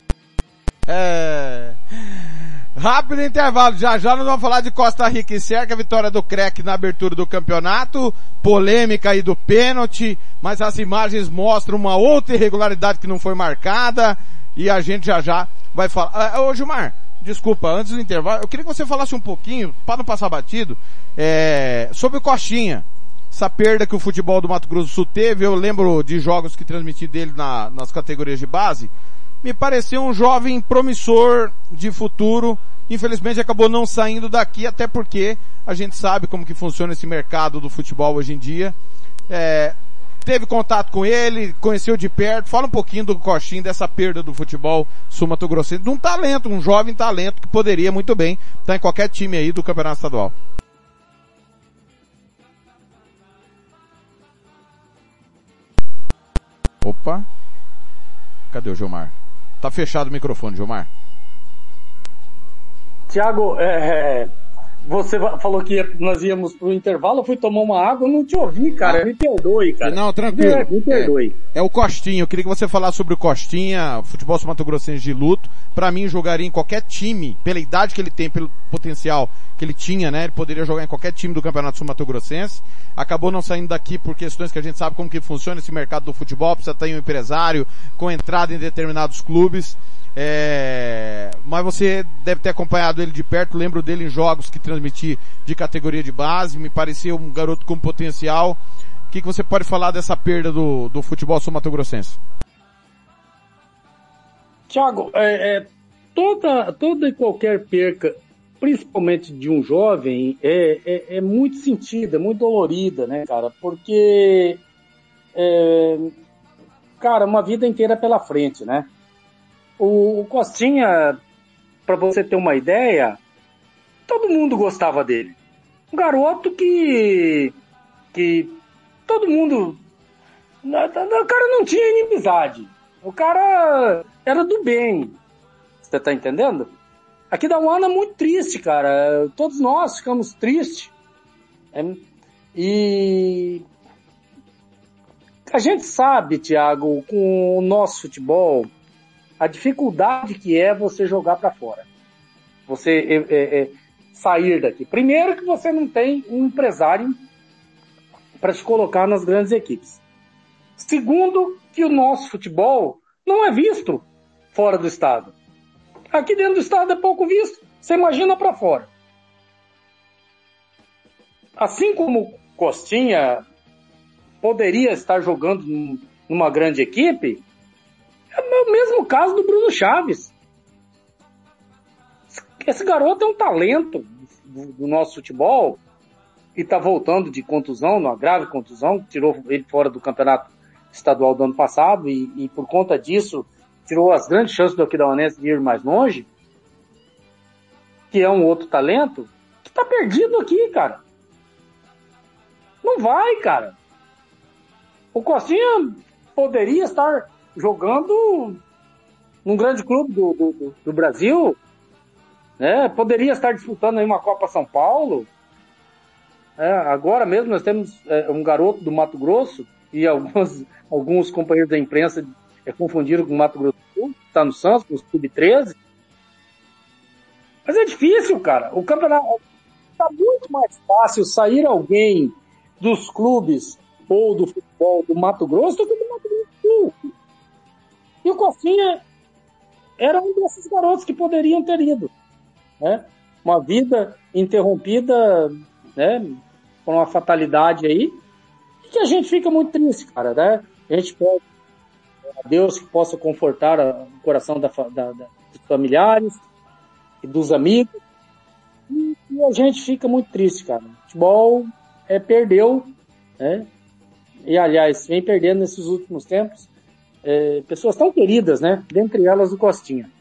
É... Rápido intervalo, já já nós vamos falar de Costa Rica e S E R C, a vitória do C R E C na abertura do campeonato, polêmica aí do pênalti, mas as imagens mostram uma outra irregularidade que não foi marcada, e a gente já já vai falar. Ô Gilmar, desculpa, antes do intervalo, eu queria que você falasse um pouquinho, para não passar batido, é, sobre o Costinha. Essa perda que o futebol do Mato Grosso do Sul teve, eu lembro de jogos que transmiti dele na, nas categorias de base, me pareceu um jovem promissor de futuro, infelizmente acabou não saindo daqui, até porque a gente sabe como que funciona esse mercado do futebol hoje em dia. É, teve contato com ele, conheceu de perto, fala um pouquinho do Coxinha, dessa perda do futebol sul-mato-grossense, de um talento, um jovem talento que poderia muito bem estar em qualquer time aí do Campeonato Estadual. Opa, cadê o Gilmar? Tá fechado o microfone, Gilmar. Thiago, é, você falou que ia, nós íamos pro intervalo, eu fui tomar uma água, eu não te ouvi, cara, ah. me perdoe, cara. Não, tranquilo. Me, me perdoe. É, é o Costinha, eu queria que você falasse sobre o Costinha, futebol sul-mato-grossense de luto. Pra mim, jogaria em qualquer time, pela idade que ele tem, pelo potencial que ele tinha, né? Ele poderia jogar em qualquer time do Campeonato Sul-Mato-Grossense. Acabou não saindo daqui por questões que a gente sabe como que funciona esse mercado do futebol, precisa ter um empresário com entrada em determinados clubes. É... Mas você deve ter acompanhado ele de perto, lembro dele em jogos que transmiti de categoria de base, me pareceu um garoto com potencial. O que, que você pode falar dessa perda do, do futebol sul-mato-grossense? Thiago, é, é, toda, toda e qualquer perca, principalmente de um jovem, é, é, é muito sentida, é muito dolorida, né, cara? Porque, é, cara, uma vida inteira pela frente, né? O, o Costinha, pra você ter uma ideia, todo mundo gostava dele. Um garoto que, que todo mundo, o cara não tinha inimizade. O cara era do bem. Você tá entendendo? Aqui da Uana é muito triste, cara. Todos nós ficamos tristes. É, e a gente sabe, Thiago, com o nosso futebol, a dificuldade que é você jogar pra fora. Você é, é, é, sair daqui. Primeiro que você não tem um empresário para se colocar nas grandes equipes. Segundo, que o nosso futebol não é visto fora do estado. Aqui dentro do estado é pouco visto. Você imagina para fora. Assim como Costinha poderia estar jogando numa grande equipe, é o mesmo caso do Bruno Chaves. Esse garoto é um talento do, do nosso futebol e tá voltando de contusão, uma grave contusão, tirou ele fora do campeonato estadual do ano passado e, e por conta disso tirou as grandes chances do Aquidauanense de ir mais longe, que é um outro talento, que tá perdido aqui, cara. Não vai, cara. O Costinha poderia estar jogando num grande clube do, do, do Brasil, né? Poderia estar disputando aí uma Copa São Paulo. É, agora mesmo nós temos é, um garoto do Mato Grosso, e alguns, alguns companheiros da imprensa é, confundiram com o Mato Grosso do Sul, está no Santos, no sub treze. Mas é difícil, cara. O campeonato está muito mais fácil sair alguém dos clubes ou do futebol do Mato Grosso do que do Mato Grosso do Sul. E o Costinha era um desses garotos que poderiam ter ido, né? Uma vida interrompida, né, por uma fatalidade aí, e que a gente fica muito triste, cara, né? A gente pede a Deus que possa confortar o coração da, da, da, dos familiares e dos amigos, e, e a gente fica muito triste, cara. O futebol é, perdeu, né? E, aliás, vem perdendo nesses últimos tempos é, pessoas tão queridas, né? Dentre elas o Costinha.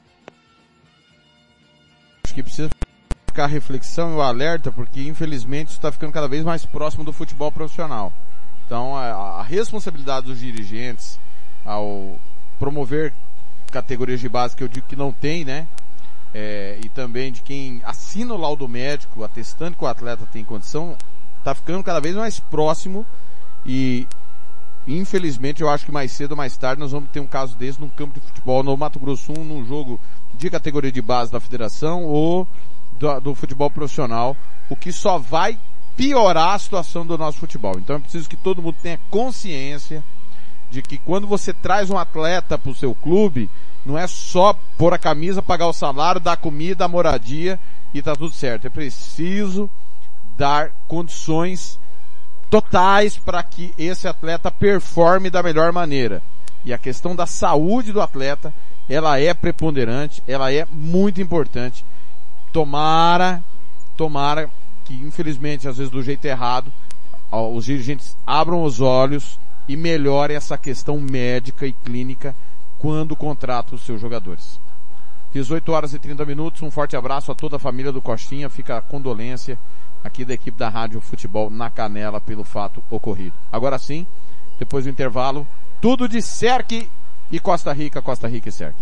Acho que precisa ficar a reflexão e o alerta, porque infelizmente isso está ficando cada vez mais próximo do futebol profissional. Então a, a responsabilidade dos dirigentes ao promover categorias de base, que eu digo que não tem, né? É, e também de quem assina o laudo médico atestando que o atleta tem condição, está ficando cada vez mais próximo. E infelizmente eu acho que mais cedo ou mais tarde nós vamos ter um caso desse num campo de futebol no Mato Grosso do Sul, num jogo de categoria de base da federação ou do, do futebol profissional, o que só vai piorar a situação do nosso futebol. Então é preciso que todo mundo tenha consciência de que quando você traz um atleta para o seu clube, não é só pôr a camisa, pagar o salário, dar comida, a moradia e tá tudo certo. É preciso dar condições totais para que esse atleta performe da melhor maneira. E a questão da saúde do atleta, ela é preponderante, ela é muito importante. Tomara, tomara que infelizmente, às vezes do jeito errado, os dirigentes abram os olhos e melhorem essa questão médica e clínica quando contratam os seus jogadores. dezoito horas e trinta minutos, um forte abraço a toda a família do Costinha, fica a condolência aqui da equipe da Rádio Futebol na Canela pelo fato ocorrido. Agora sim, depois do intervalo, tudo de Cerque e Costa Rica, Costa Rica e Cerque.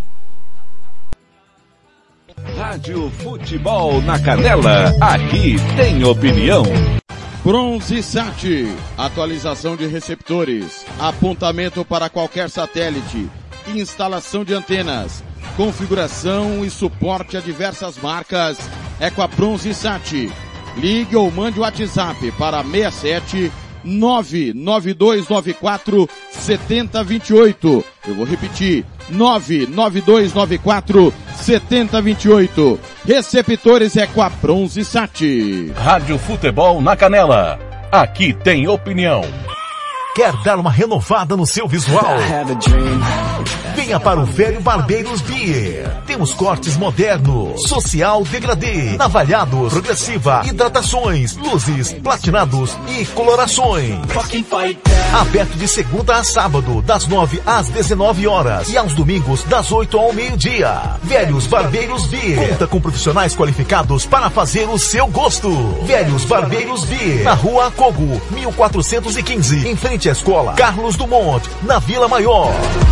Rádio Futebol na Canela, aqui tem opinião. Bronze Sat, atualização de receptores, apontamento para qualquer satélite, instalação de antenas, configuração e suporte a diversas marcas, é com a Bronze Sat. Ligue ou mande o WhatsApp para seis sete nove nove dois nove quatro sete zero dois oito. Eu vou repetir, nove nove dois nove quatro sete zero dois oito. Receptores é com a Bronze Sat. Rádio Futebol na Canela. Aqui tem opinião. Quer dar uma renovada no seu visual? Venha para o Velho Barbeiros Beer. Temos cortes modernos, social degradê, navalhados, progressiva, hidratações, luzes, platinados e colorações. Aberto de segunda a sábado, das nove às dezenove horas e aos domingos das oito ao meio-dia. Velhos Barbeiros Beer. Conta com profissionais qualificados para fazer o seu gosto. Velhos Barbeiros Beer. Na Rua Cogo, mil quatrocentos e quinze, em frente à Escola Carlos Dumont, na Vila Maior.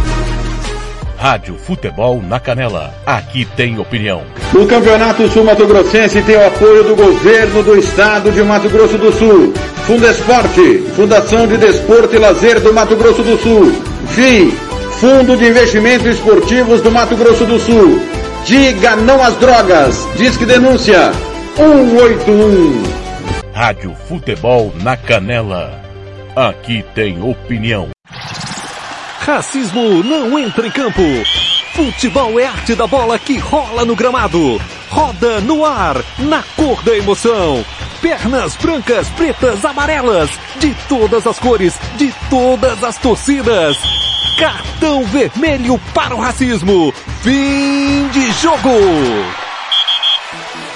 Rádio Futebol na Canela. Aqui tem opinião. O Campeonato Sul Mato Grossense tem o apoio do Governo do Estado de Mato Grosso do Sul, Fundesporte, Fundação de Desporto e Lazer do Mato Grosso do Sul, F I I, Fundo de Investimentos Esportivos do Mato Grosso do Sul. Diga não às drogas. Disque denúncia um oito um. Rádio Futebol na Canela. Aqui tem opinião. Racismo não entra em campo. Futebol é arte da bola que rola no gramado. Roda no ar, na cor da emoção. Pernas brancas, pretas, amarelas, de todas as cores, de todas as torcidas. Cartão vermelho para o racismo. Fim de jogo.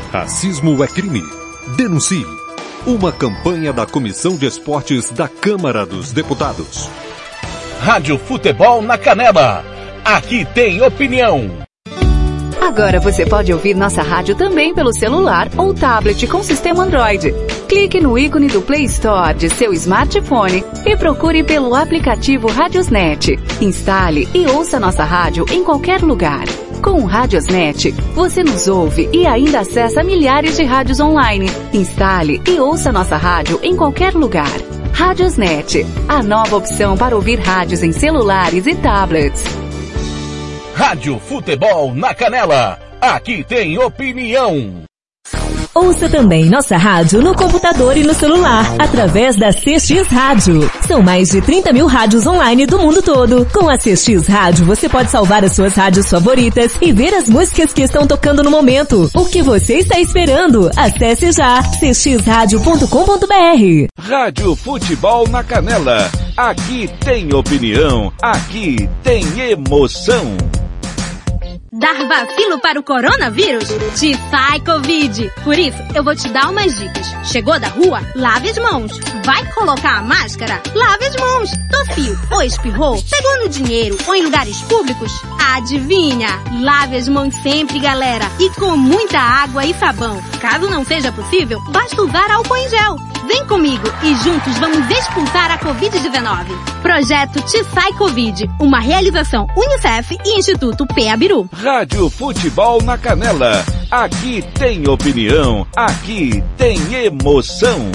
Racismo é crime. Denuncie. Uma campanha da Comissão de Esportes da Câmara dos Deputados. Rádio Futebol na Canela. Aqui tem opinião. Agora você pode ouvir nossa rádio também pelo celular ou tablet com sistema Android. Clique no ícone do Play Store de seu smartphone e procure pelo aplicativo Radiosnet. Instale e ouça nossa rádio em qualquer lugar. Com o Radiosnet, você nos ouve e ainda acessa milhares de rádios online. Instale e ouça nossa rádio em qualquer lugar. Radiosnet, a nova opção para ouvir rádios em celulares e tablets. Rádio Futebol na Canela. Aqui tem opinião. Ouça também nossa rádio no computador e no celular, através da C X Rádio. São mais de trinta mil rádios online do mundo todo. Com a C X Rádio, você pode salvar as suas rádios favoritas e ver as músicas que estão tocando no momento. O que você está esperando? Acesse já c x rádio ponto com ponto b r. Rádio Futebol na Canela. Aqui tem opinião. Aqui tem emoção. Dar vacilo para o coronavírus? Te sai Covid. Por isso, eu vou te dar umas dicas. Chegou da rua? Lave as mãos. Vai colocar a máscara? Lave as mãos. Tossiu ou espirrou? Pegou no dinheiro ou em lugares públicos? Adivinha? Lave as mãos sempre, galera. E com muita água e sabão. Caso não seja possível, basta usar álcool em gel. Vem comigo e juntos vamos expulsar a covid dezenove. Projeto Te Sai Covid. Uma realização Unicef e Instituto Peabiru. Rádio Futebol na Canela. Aqui tem opinião. Aqui tem emoção.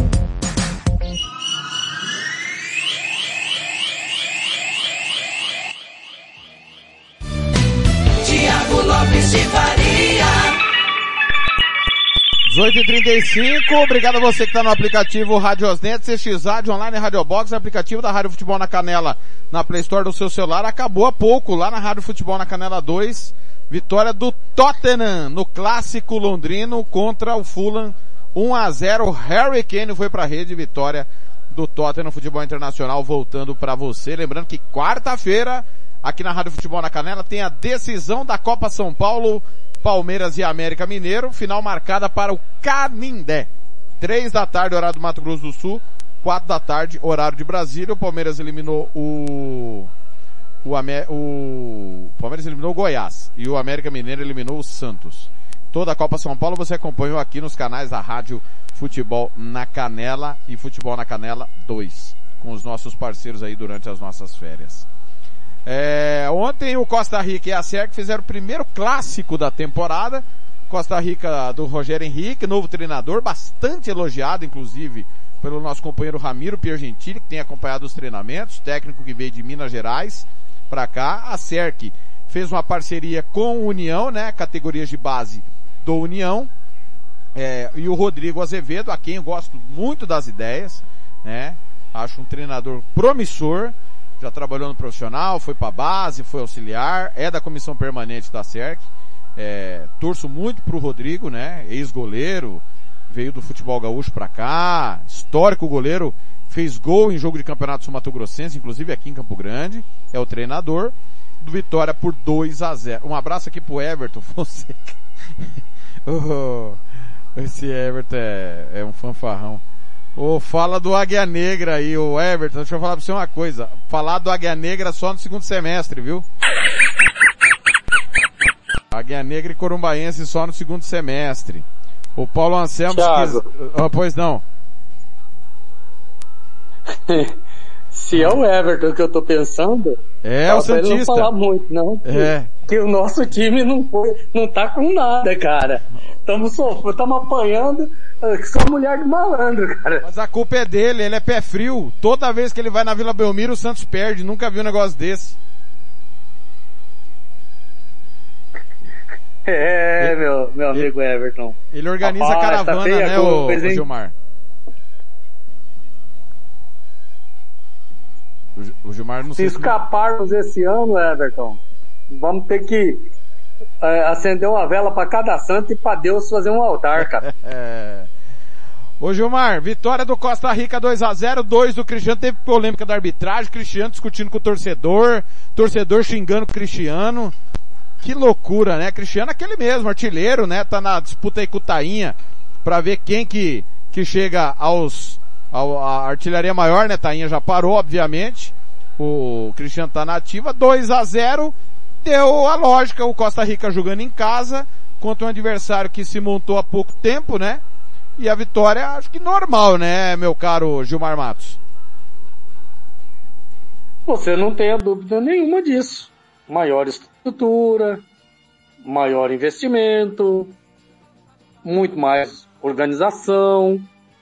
Tiago Lopes de Faria. dezoito e trinta e cinco, obrigado a você que está no aplicativo Radiosnet, C X Rádio Online, Radiobox, aplicativo da Rádio Futebol na Canela na Play Store do seu celular. Acabou há pouco lá na Rádio Futebol na Canela dois, vitória do Tottenham no clássico londrino contra o Fulham, um a zero, Harry Kane foi para a rede, vitória do Tottenham Futebol Internacional voltando para você. Lembrando que quarta-feira, aqui na Rádio Futebol na Canela, tem a decisão da Copa São Paulo, Palmeiras e América Mineiro, final marcada para o Canindé. Três da tarde, horário do Mato Grosso do Sul, quatro da tarde, horário de Brasília. O Palmeiras eliminou o, o, Amé... o Palmeiras eliminou o Goiás e o América Mineiro eliminou o Santos. Toda a Copa São Paulo você acompanhou aqui nos canais da Rádio Futebol na Canela e Futebol na Canela dois, com os nossos parceiros aí durante as nossas férias. É, ontem o Costa Rica e a S E R C fizeram o primeiro clássico da temporada. Costa Rica do Rogério Henrique, novo treinador, bastante elogiado inclusive pelo nosso companheiro Ramiro Piergentili, que tem acompanhado os treinamentos, técnico que veio de Minas Gerais para cá. A S E R C fez uma parceria com o União, né, categorias de base do União, é, e o Rodrigo Azevedo, a quem eu gosto muito das ideias, né, acho um treinador promissor. Já trabalhou no profissional, foi pra base, foi auxiliar, é da comissão permanente da S E R C. É, torço muito pro Rodrigo, né? Ex-goleiro, veio do futebol gaúcho pra cá, histórico goleiro, fez gol em jogo de campeonato sul-mato-grossense, inclusive aqui em Campo Grande, é o treinador do Vitória por dois a zero. Um abraço aqui pro Everton Fonseca. oh, esse Everton é, é um fanfarrão. Ô, oh, fala do Águia Negra aí, o Everton, deixa eu falar pra você uma coisa. Falar do Águia Negra só no segundo semestre, viu? Águia Negra e Corumbaense só no segundo semestre. O Paulo Anselmo... Quis... Oh, pois não. Se é o Everton que eu tô pensando... É, o Santista. Não falar muito, não. É. Que o nosso time não foi, não tá com nada, cara. Estamos sofrendo, estamos apanhando, só mulher de malandro, cara. Mas a culpa é dele, ele é pé frio. Toda vez que ele vai na Vila Belmiro, o Santos perde. Nunca vi um negócio desse. É, ele, meu, meu amigo ele, Everton. Ele organiza a caravana, tá né, o, o Gilmar? O, o Gilmar não se sei escaparmos se... esse ano, Everton, vamos ter que é, acender uma vela para cada santo e para Deus fazer um altar, cara. É. Ô Gilmar, vitória do Costa Rica dois a zero, dois do Cristiano, teve polêmica da arbitragem, Cristiano discutindo com o torcedor, torcedor xingando o Cristiano. Que loucura, né? Cristiano é aquele mesmo, artilheiro, né? Tá na disputa aí com o Tainha pra ver quem que, que chega aos, ao, a artilharia maior, né? Tainha já parou, obviamente. O Cristiano tá na ativa, dois a zero, deu a lógica, o Costa Rica jogando em casa, contra um adversário que se montou há pouco tempo, né? E a vitória, acho que normal, né, meu caro Gilmar Matos? Você não tem dúvida nenhuma disso. Maior estrutura, maior investimento, muito mais organização,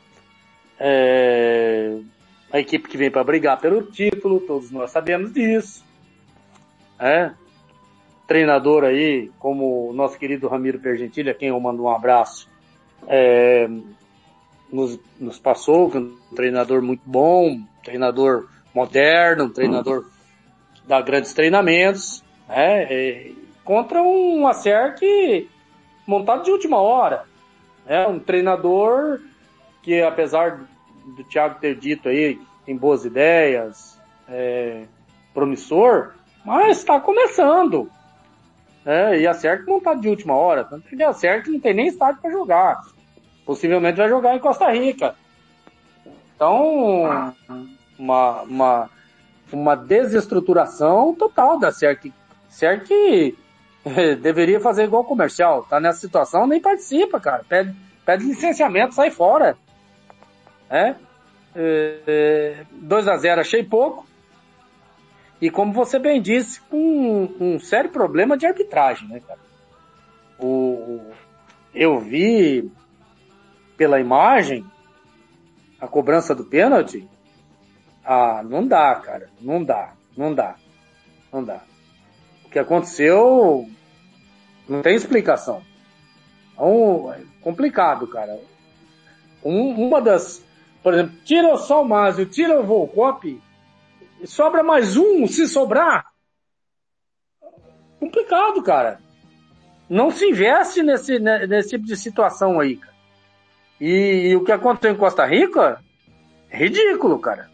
é, a equipe que vem para brigar pelo título, todos nós sabemos disso. É, treinador aí, como o nosso querido Ramiro Pergentili, a quem eu mando um abraço, é, nos, nos passou, que é um treinador muito bom, um treinador moderno, um treinador que dá grandes treinamentos, né, é, contra um Acerque montado de última hora. É um treinador que, apesar do Thiago ter dito aí, tem boas ideias, é, promissor, mas está começando. É, e a Acerque montado de última hora, tanto que a Acerque não tem nem estádio para jogar. Possivelmente vai jogar em Costa Rica. Então, uma, uma, uma desestruturação total da Acerque. Acerque é, deveria fazer igual comercial. Tá nessa situação, nem participa, cara. Pede, pede licenciamento, sai fora. É, é, dois a zero achei pouco. E como você bem disse, um, um sério problema de arbitragem, né, cara? O, eu vi pela imagem a cobrança do pênalti. Ah, não dá, cara. Não dá. Não dá. Não dá. O que aconteceu não tem explicação. Então, é complicado, cara. Um, uma das... Por exemplo, tira só o Mazio, tira o Volcop, sobra mais um, se sobrar. Complicado, cara. Não se investe nesse, nesse tipo de situação aí, cara. E, e o que aconteceu em Costa Rica é ridículo, cara.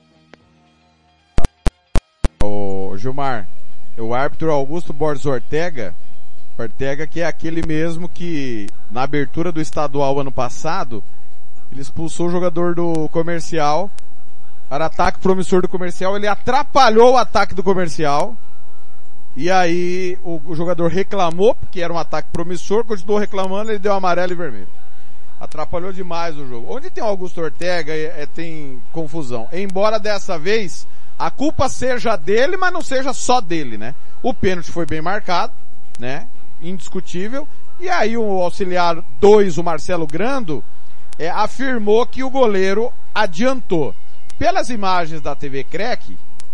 Ô, Gilmar, o árbitro Augusto Borges Ortega, Ortega que é aquele mesmo que na abertura do estadual ano passado, ele expulsou o jogador do Comercial. Era ataque promissor do Comercial, ele atrapalhou o ataque do Comercial. E aí o, o jogador reclamou, porque era um ataque promissor, continuou reclamando, ele deu amarelo e vermelho. Atrapalhou demais o jogo. Onde tem o Augusto Ortega, é, é, tem confusão. Embora dessa vez a culpa seja dele, mas não seja só dele, né? O pênalti foi bem marcado, né? Indiscutível. E aí o auxiliar dois, o Marcelo Grando, é, afirmou que o goleiro adiantou. Pelas imagens da T V Crack,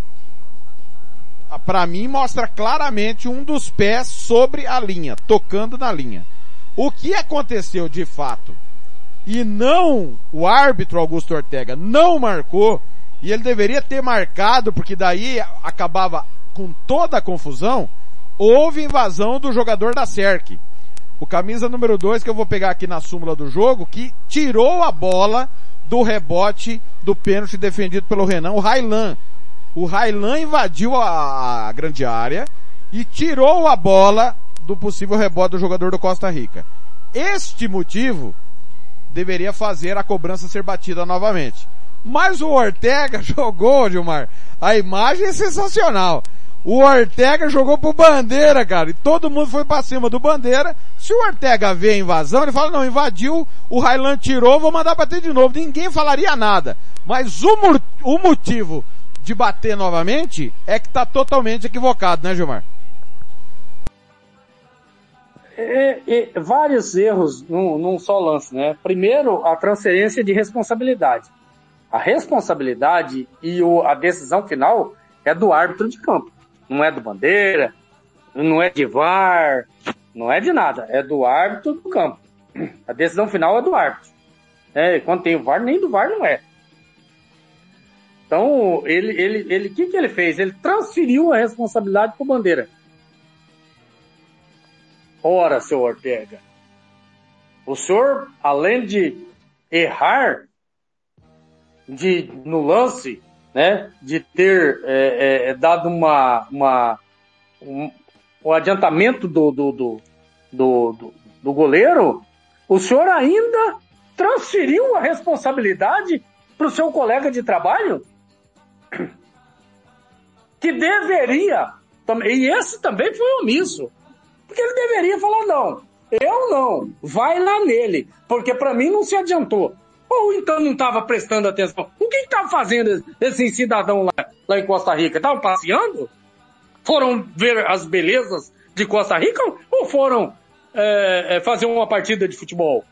para mim mostra claramente um dos pés sobre a linha, tocando na linha. O que aconteceu de fato, e não, o árbitro Augusto Ortega não marcou, e ele deveria ter marcado, porque daí acabava com toda a confusão, houve invasão do jogador da Acerque. O camisa número dois, que eu vou pegar aqui na súmula do jogo, que tirou a bola do rebote do pênalti defendido pelo Renan, o Railan. O Railan invadiu a, a grande área e tirou a bola do possível rebote do jogador do Costa Rica. Este motivo deveria fazer a cobrança ser batida novamente. Mas o Ortega jogou, Gilmar, a imagem é sensacional. O Ortega jogou pro Bandeira, cara, e todo mundo foi pra cima do Bandeira. Se o Ortega vê a invasão, ele fala, não, invadiu, o Railan tirou, vou mandar bater de novo. Ninguém falaria nada. Mas o, o motivo de bater novamente é que tá totalmente equivocado, né, Gilmar? É, é, vários erros num, num só lance, né? Primeiro, a transferência de responsabilidade. A responsabilidade e o, a decisão final é do árbitro de campo. Não é do Bandeira, não é de V A R, não é de nada. É do árbitro do campo. A decisão final é do árbitro. É, quando tem o V A R, nem do V A R não é. Então, ele, ele, ele, o que que ele fez? Ele transferiu a responsabilidade pro Bandeira. Ora, seu Ortega, o senhor, além de errar de, no lance, né, de ter é, é, dado uma, uma um, o adiantamento do, do, do, do, do, do goleiro, o senhor ainda transferiu a responsabilidade para o seu colega de trabalho? Que deveria, e esse também foi omisso, porque ele deveria falar, não, eu não, vai lá nele, porque para mim não se adiantou. Ou então não estava prestando atenção. O que estava fazendo esse cidadão lá, lá em Costa Rica? Estavam passeando? Foram ver as belezas de Costa Rica ou foram é, fazer uma partida de futebol?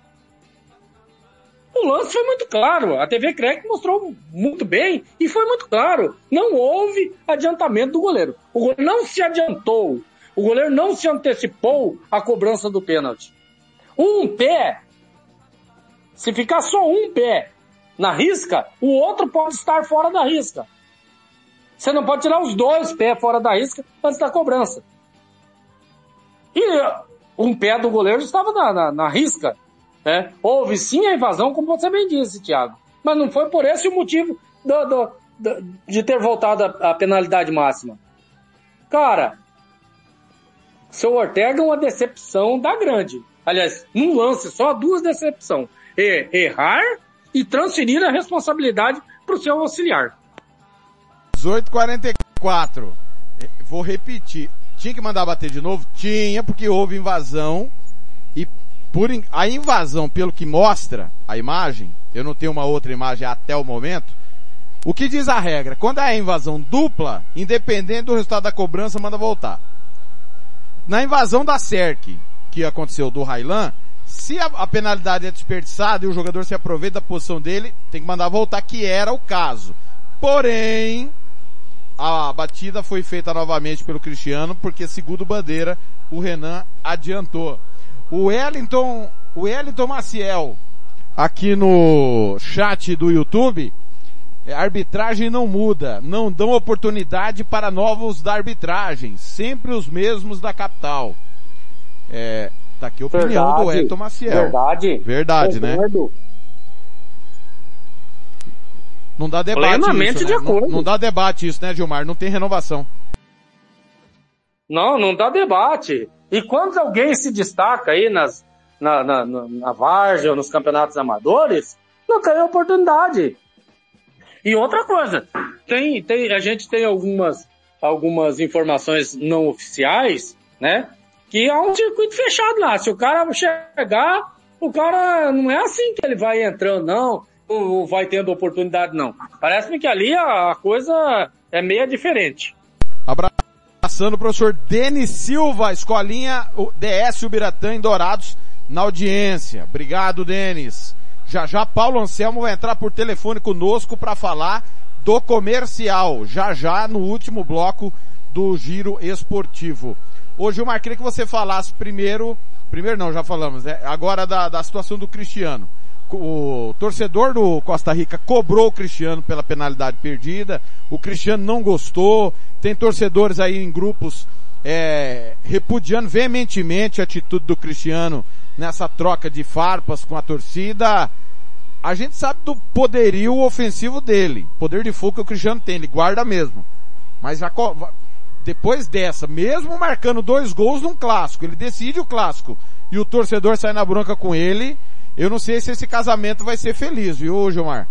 O lance foi muito claro. A T V C R E C mostrou muito bem e foi muito claro. Não houve adiantamento do goleiro. O goleiro não se adiantou. O goleiro não se antecipou à cobrança do pênalti. Um pé, se ficar só um pé na risca, o outro pode estar fora da risca. Você não pode tirar os dois pés fora da risca antes da cobrança. E um pé do goleiro estava na, na, na risca. Né? Houve sim a invasão, como você bem disse, Thiago. Mas não foi por esse o motivo do, do, do, de ter voltado a, a penalidade máxima. Cara, seu Ortega é uma decepção da grande. Aliás, num lance só, duas decepções. E, errar e transferir a responsabilidade para o seu auxiliar. dezoito e quarenta e quatro. Vou repetir. Tinha que mandar bater de novo? Tinha, porque houve invasão. E por in... a invasão, pelo que mostra a imagem, eu não tenho uma outra imagem até o momento, o que diz a regra? Quando é invasão dupla, independente do resultado da cobrança, manda voltar. Na invasão da S E R C, que aconteceu do Railan, se a, a penalidade é desperdiçada e o jogador se aproveita da posição dele, tem que mandar voltar, que era o caso. Porém, a batida foi feita novamente pelo Cristiano, porque segundo Bandeira, o Renan adiantou. O Wellington, o Wellington Maciel, aqui no chat do YouTube, a arbitragem não muda, não dão oportunidade para novos da arbitragem, sempre os mesmos da capital. É, tá aqui a opinião verdade, do Wellington Maciel. Verdade. Verdade, né? Não dá debate Plenamente isso, de né? acordo. Não, não dá debate isso, né, Gilmar? Não tem renovação. Não, não dá debate. E quando alguém se destaca aí nas, na, na, na, na várzea ou nos campeonatos amadores, não tem oportunidade. E outra coisa, tem, tem, a gente tem algumas, algumas informações não oficiais, né? Que há um circuito fechado lá. Se o cara chegar, o cara não é assim que ele vai entrando, não. Ou vai tendo oportunidade, não. Parece-me que ali a, a coisa é meio diferente. Abraçando o professor Denis Silva, escolinha D S Ubiratã em Dourados, na audiência. Obrigado, Denis. Já já Paulo Anselmo vai entrar por telefone conosco para falar do comercial. Já já no último bloco do Giro Esportivo. Hoje eu marquei que você falasse primeiro, primeiro não, já falamos, né? Agora da, da situação do Cristiano. O torcedor do Costa Rica cobrou o Cristiano pela penalidade perdida, o Cristiano não gostou, tem torcedores aí em grupos é, repudiando veementemente a atitude do Cristiano nessa troca de farpas com a torcida. A gente sabe do poderio ofensivo dele, poder de fogo que o Cristiano tem, ele guarda mesmo. Mas já, depois dessa, mesmo marcando dois gols num clássico, ele decide o clássico e o torcedor sai na bronca com ele. Eu não sei se esse casamento vai ser feliz, viu, Gilmar?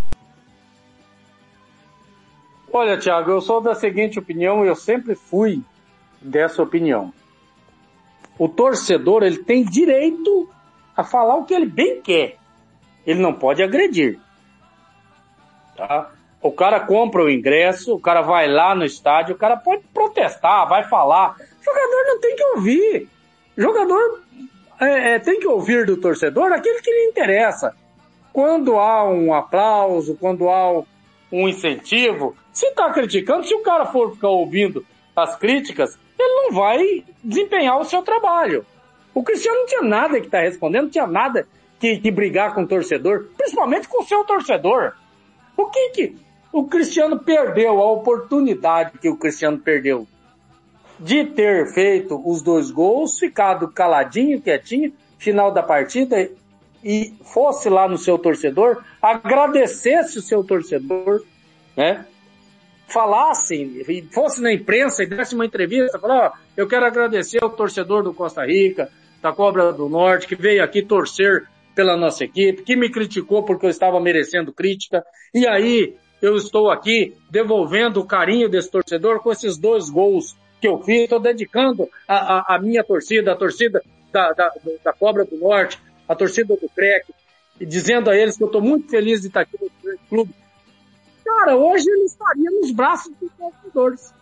Olha, Thiago, eu sou da seguinte opinião, eu sempre fui dessa opinião. O torcedor, ele tem direito a falar o que ele bem quer. Ele não pode agredir. Tá? O cara compra o ingresso, o cara vai lá no estádio, o cara pode protestar, vai falar. O jogador não tem que ouvir. O jogador... É, é, tem que ouvir do torcedor aquilo que lhe interessa. Quando há um aplauso, quando há um incentivo, se está criticando, se o cara for ficar ouvindo as críticas, ele não vai desempenhar o seu trabalho. O Cristiano não tinha nada que estar tá respondendo, não tinha nada que, que brigar com o torcedor, principalmente com o seu torcedor. O que que o Cristiano perdeu, a oportunidade que o Cristiano perdeu? De ter feito os dois gols, ficado caladinho, quietinho, final da partida, e fosse lá no seu torcedor, agradecesse o seu torcedor, né? falassem, e fosse na imprensa e desse uma entrevista, falar, ó, eu quero agradecer ao torcedor do Costa Rica, da Cobra do Norte, que veio aqui torcer pela nossa equipe, que me criticou porque eu estava merecendo crítica, e aí eu estou aqui devolvendo o carinho desse torcedor com esses dois gols que eu fiz, estou dedicando a, a, a minha torcida, a torcida da, da, da Cobra do Norte, a torcida do C R E C, e dizendo a eles que eu estou muito feliz de estar aqui no clube. Cara, hoje ele estaria nos braços dos torcedores.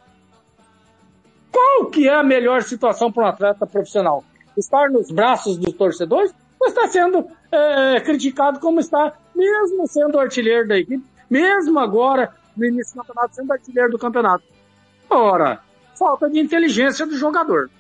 Qual que é a melhor situação para um atleta profissional? Estar nos braços dos torcedores ou estar sendo é, criticado como está, mesmo sendo artilheiro da equipe, mesmo agora, no início do campeonato, sendo artilheiro do campeonato? Ora, falta de inteligência do jogador.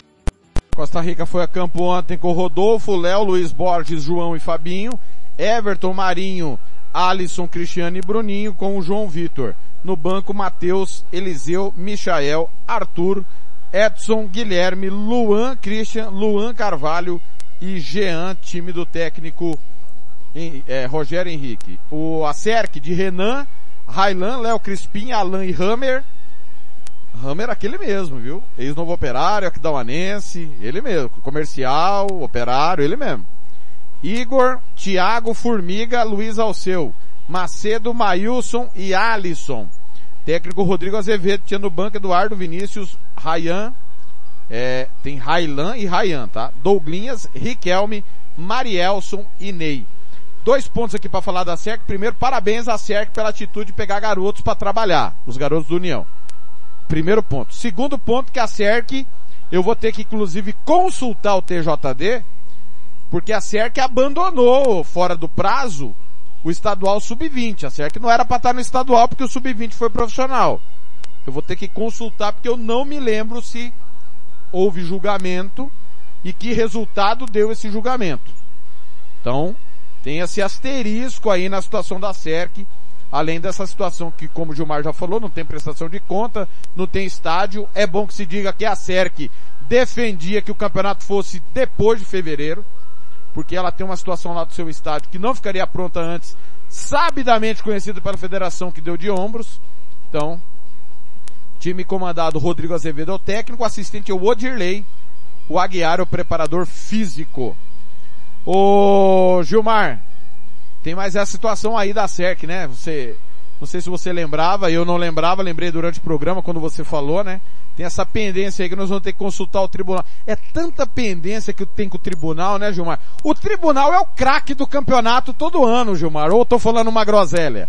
Costa Rica foi a campo ontem com Rodolfo, Léo, Luiz Borges, João e Fabinho, Everton, Marinho, Alisson, Cristiano e Bruninho com o João Vitor. No banco, Matheus, Eliseu, Michael, Arthur, Edson, Guilherme, Luan, Christian, Luan Carvalho e Jean, time do técnico é, Rogério Henrique. O Acerque de Renan, Railan, Léo Crispim, Alan e Hammer. Hammer aquele mesmo, viu? Ex-Novo Operário, Aquidauanense, ele mesmo. Comercial, Operário, ele mesmo. Igor, Thiago, Formiga, Luiz Alceu, Macedo, Maílson e Alisson. Técnico Rodrigo Azevedo, tinha no banco Eduardo Vinícius, Rayan, é, tem Railan e Rayan, tá? Douglinhas, Riquelme, Marielson e Ney. Dois pontos aqui para falar da S E R C. Primeiro, parabéns à S E R C pela atitude de pegar garotos para trabalhar, os garotos do União. Primeiro ponto. Segundo ponto, que a S E R C, eu vou ter que inclusive consultar o T J D, porque a S E R C abandonou, fora do prazo, o estadual sub vinte. A S E R C não era para estar no estadual porque o sub vinte foi profissional. Eu vou ter que consultar porque eu não me lembro se houve julgamento e que resultado deu esse julgamento. Então, tem esse asterisco aí na situação da S E R C, além dessa situação que, como o Gilmar já falou, não tem prestação de conta, não tem estádio. É bom que se diga que a S E R C defendia que o campeonato fosse depois de fevereiro, porque ela tem uma situação lá do seu estádio que não ficaria pronta antes, sabidamente conhecida pela federação, que deu de ombros. Então, time comandado Rodrigo Azevedo é o técnico, o assistente é o Odirley, o Aguiar é o preparador físico. Ô Gilmar, tem mais essa situação aí da S E R C, né? Você, não sei se você lembrava, eu não lembrava, lembrei durante o programa quando você falou, né? Tem essa pendência aí que nós vamos ter que consultar o tribunal. É tanta pendência que tem com o tribunal, né, Gilmar? O tribunal é o craque do campeonato todo ano, Gilmar. Ou eu tô falando uma groselha?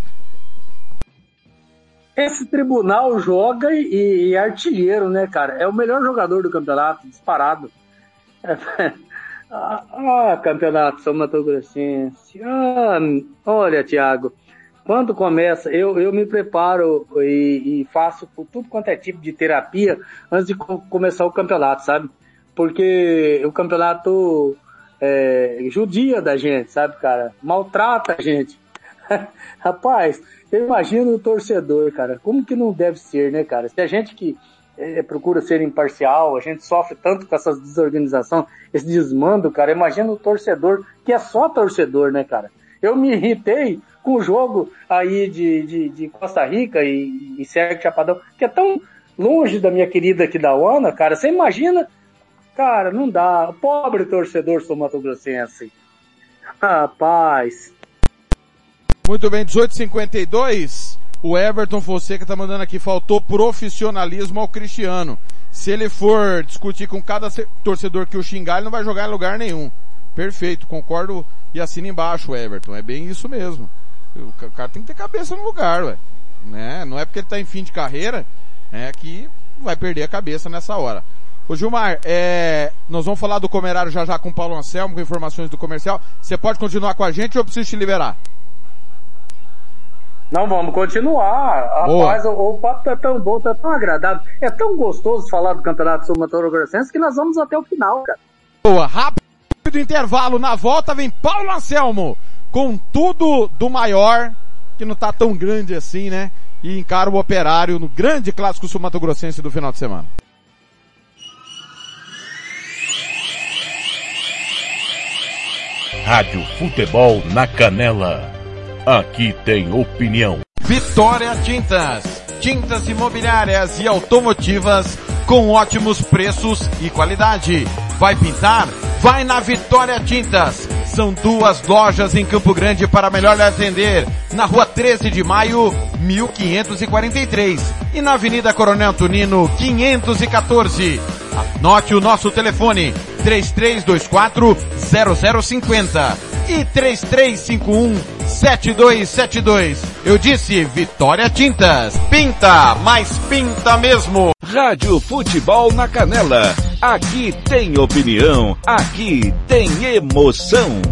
Esse tribunal joga e, e é artilheiro, né, cara? É o melhor jogador do campeonato, disparado. É, ah, ah, campeonato São Mato Grossense. Ah, olha, Thiago, quando começa, eu, eu me preparo e, e faço tudo quanto é tipo de terapia antes de co- começar o campeonato, sabe? Porque o campeonato é, judia da gente, sabe, cara? Maltrata a gente. Rapaz, eu imagino o torcedor, cara, como que não deve ser, né, cara? Se a gente que é, procura ser imparcial, a gente sofre tanto com essa desorganização, esse desmando, cara, imagina o torcedor, que é só torcedor, né, cara? Eu me irritei com o jogo aí de, de, de Costa Rica e, e S E R C Chapadão, que é tão longe da minha querida Aquidauana, cara, você imagina, cara, não dá, pobre torcedor sul-mato-grossense. Rapaz. Muito bem, dezoito e cinquenta e dois, o Everton Fonseca tá mandando aqui, faltou profissionalismo ao Cristiano. Se ele for discutir com cada torcedor que o xingar, ele não vai jogar em lugar nenhum. Perfeito, concordo e assina embaixo, Everton, é bem isso mesmo. O cara tem que ter cabeça no lugar, ué. Né? Não é porque ele tá em fim de carreira, é que vai perder a cabeça nessa hora. Ô Gilmar, é, nós vamos falar do Comerário já já com o Paulo Anselmo, com informações do comercial. Você pode continuar com a gente ou eu preciso te liberar? Não, vamos continuar. Boa. Rapaz, o, o papo tá tão bom, tá tão agradável. É tão gostoso falar do Campeonato Sul-Mato-Grossense que nós vamos até o final, cara. Boa, rápido intervalo. Na volta vem Paulo Anselmo com tudo do maior, que não tá tão grande assim, né? E encara o Operário no grande clássico sul-mato-grossense do final de semana. Rádio Futebol na Canela. Aqui tem opinião. Vitória Tintas. tintas imobiliárias e automotivas com ótimos preços e qualidade. Vai pintar? Vai na Vitória Tintas. São duas lojas em Campo Grande para melhor lhe atender. Na rua treze de maio, mil quinhentos e quarenta e três. E na Avenida Coronel Antonino, quinhentos e quatorze. Anote o nosso telefone, três três dois quatro zero zero cinco zero e três três cinco um sete dois sete dois. Eu disse Vitória Tintas. Pinta, mas pinta mesmo. Rádio Futebol na Canela. Aqui tem opinião, aqui tem emoção.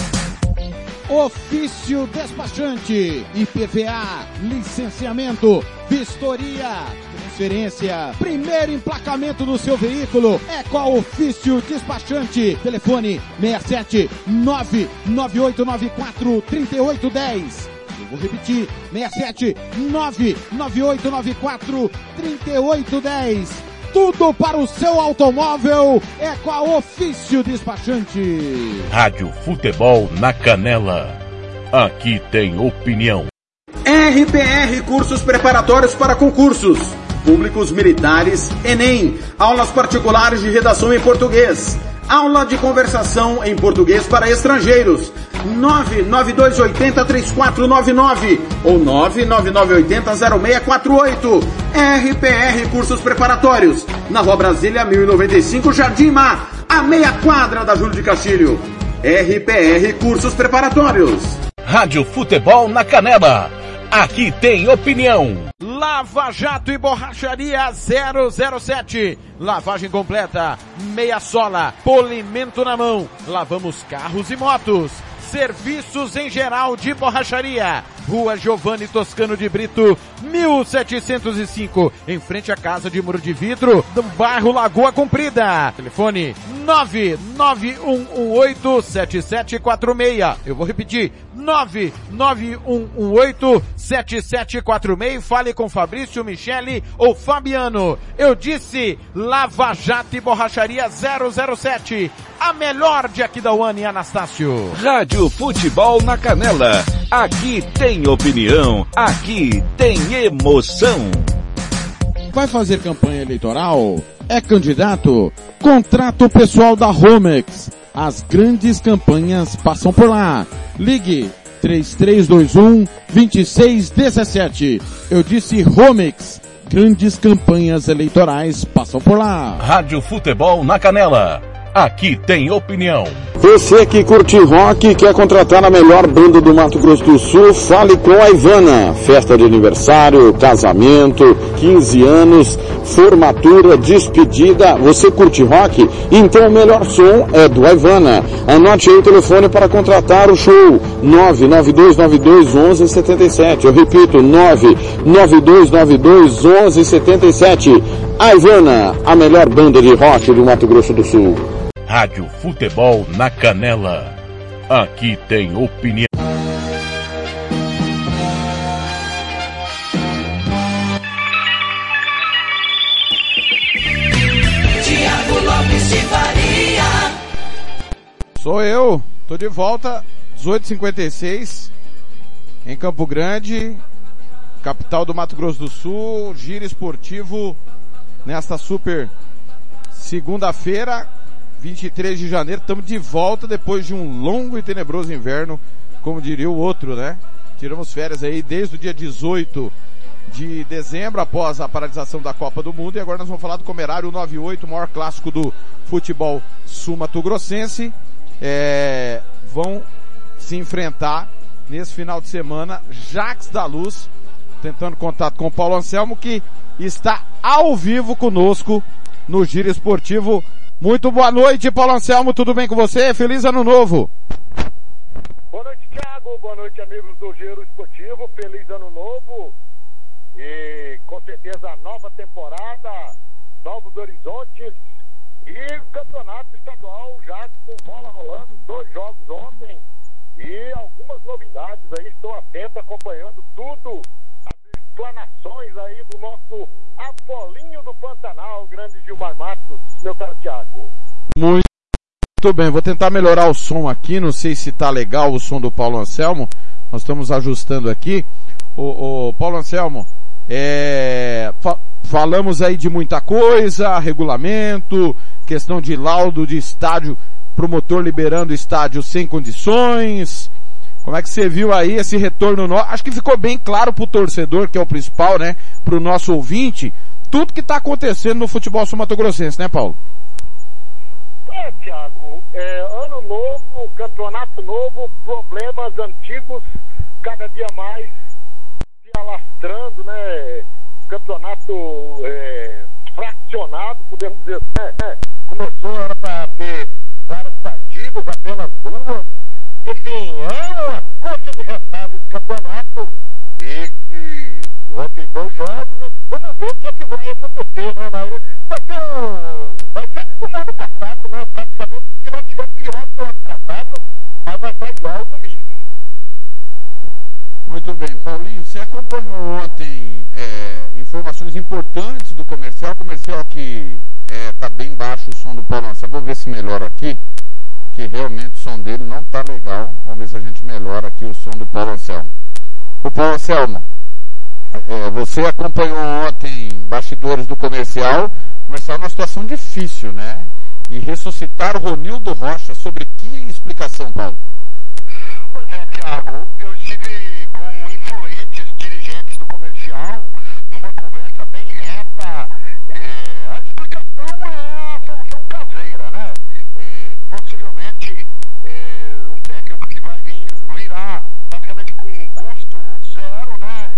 Ofício despachante, I P V A, licenciamento, vistoria, transferência, primeiro emplacamento do seu veículo é com a Ofício Despachante. Telefone seis sete nove nove oito nove quatro três oito um zero. Eu vou repetir, seis sete nove nove oito nove quatro três oito um zero. Tudo para o seu automóvel é com a Ofício Despachante. Rádio Futebol na Canela. Aqui tem opinião. R P R Cursos Preparatórios para Concursos Públicos Militares, Enem. Aulas particulares de redação em português. Aula de conversação em português para estrangeiros. nove nove dois oito zero três quatro nove nove ou nove nove nove oito zero zero seis quatro oito. R P R Cursos Preparatórios, na Rua Brasília mil e noventa e cinco, Jardim Mar, a meia quadra da Júlio de Castilho. R P R Cursos Preparatórios. Rádio Futebol na Canela. Aqui tem opinião. Lava Jato e Borracharia zero zero sete. Lavagem completa, meia sola, polimento na mão. Lavamos carros e motos. Serviços em geral de borracharia. Rua Giovanni Toscano de Brito, mil setecentos e cinco, em frente à Casa de Muro de Vidro, do bairro Lagoa Comprida. Telefone nove nove um um oito sete sete quatro seis. Eu vou repetir, nove nove um um oito sete sete quatro seis. Fale com Fabrício, Michele ou Fabiano. Eu disse Lava Jato e Borracharia zero zero sete. A melhor de Aquidauana e Anastácio. Rádio Futebol na Canela. Aqui tem opinião, aqui tem emoção. Vai fazer campanha eleitoral? É candidato? Contrato pessoal da Romex. As grandes campanhas passam por lá. Ligue três três dois um dois seis um sete. Eu disse Romex. Grandes campanhas eleitorais passam por lá. Rádio Futebol na Canela. Aqui tem opinião. Você que curte rock e quer contratar a melhor banda do Mato Grosso do Sul, fale com a Ivana. Festa de aniversário, casamento, quinze anos, formatura, despedida. Você curte rock? Então o melhor som é do Ivana. Anote aí o telefone para contratar o show. nove nove dois nove dois um um sete sete. Eu repito, nove nove dois nove dois um um sete sete. A Ivana, a melhor banda de rock do Mato Grosso do Sul. Rádio Futebol na Canela. Aqui tem opinião. Tiago Lopes de Faria. Sou eu, tô de volta, dezoito e cinquenta e seis, em Campo Grande, capital do Mato Grosso do Sul, giro esportivo nesta super segunda-feira, vinte e três de janeiro. Estamos de volta depois de um longo e tenebroso inverno, como diria o outro, né? Tiramos férias aí desde o dia dezoito de dezembro, após a paralisação da Copa do Mundo, e agora nós vamos falar do Comerário noventa e oito, o maior clássico do futebol sul-mato-grossense. É, vão se enfrentar nesse final de semana Jacques da Luz, tentando contato com o Paulo Anselmo, que está ao vivo conosco no Giro Esportivo. Muito boa noite, Paulo Anselmo, tudo bem com você? Feliz ano novo! Boa noite, Thiago, boa noite, amigos do Giro Esportivo, feliz ano novo e com certeza nova temporada, novos horizontes e campeonato estadual já com bola rolando, dois jogos ontem e algumas novidades aí, estou atento, acompanhando tudo, as explanações aí do nosso Apolinho do Pantanal, grande Gilmar Matos, meu caro Thiago. Muito, muito bem, vou tentar melhorar o som aqui, não sei se tá legal o som do Paulo Anselmo, nós estamos ajustando aqui. O, o Paulo Anselmo, É, fa- falamos aí de muita coisa, regulamento, questão de laudo de estádio, promotor liberando estádio sem condições. Como é que você viu aí esse retorno? No... Acho que ficou bem claro pro torcedor, que é o principal, né? Pro nosso ouvinte, tudo que tá acontecendo no futebol sul-mato-grossense, né, Paulo? É, Thiago, é, ano novo, campeonato novo, problemas antigos, cada dia mais se alastrando, né? Campeonato é, fracionado, podemos dizer assim, né? Começou era para ter vários partidos, apenas duas. Enfim, é uma coxa de retalho esse campeonato. E, e ontem dois jogos, vamos ver o que é que vai acontecer, né? Mas vai ser um. Vai ser como ano passado, né? Praticamente, se não tiver pior que o ano passado, mas vai ser igual no mínimo. Muito bem, Paulinho, você acompanhou ontem é, informações importantes do comercial, comercial que está é, bem baixo o som do Paulo Anselmo. Vou ver se melhora aqui, que realmente o som dele não está legal. Vamos ver se a gente melhora aqui o som do Paulo Anselmo. O Paulo Anselmo, é, você acompanhou ontem bastidores do comercial, comercial numa situação difícil, né? E ressuscitar o Ronildo Rocha, sobre que explicação, Paulo? Pois é, Thiago, eu estive com influentes dirigentes do comercial, numa conversa bem reta. É, a explicação é a solução caseira, né? É, possivelmente é, um técnico que vai vir, virar praticamente com um custo zero, né?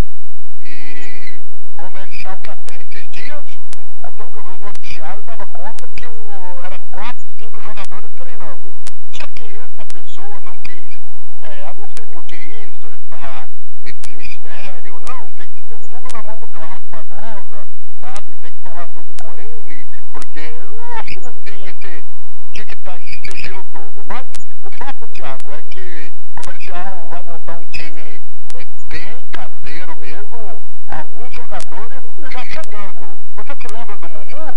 E comercial que até esses dias, a todos os noticiários dava conta que o, era quatro, cinco jogadores treinando. Só que essa pessoa não quis. É, eu não sei por que isso, essa, esse mistério, não, tem que ter tudo na mão do Cláudio Barbosa, sabe? Tem que falar tudo com ele, porque eu acho que não tem esse, tinha que estar esse sigilo todo. Mas o fato, Thiago, é que o comercial vai montar um time é, bem caseiro mesmo, alguns jogadores já chegando. Você se lembra do Mumu?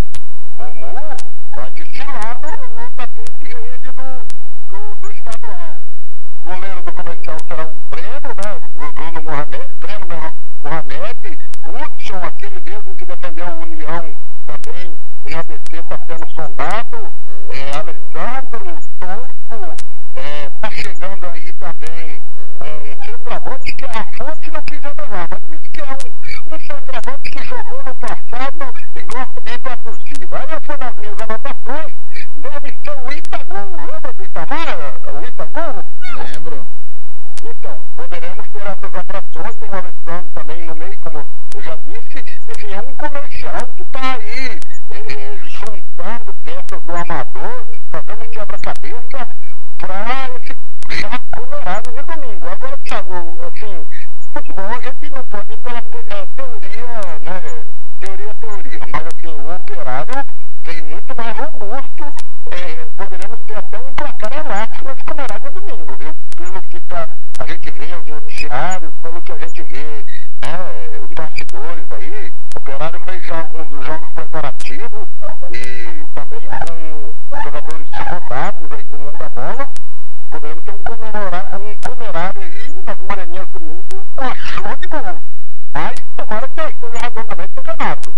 Mumu vai desfilar no, no tapete rede do, do, do estadual. O goleiro do comercial será um Breno, né? O Bruno Mohamed, Breno Mohamed, Hudson, aquele mesmo que defendeu a União também em A B C, está sendo sondado, é, Alessandro, Topo, é, tá chegando aí também um centroavante que a fonte não quis revelar, mas disse que é um, um centroavante que jogou no passado e gosta de ir para a torcida. Aí eu fui nas minhas anotações, deve ser o Itagu, lembra do Itamar? O Itagu? Lembro. Então, poderemos ter essas atrações, tem o Alessandro também no meio, como eu já disse. Enfim, é um comercial que está aí é, juntando peças do amador, fazendo um quebra-cabeça para esse já comerado de domingo. Agora, Thiago, assim, futebol a gente não pode ir pela te, é, teoria, né? Teoria, teoria, mas assim, o Operário vem muito mais robusto, é, poderemos ter até um placar elástico nesse comerado de domingo, viu? Pelo que tá, a gente vê os noticiários, pelo que a gente vê, né, os bastidores aí, o Operário fez já alguns jogos preparativos e também com jogadores rodados aí do mundo da bola. Podemos ter um comemorário, um comemorário aí nas Moreninhas do Mundo, uma show de bola. Mas tomara que esteja redondamente no campeonato.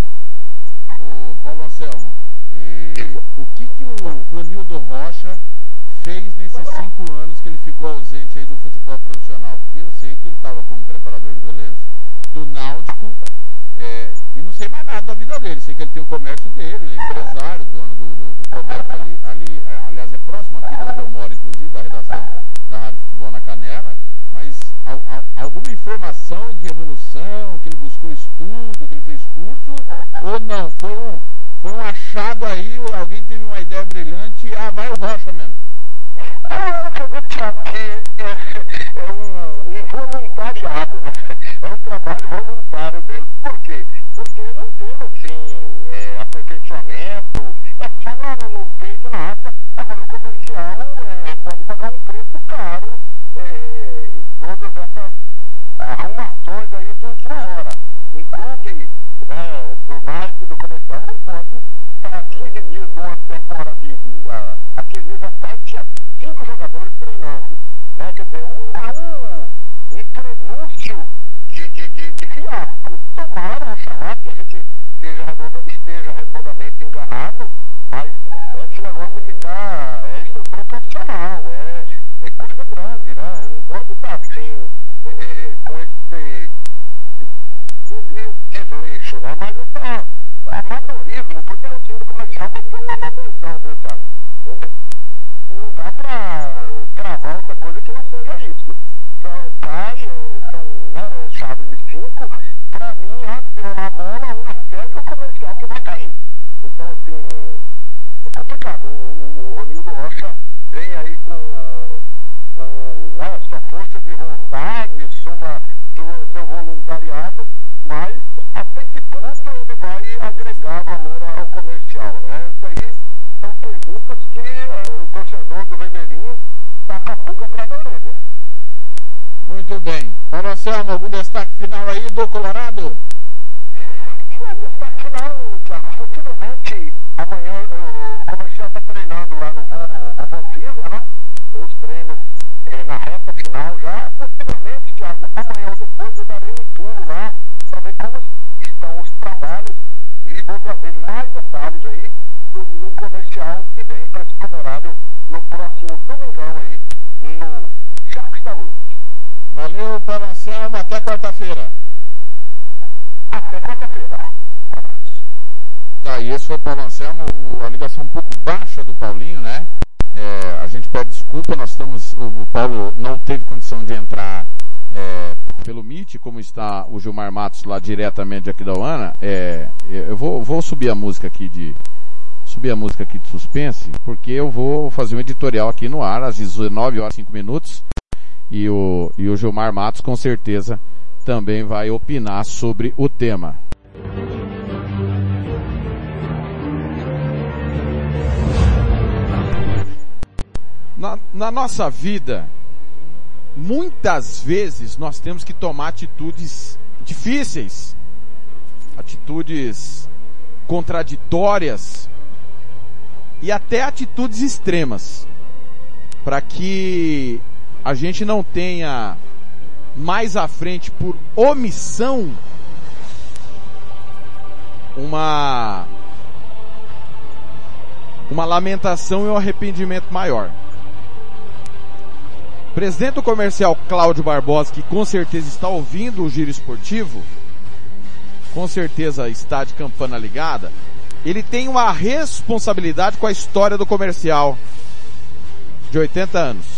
Ô, Paulo Anselmo, e o que que o Ronildo Rocha fez nesses cinco anos que ele ficou ausente aí do futebol profissional? Eu sei que ele estava como preparador de goleiros do Náutico, é, e não sei mais nada da vida dele. Sei que ele tem o comércio dele, empresário, dono do, do, do comércio ali, ali, aliás, é próximo aqui de onde eu moro, inclusive, da redação da Rádio Futebol na Canela. Mas al, al, alguma informação de evolução, que ele buscou estudo, que ele fez curso, ou não? Foi um, foi um achado aí, alguém teve uma ideia brilhante, ah, vai o Rocha mesmo. Ah, eu acredito que é, é um, um voluntariado, né? É um trabalho voluntário dele. Por quê? Porque ele não teve, assim, é, aperfeiçoamento, é só no, no peito, na raça. Agora, o comercial é, pode pagar um preço caro, é, todas essas arrumações aí de última hora. Um clube, né, do naipe do comercial não pode estar quinze dias de uma temporada de, de a, a quinze dias atrás tinha cinco jogadores treinando, né? Quer dizer, um, um, um prenúncio de, de, de, de fiasco. São Anselmo, algum destaque final aí do Colorado? O destaque final, Thiago, possivelmente amanhã o comercial está treinando lá no Vovisa, né? Os treinos é, na reta final já. Possivelmente, Thiago, amanhã ou depois eu darei um pulo lá para ver como estão os trabalhos e vou trazer mais detalhes aí do, do comercial que vem para esse Colorado no próximo domingão aí no Jacques da Luz. Valeu, Paulo Anselmo, até quarta-feira. Até quarta-feira. Abraço. Tá, e esse foi o Paulo Anselmo, a ligação um pouco baixa do Paulinho, né? É, a gente pede desculpa, nós estamos, o Paulo não teve condição de entrar é, pelo Meet, como está o Gilmar Matos lá diretamente de Aquidauana. É, eu vou, vou subir a música aqui de subir a música aqui de suspense, porque eu vou fazer um editorial aqui no ar às dezenove horas e cinco minutos. E o, e o Gilmar Matos com certeza também vai opinar sobre o tema. Na, na nossa vida, muitas vezes nós temos que tomar atitudes difíceis, atitudes contraditórias e até atitudes extremas, para que a gente não tenha mais à frente, por omissão, uma uma lamentação e um arrependimento maior. O presidente do comercial Cláudio Barbosa, que com certeza está ouvindo o Giro Esportivo, com certeza está de campana ligada, ele tem uma responsabilidade com a história do comercial de oitenta anos.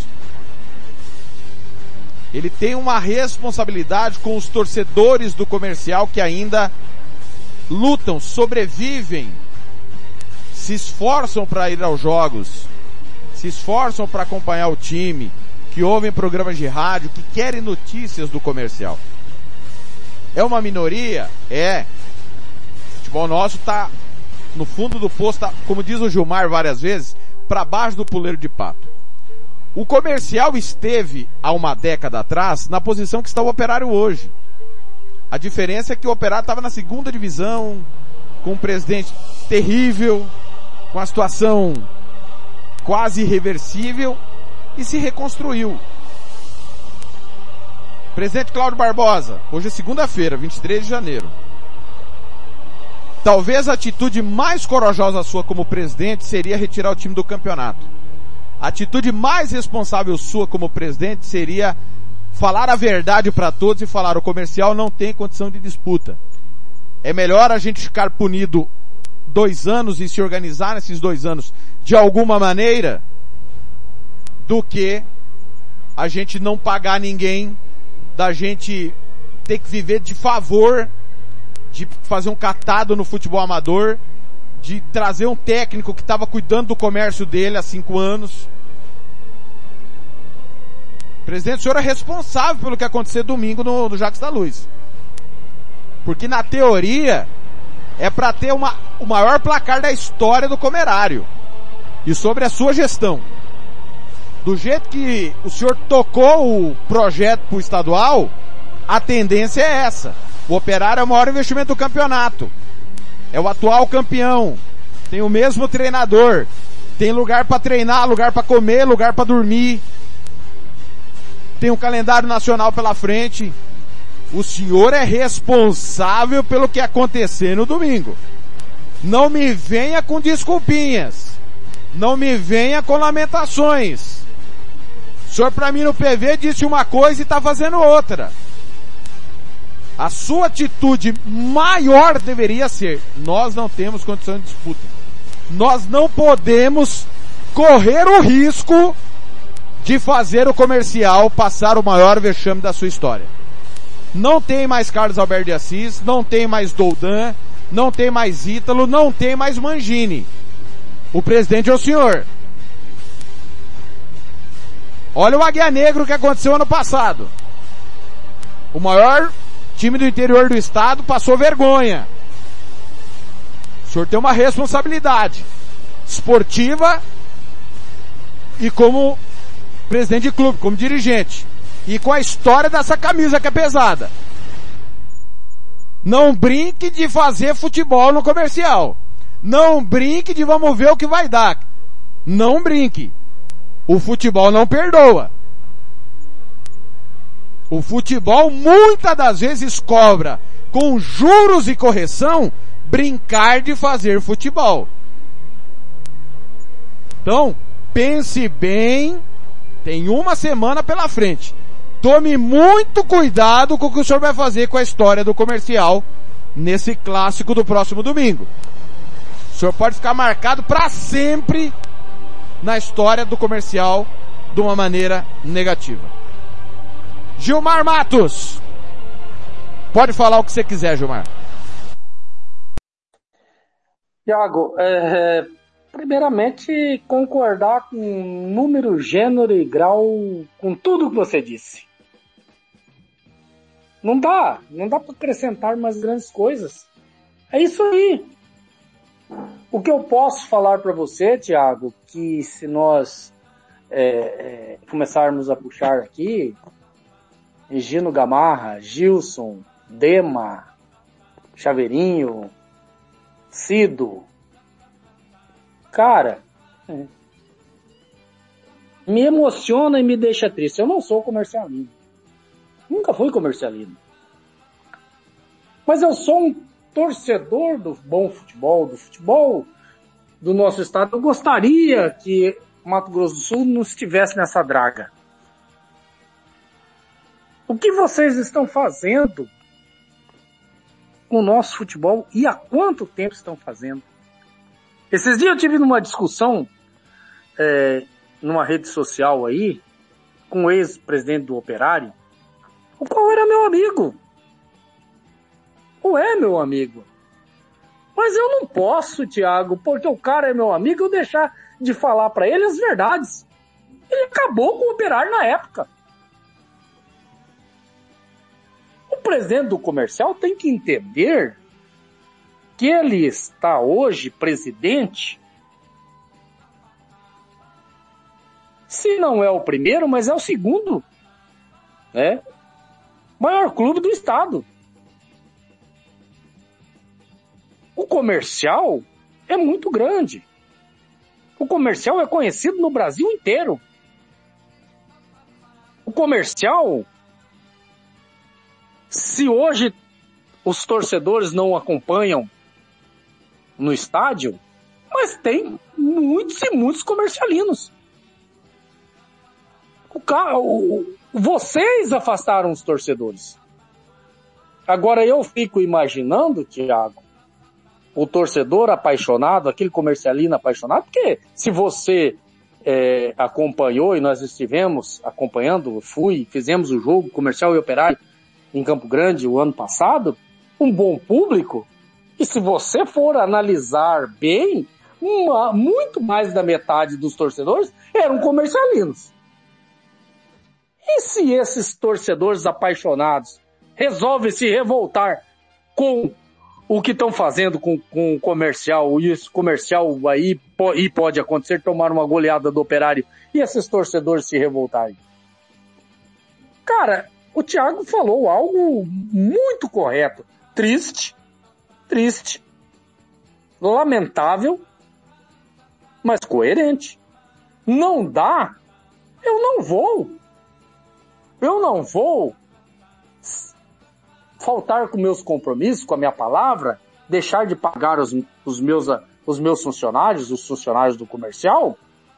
Ele tem uma responsabilidade com os torcedores do comercial que ainda lutam, sobrevivem, se esforçam para ir aos jogos, se esforçam para acompanhar o time, que ouvem programas de rádio, que querem notícias do comercial. É uma minoria? É. O futebol nosso tá no fundo do poço, tá, como diz o Gilmar várias vezes, para baixo do puleiro de pato. O comercial esteve, há uma década atrás, na posição que está o Operário hoje. A diferença é que o Operário estava na segunda divisão, com um presidente terrível, com a situação quase irreversível, e se reconstruiu. Presidente Cláudio Barbosa, hoje é segunda-feira, vinte e três de janeiro. Talvez a atitude mais corajosa sua como presidente seria retirar o time do campeonato. A atitude mais responsável sua como presidente seria falar a verdade para todos e falar: o comercial não tem condição de disputa. É melhor a gente ficar punido dois anos e se organizar nesses dois anos de alguma maneira do que a gente não pagar ninguém, da gente ter que viver de favor, de fazer um catado no futebol amador, de trazer um técnico que estava cuidando do comércio dele há cinco anos. Presidente, o senhor é responsável pelo que aconteceu domingo no, no Jacques da Luz. Porque na teoria é para ter uma, o maior placar da história do Comerário. E sobre a sua gestão. Do jeito que o senhor tocou o projeto pro estadual, a tendência é essa. O Operário é o maior investimento do campeonato. É o atual campeão. Tem o mesmo treinador. Tem lugar para treinar, lugar para comer, lugar para dormir. Tem um calendário nacional pela frente. O senhor é responsável pelo que acontecer no domingo. Não me venha com desculpinhas. Não me venha com lamentações. O senhor para mim no P V disse uma coisa e está fazendo outra. A sua atitude maior deveria ser: nós não temos condição de disputa. Nós não podemos correr o risco de fazer o comercial passar o maior vexame da sua história. Não tem mais Carlos Alberto de Assis, não tem mais Doldan, não tem mais Ítalo, não tem mais Mangini. O presidente é o senhor. Olha o Águia Negro que aconteceu ano passado. O maior time do interior do estado passou vergonha. O senhor tem uma responsabilidade esportiva e como presidente de clube, como dirigente. E com a história dessa camisa que é pesada. Não brinque de fazer futebol no comercial. Não brinque de vamos ver o que vai dar. Não brinque. O futebol não perdoa. O futebol muitas das vezes cobra, com juros e correção, brincar de fazer futebol. Então, pense bem, tem uma semana pela frente. Tome muito cuidado com o que o senhor vai fazer com a história do comercial nesse clássico do próximo domingo. O senhor pode ficar marcado para sempre na história do comercial de uma maneira negativa. Gilmar Matos. Pode falar o que você quiser, Gilmar. Thiago, é, primeiramente concordar com número, gênero e grau com tudo que você disse. Não dá, não dá para acrescentar mais grandes coisas. É isso aí. O que eu posso falar para você, Thiago, que se nós é, é, começarmos a puxar aqui, Gino Gamarra, Gilson, Dema, Chaveirinho, Cido, cara, é, me emociona e me deixa triste. Eu não sou comercialino. Nunca fui comercialino. Mas eu sou um torcedor do bom futebol, do futebol do nosso estado. Eu gostaria que Mato Grosso do Sul não estivesse nessa draga. O que vocês estão fazendo com o nosso futebol e há quanto tempo estão fazendo? Esses dias eu tive numa discussão é, numa rede social aí com o ex-presidente do Operário, o qual era meu amigo. Ou é meu amigo. Mas eu não posso, Thiago, porque o cara é meu amigo, eu deixar de falar para ele as verdades. Ele acabou com o Operário na época. O presidente do comercial tem que entender que ele está hoje presidente, se não é o primeiro, mas é o segundo, né? Maior clube do estado. O comercial é muito grande. O comercial é conhecido no Brasil inteiro. O comercial, se hoje os torcedores não acompanham no estádio, mas tem muitos e muitos comercialinos. O cara, o, vocês afastaram os torcedores. Agora eu fico imaginando, Thiago, o torcedor apaixonado, aquele comercialino apaixonado, porque se você é, acompanhou, e nós estivemos acompanhando, fui, fizemos o jogo Comercial e Operário em Campo Grande o ano passado, um bom público, e se você for analisar bem, uma, muito mais da metade dos torcedores eram comercialinos. E se esses torcedores apaixonados resolvem se revoltar com o que estão fazendo com, com o comercial, e esse comercial aí e pode acontecer, tomar uma goleada do Operário e esses torcedores se revoltarem? Cara, o Thiago falou algo muito correto. Triste, triste, lamentável, mas coerente. Não dá, eu não vou. Eu não vou faltar com meus compromissos, com a minha palavra, deixar de pagar os, os, meus, os meus funcionários, os funcionários do comercial,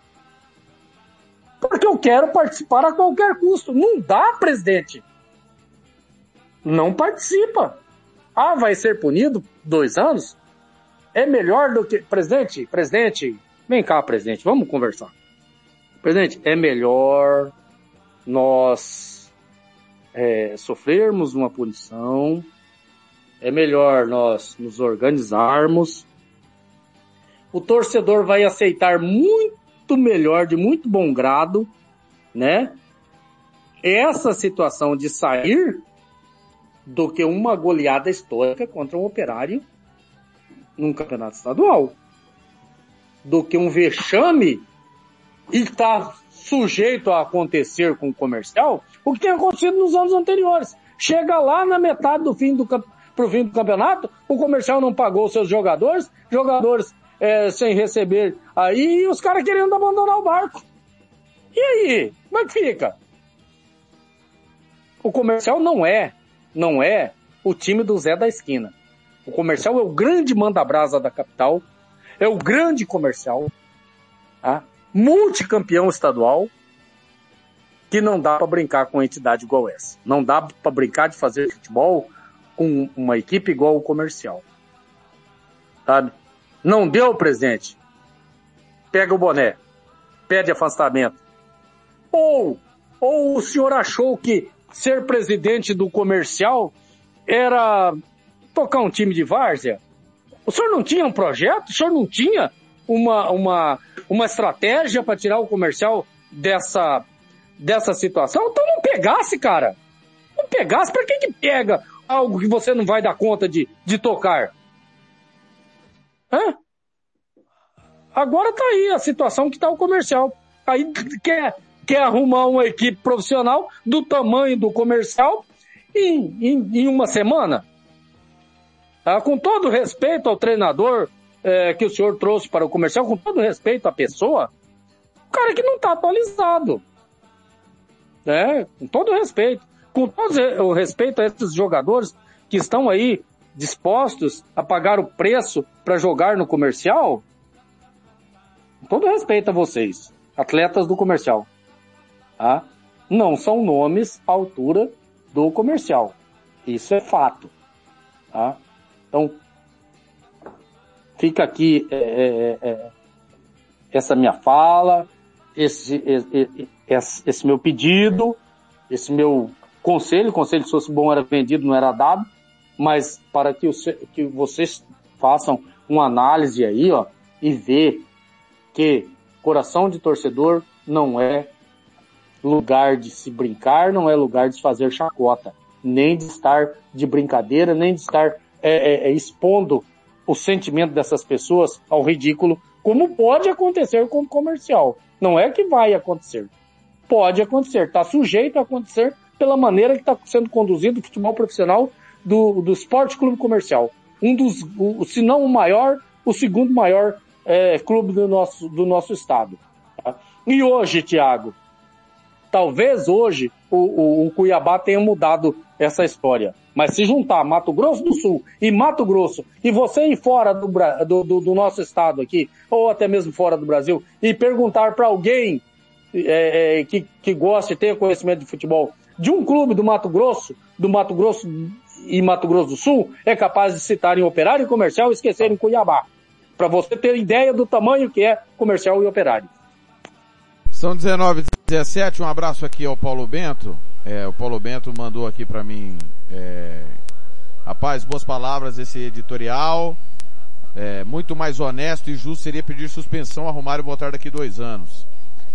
porque eu quero participar a qualquer custo. Não dá, presidente. Não participa. Ah, vai ser punido dois anos? É melhor do que... Presidente, presidente, vem cá, presidente, vamos conversar. Presidente, é melhor nós é, sofrermos uma punição, é melhor nós nos organizarmos. O torcedor vai aceitar muito melhor, de muito bom grado, né, essa situação de sair do que uma goleada histórica contra um Operário num campeonato estadual. Do que um vexame e tá sujeito a acontecer com o comercial o que tem acontecido nos anos anteriores. Chega lá na metade do fim do pro fim do campeonato, o comercial não pagou seus jogadores, jogadores é, sem receber aí, e os caras querendo abandonar o barco. E aí? Como é que fica? O comercial não é, não é o time do Zé da esquina. O comercial é o grande manda-brasa da capital, é o grande comercial, tá? Multicampeão estadual, que não dá para brincar com uma entidade igual essa. Não dá para brincar de fazer futebol com uma equipe igual o comercial. Sabe? Não deu presente. Pega o boné. Pede afastamento. Ou, ou o senhor achou que ser presidente do comercial era tocar um time de várzea? O senhor não tinha um projeto? O senhor não tinha uma, uma, uma estratégia para tirar o comercial dessa, dessa situação? Então não pegasse, cara. Não pegasse, para que que pega algo que você não vai dar conta de, de tocar? Hã? Agora tá aí a situação que tá o comercial. Aí quer, quer arrumar uma equipe profissional do tamanho do comercial em, em, em uma semana? Ah, com todo respeito ao treinador é, que o senhor trouxe para o comercial, com todo respeito à pessoa, o cara que não tá atualizado. É, com todo respeito. Com todo o respeito a esses jogadores que estão aí dispostos a pagar o preço para jogar no comercial, com todo respeito a vocês, atletas do comercial, tá? Não são nomes à altura do comercial. Isso é fato, tá? Então, fica aqui é, é, é, essa minha fala, esse, esse, esse meu pedido, esse meu conselho. O conselho, se fosse bom, era vendido, não era dado, mas para que, o, que vocês façam uma análise aí, ó, e ver que coração de torcedor não é lugar de se brincar, não é lugar de se fazer chacota, nem de estar de brincadeira, nem de estar é, é, expondo o sentimento dessas pessoas ao ridículo, como pode acontecer com o comercial. Não é que vai acontecer. Pode acontecer, está sujeito a acontecer pela maneira que está sendo conduzido o futebol profissional do, do Esporte Clube Comercial. Um dos, o, se não o maior, o segundo maior é, clube do nosso, do nosso estado. Tá? E hoje, Thiago, talvez hoje o, o, o Cuiabá tenha mudado essa história. Mas se juntar Mato Grosso do Sul e Mato Grosso, e você ir fora do, do, do, do nosso estado aqui, ou até mesmo fora do Brasil, e perguntar para alguém é, é, que, que gosta e tenha conhecimento de futebol, de um clube do Mato Grosso, do Mato Grosso e Mato Grosso do Sul, é capaz de citarem Operário e Comercial e esquecerem Cuiabá. Para você ter ideia do tamanho que é Comercial e Operário. São dezenove e dezessete, um abraço aqui ao Paulo Bento. É, o Paulo Bento mandou aqui para mim, é, rapaz, boas palavras, esse editorial, é, muito mais honesto e justo seria pedir suspensão, arrumar e voltar daqui dois anos.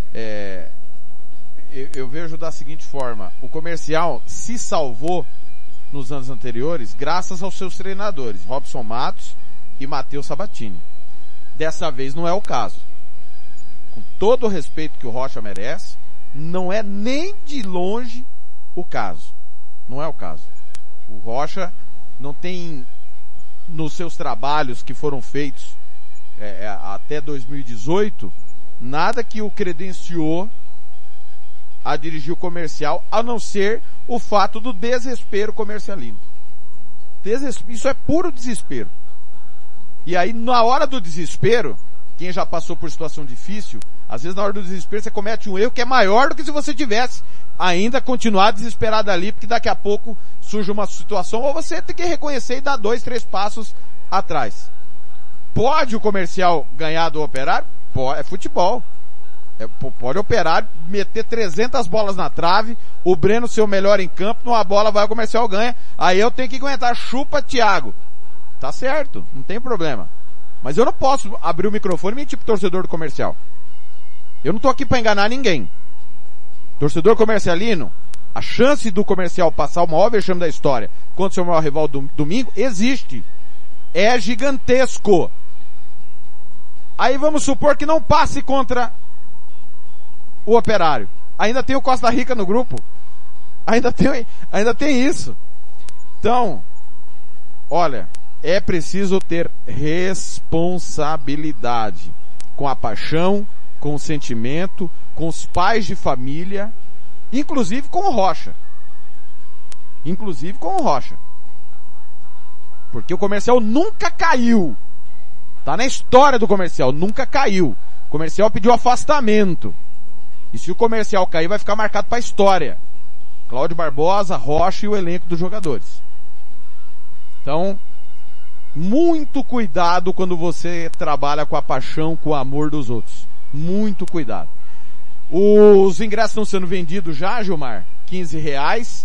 É, eu, eu vejo da seguinte forma, o comercial se salvou nos anos anteriores graças aos seus treinadores, Robson Matos e Matheus Sabatini. Dessa vez não é o caso. Com todo o respeito que o Rocha merece, não é nem de longe o caso. Não é o caso. O Rocha não tem, nos seus trabalhos que foram feitos é, até dois mil e dezoito, nada que o credenciou a dirigir o comercial, a não ser o fato do desespero comercialino. Deses... Isso é puro desespero. E aí, na hora do desespero, quem já passou por situação difícil, às vezes na hora do desespero você comete um erro que é maior do que se você tivesse ainda continuado desesperado ali, porque daqui a pouco surge uma situação, ou você tem que reconhecer e dar dois, três passos atrás. Pode o comercial ganhar do Operário? Pode, é futebol. É, pode Operário meter trezentas bolas na trave, o Breno ser o melhor em campo, numa bola vai o comercial ganha, aí eu tenho que aguentar, chupa Thiago. Tá certo, não tem problema. Mas eu não posso abrir o microfone e mentir pro torcedor do comercial. Eu não tô aqui para enganar ninguém. Torcedor comercialino, a chance do comercial passar o maior vexame da história contra o seu maior rival do domingo existe. É gigantesco. Aí vamos supor que não passe contra o Operário. Ainda tem o Costa Rica no grupo. Ainda tem, ainda tem isso. Então, olha, é preciso ter responsabilidade com a paixão, com o sentimento, com os pais de família, inclusive com o Rocha. Inclusive com o Rocha. Porque o Comercial nunca caiu. Tá na história do Comercial, nunca caiu. O Comercial pediu afastamento. E se o Comercial cair, vai ficar marcado para a história. Cláudio Barbosa, Rocha e o elenco dos jogadores. Então, muito cuidado quando você trabalha com a paixão, com o amor dos outros. Muito cuidado. Os ingressos estão sendo vendidos já, Gilmar? quinze reais.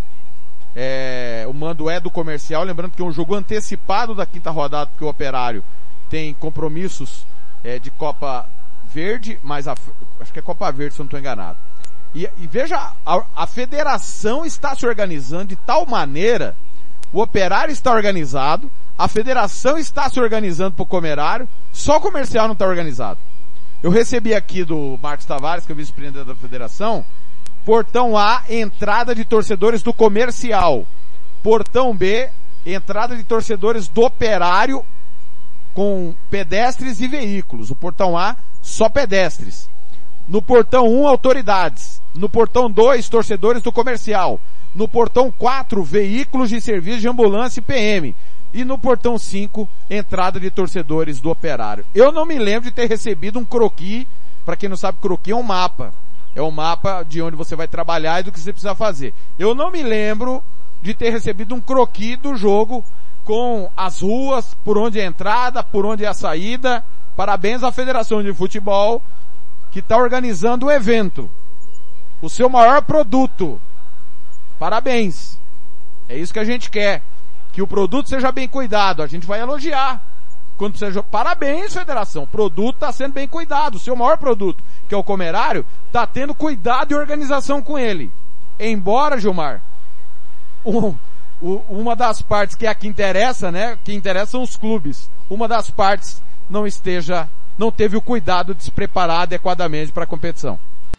É, o mando é do Comercial. Lembrando que é um jogo antecipado da quinta rodada, porque o Operário tem compromissos é, de Copa Verde, mas a, acho que é Copa Verde, se eu não estou enganado. E, e veja, a, a federação está se organizando de tal maneira, o Operário está organizado, a federação está se organizando para o Comerário, só o Comercial não está organizado. Eu recebi aqui do Marcos Tavares, que é o vice-presidente da federação, portão A, entrada de torcedores do Comercial. Portão B, entrada de torcedores do Operário com pedestres e veículos. O portão A, só pedestres. No portão um, autoridades. No portão dois, torcedores do Comercial. No portão quatro, veículos de serviço de ambulância e P M. E no portão cinco, entrada de torcedores do Operário. Eu não me lembro de ter recebido um croquis. Para quem não sabe, croquis é um mapa. É um mapa de onde você vai trabalhar e do que você precisa fazer. Eu não me lembro de ter recebido um croquis do jogo com as ruas, por onde é a entrada, por onde é a saída. Parabéns à Federação de Futebol, que está organizando o evento. O seu maior produto. Parabéns. É isso que a gente quer. Que o produto seja bem cuidado. A gente vai elogiar. Quando seja... Parabéns, Federação. O produto está sendo bem cuidado. O seu maior produto, que é o Comerário, está tendo cuidado e organização com ele. Embora, Gilmar, um, uma das partes que é a que interessa, né? Que interessa são os clubes. Uma das partes não esteja, não teve o cuidado de se preparar adequadamente para a competição.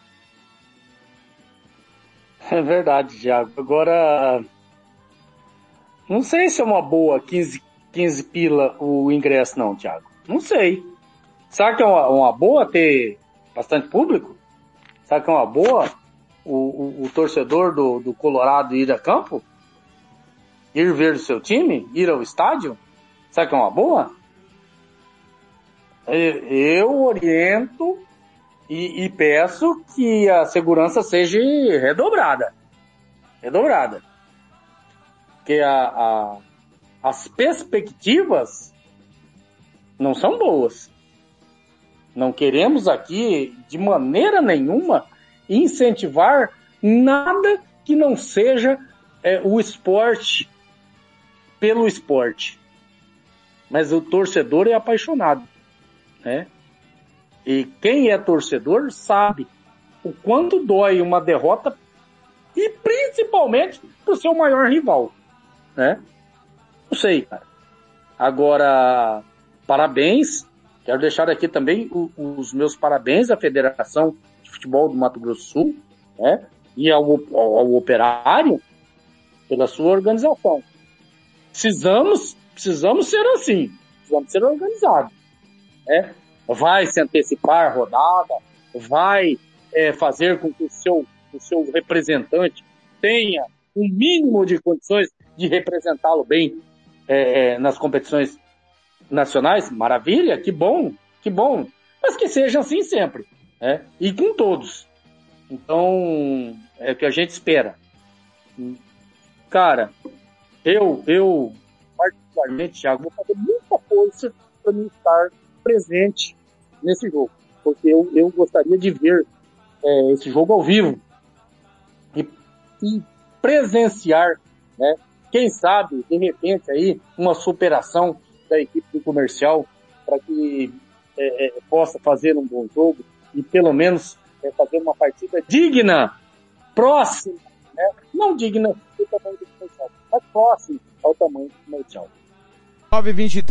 É verdade, Thiago. Agora, não sei se é uma boa quinze, quinze pila o ingresso não, Thiago. Não sei. Será que é uma, uma boa ter bastante público? Será que é uma boa o, o, o torcedor do, do Colorado ir a campo? Ir ver o seu time? Ir ao estádio? Será que é uma boa? Eu oriento e, e peço que a segurança seja redobrada. Redobrada. Porque a, a, as perspectivas não são boas. Não queremos aqui, de maneira nenhuma, incentivar nada que não seja é, o esporte pelo esporte. Mas o torcedor é apaixonado, né? E quem é torcedor sabe o quanto dói uma derrota e principalmente pro seu maior rival, né? Não sei, cara. Agora, parabéns. Quero deixar aqui também o, os meus parabéns à Federação de Futebol do Mato Grosso do Sul, né? E ao, ao, ao Operário pela sua organização. Precisamos, precisamos ser assim. Precisamos ser organizados, né? Vai se antecipar a rodada, vai é, fazer com que o seu, o seu representante tenha um mínimo de condições de representá-lo bem é, é, nas competições nacionais. Maravilha, que bom, que bom. Mas que seja assim sempre, né? E com todos. Então, é o que a gente espera. Cara, eu, eu particularmente, Thiago, vou fazer muita força para mim estar presente nesse jogo, porque eu, eu gostaria de ver é, esse jogo ao vivo e, e presenciar, né? Quem sabe, de repente, aí, uma superação da equipe do Comercial para que é, é, possa fazer um bom jogo e pelo menos é, fazer uma partida digna, próxima, né? Não digna do tamanho do Comercial, mas próxima ao tamanho do Comercial. nove e vinte e três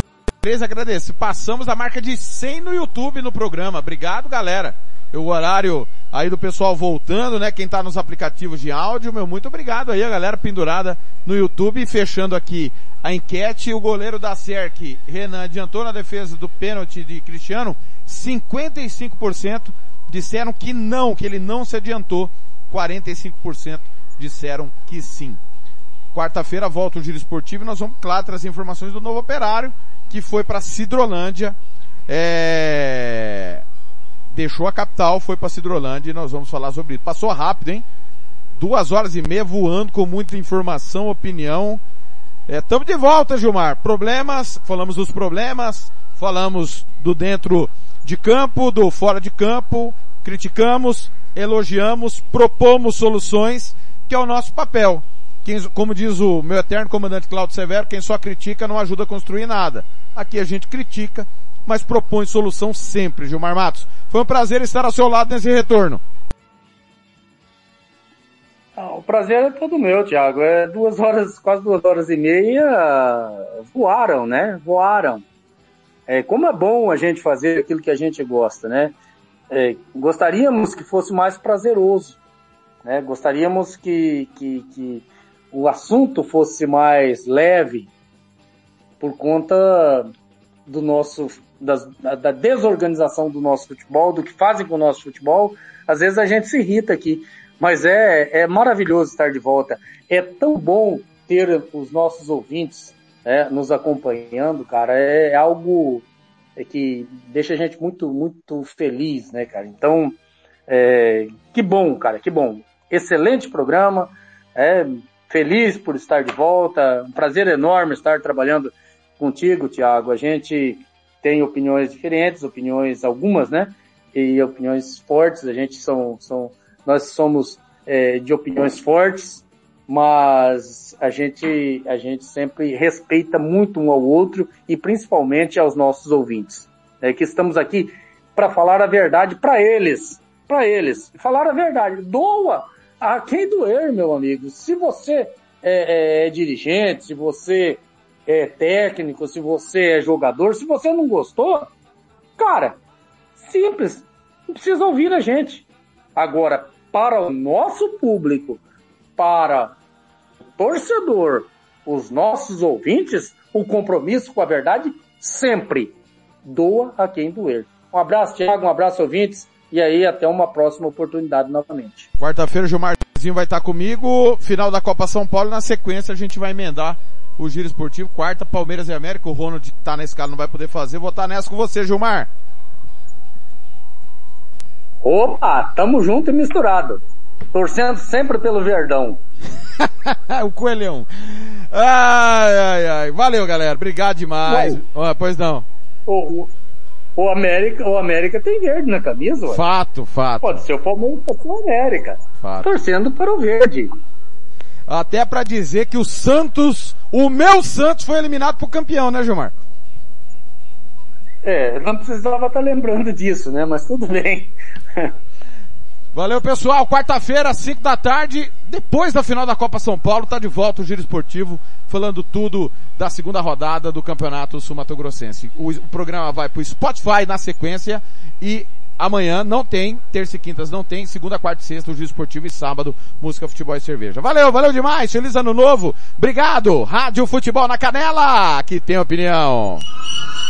agradecer. Passamos a marca de cem no YouTube no programa. Obrigado, galera. O horário aí do pessoal voltando, né? Quem tá nos aplicativos de áudio, meu, muito obrigado aí a galera pendurada no YouTube. E fechando aqui a enquete, o goleiro da S E R C, Renan, adiantou na defesa do pênalti de Cristiano. cinquenta e cinco por cento disseram que não, que ele não se adiantou. quarenta e cinco por cento disseram que sim. Quarta-feira volta o Giro Esportivo e nós vamos, claro, trazer informações do Novo Operário, que foi para Sidrolândia, é... deixou a capital, foi para Sidrolândia e nós vamos falar sobre isso. Passou rápido, hein? Duas horas e meia voando com muita informação, opinião. Estamos é, de volta, Gilmar. Problemas, falamos dos problemas, falamos do dentro de campo, do fora de campo, criticamos, elogiamos, propomos soluções, que é o nosso papel. Quem, como diz o meu eterno comandante Cláudio Severo, quem só critica não ajuda a construir nada. Aqui a gente critica, mas propõe solução sempre, Gilmar Matos. Foi um prazer estar ao seu lado nesse retorno. Ah, o prazer é todo meu, Thiago. É duas horas, quase duas horas e meia voaram, né? Voaram. É, como é bom a gente fazer aquilo que a gente gosta, né? É, gostaríamos que fosse mais prazeroso, né? Gostaríamos que, que, que o assunto fosse mais leve por conta do nosso, das, da desorganização do nosso futebol, do que fazem com o nosso futebol. Às vezes a gente se irrita aqui, mas é, é maravilhoso estar de volta. É tão bom ter os nossos ouvintes, né, nos acompanhando, cara. É algo que deixa a gente muito, muito feliz, né, cara? Então, é, que bom, cara, que bom. Excelente programa, é, feliz por estar de volta, um prazer enorme estar trabalhando contigo, Thiago. A gente tem opiniões diferentes, opiniões algumas, né? E opiniões fortes. A gente são, são nós somos é, de opiniões fortes, mas a gente, a gente sempre respeita muito um ao outro e principalmente aos nossos ouvintes, é, que estamos aqui para falar a verdade para eles, para eles, falar a verdade. Doa a quem doer, meu amigo. Se você é, é, é dirigente, se você é técnico, se você é jogador, se você não gostou, cara, simples, não precisa ouvir a gente. Agora, para o nosso público, para o torcedor, os nossos ouvintes, o compromisso com a verdade sempre. Doa a quem doer. Um abraço, Thiago, um abraço, ouvintes, e aí até uma próxima oportunidade novamente. Quarta-feira o Gilmarzinho vai estar comigo, final da Copa São Paulo, na sequência a gente vai emendar o Giro Esportivo, quarta, Palmeiras e América. O Ronald que tá na escala não vai poder fazer, vou estar nessa com você, Gilmar. Opa, tamo junto e misturado. Torcendo sempre pelo Verdão. O Coelhão. Ai, ai, ai. Valeu, galera. Obrigado demais. Ah, pois não. O, o, o, América, o América tem verde na camisa, ué. Fato, fato. Pode ser o Palmeiras, pode ser o América. Fato. Torcendo para o verde. Até pra dizer que o Santos, o meu Santos foi eliminado pro campeão, né, Gilmar? É, não precisava estar lembrando disso, né? Mas tudo bem. Valeu, pessoal. Quarta-feira, às cinco da tarde, depois da final da Copa São Paulo, tá de volta o Giro Esportivo, falando tudo da segunda rodada do Campeonato Sul-Mato-Grossense. O, o programa vai pro Spotify na sequência e amanhã não tem, terça e quintas não tem, segunda, quarta e sexta o Giro Esportivo e sábado música, futebol e cerveja. Valeu, valeu demais. Feliz ano novo. Obrigado. Rádio Futebol na Canela, que tem opinião.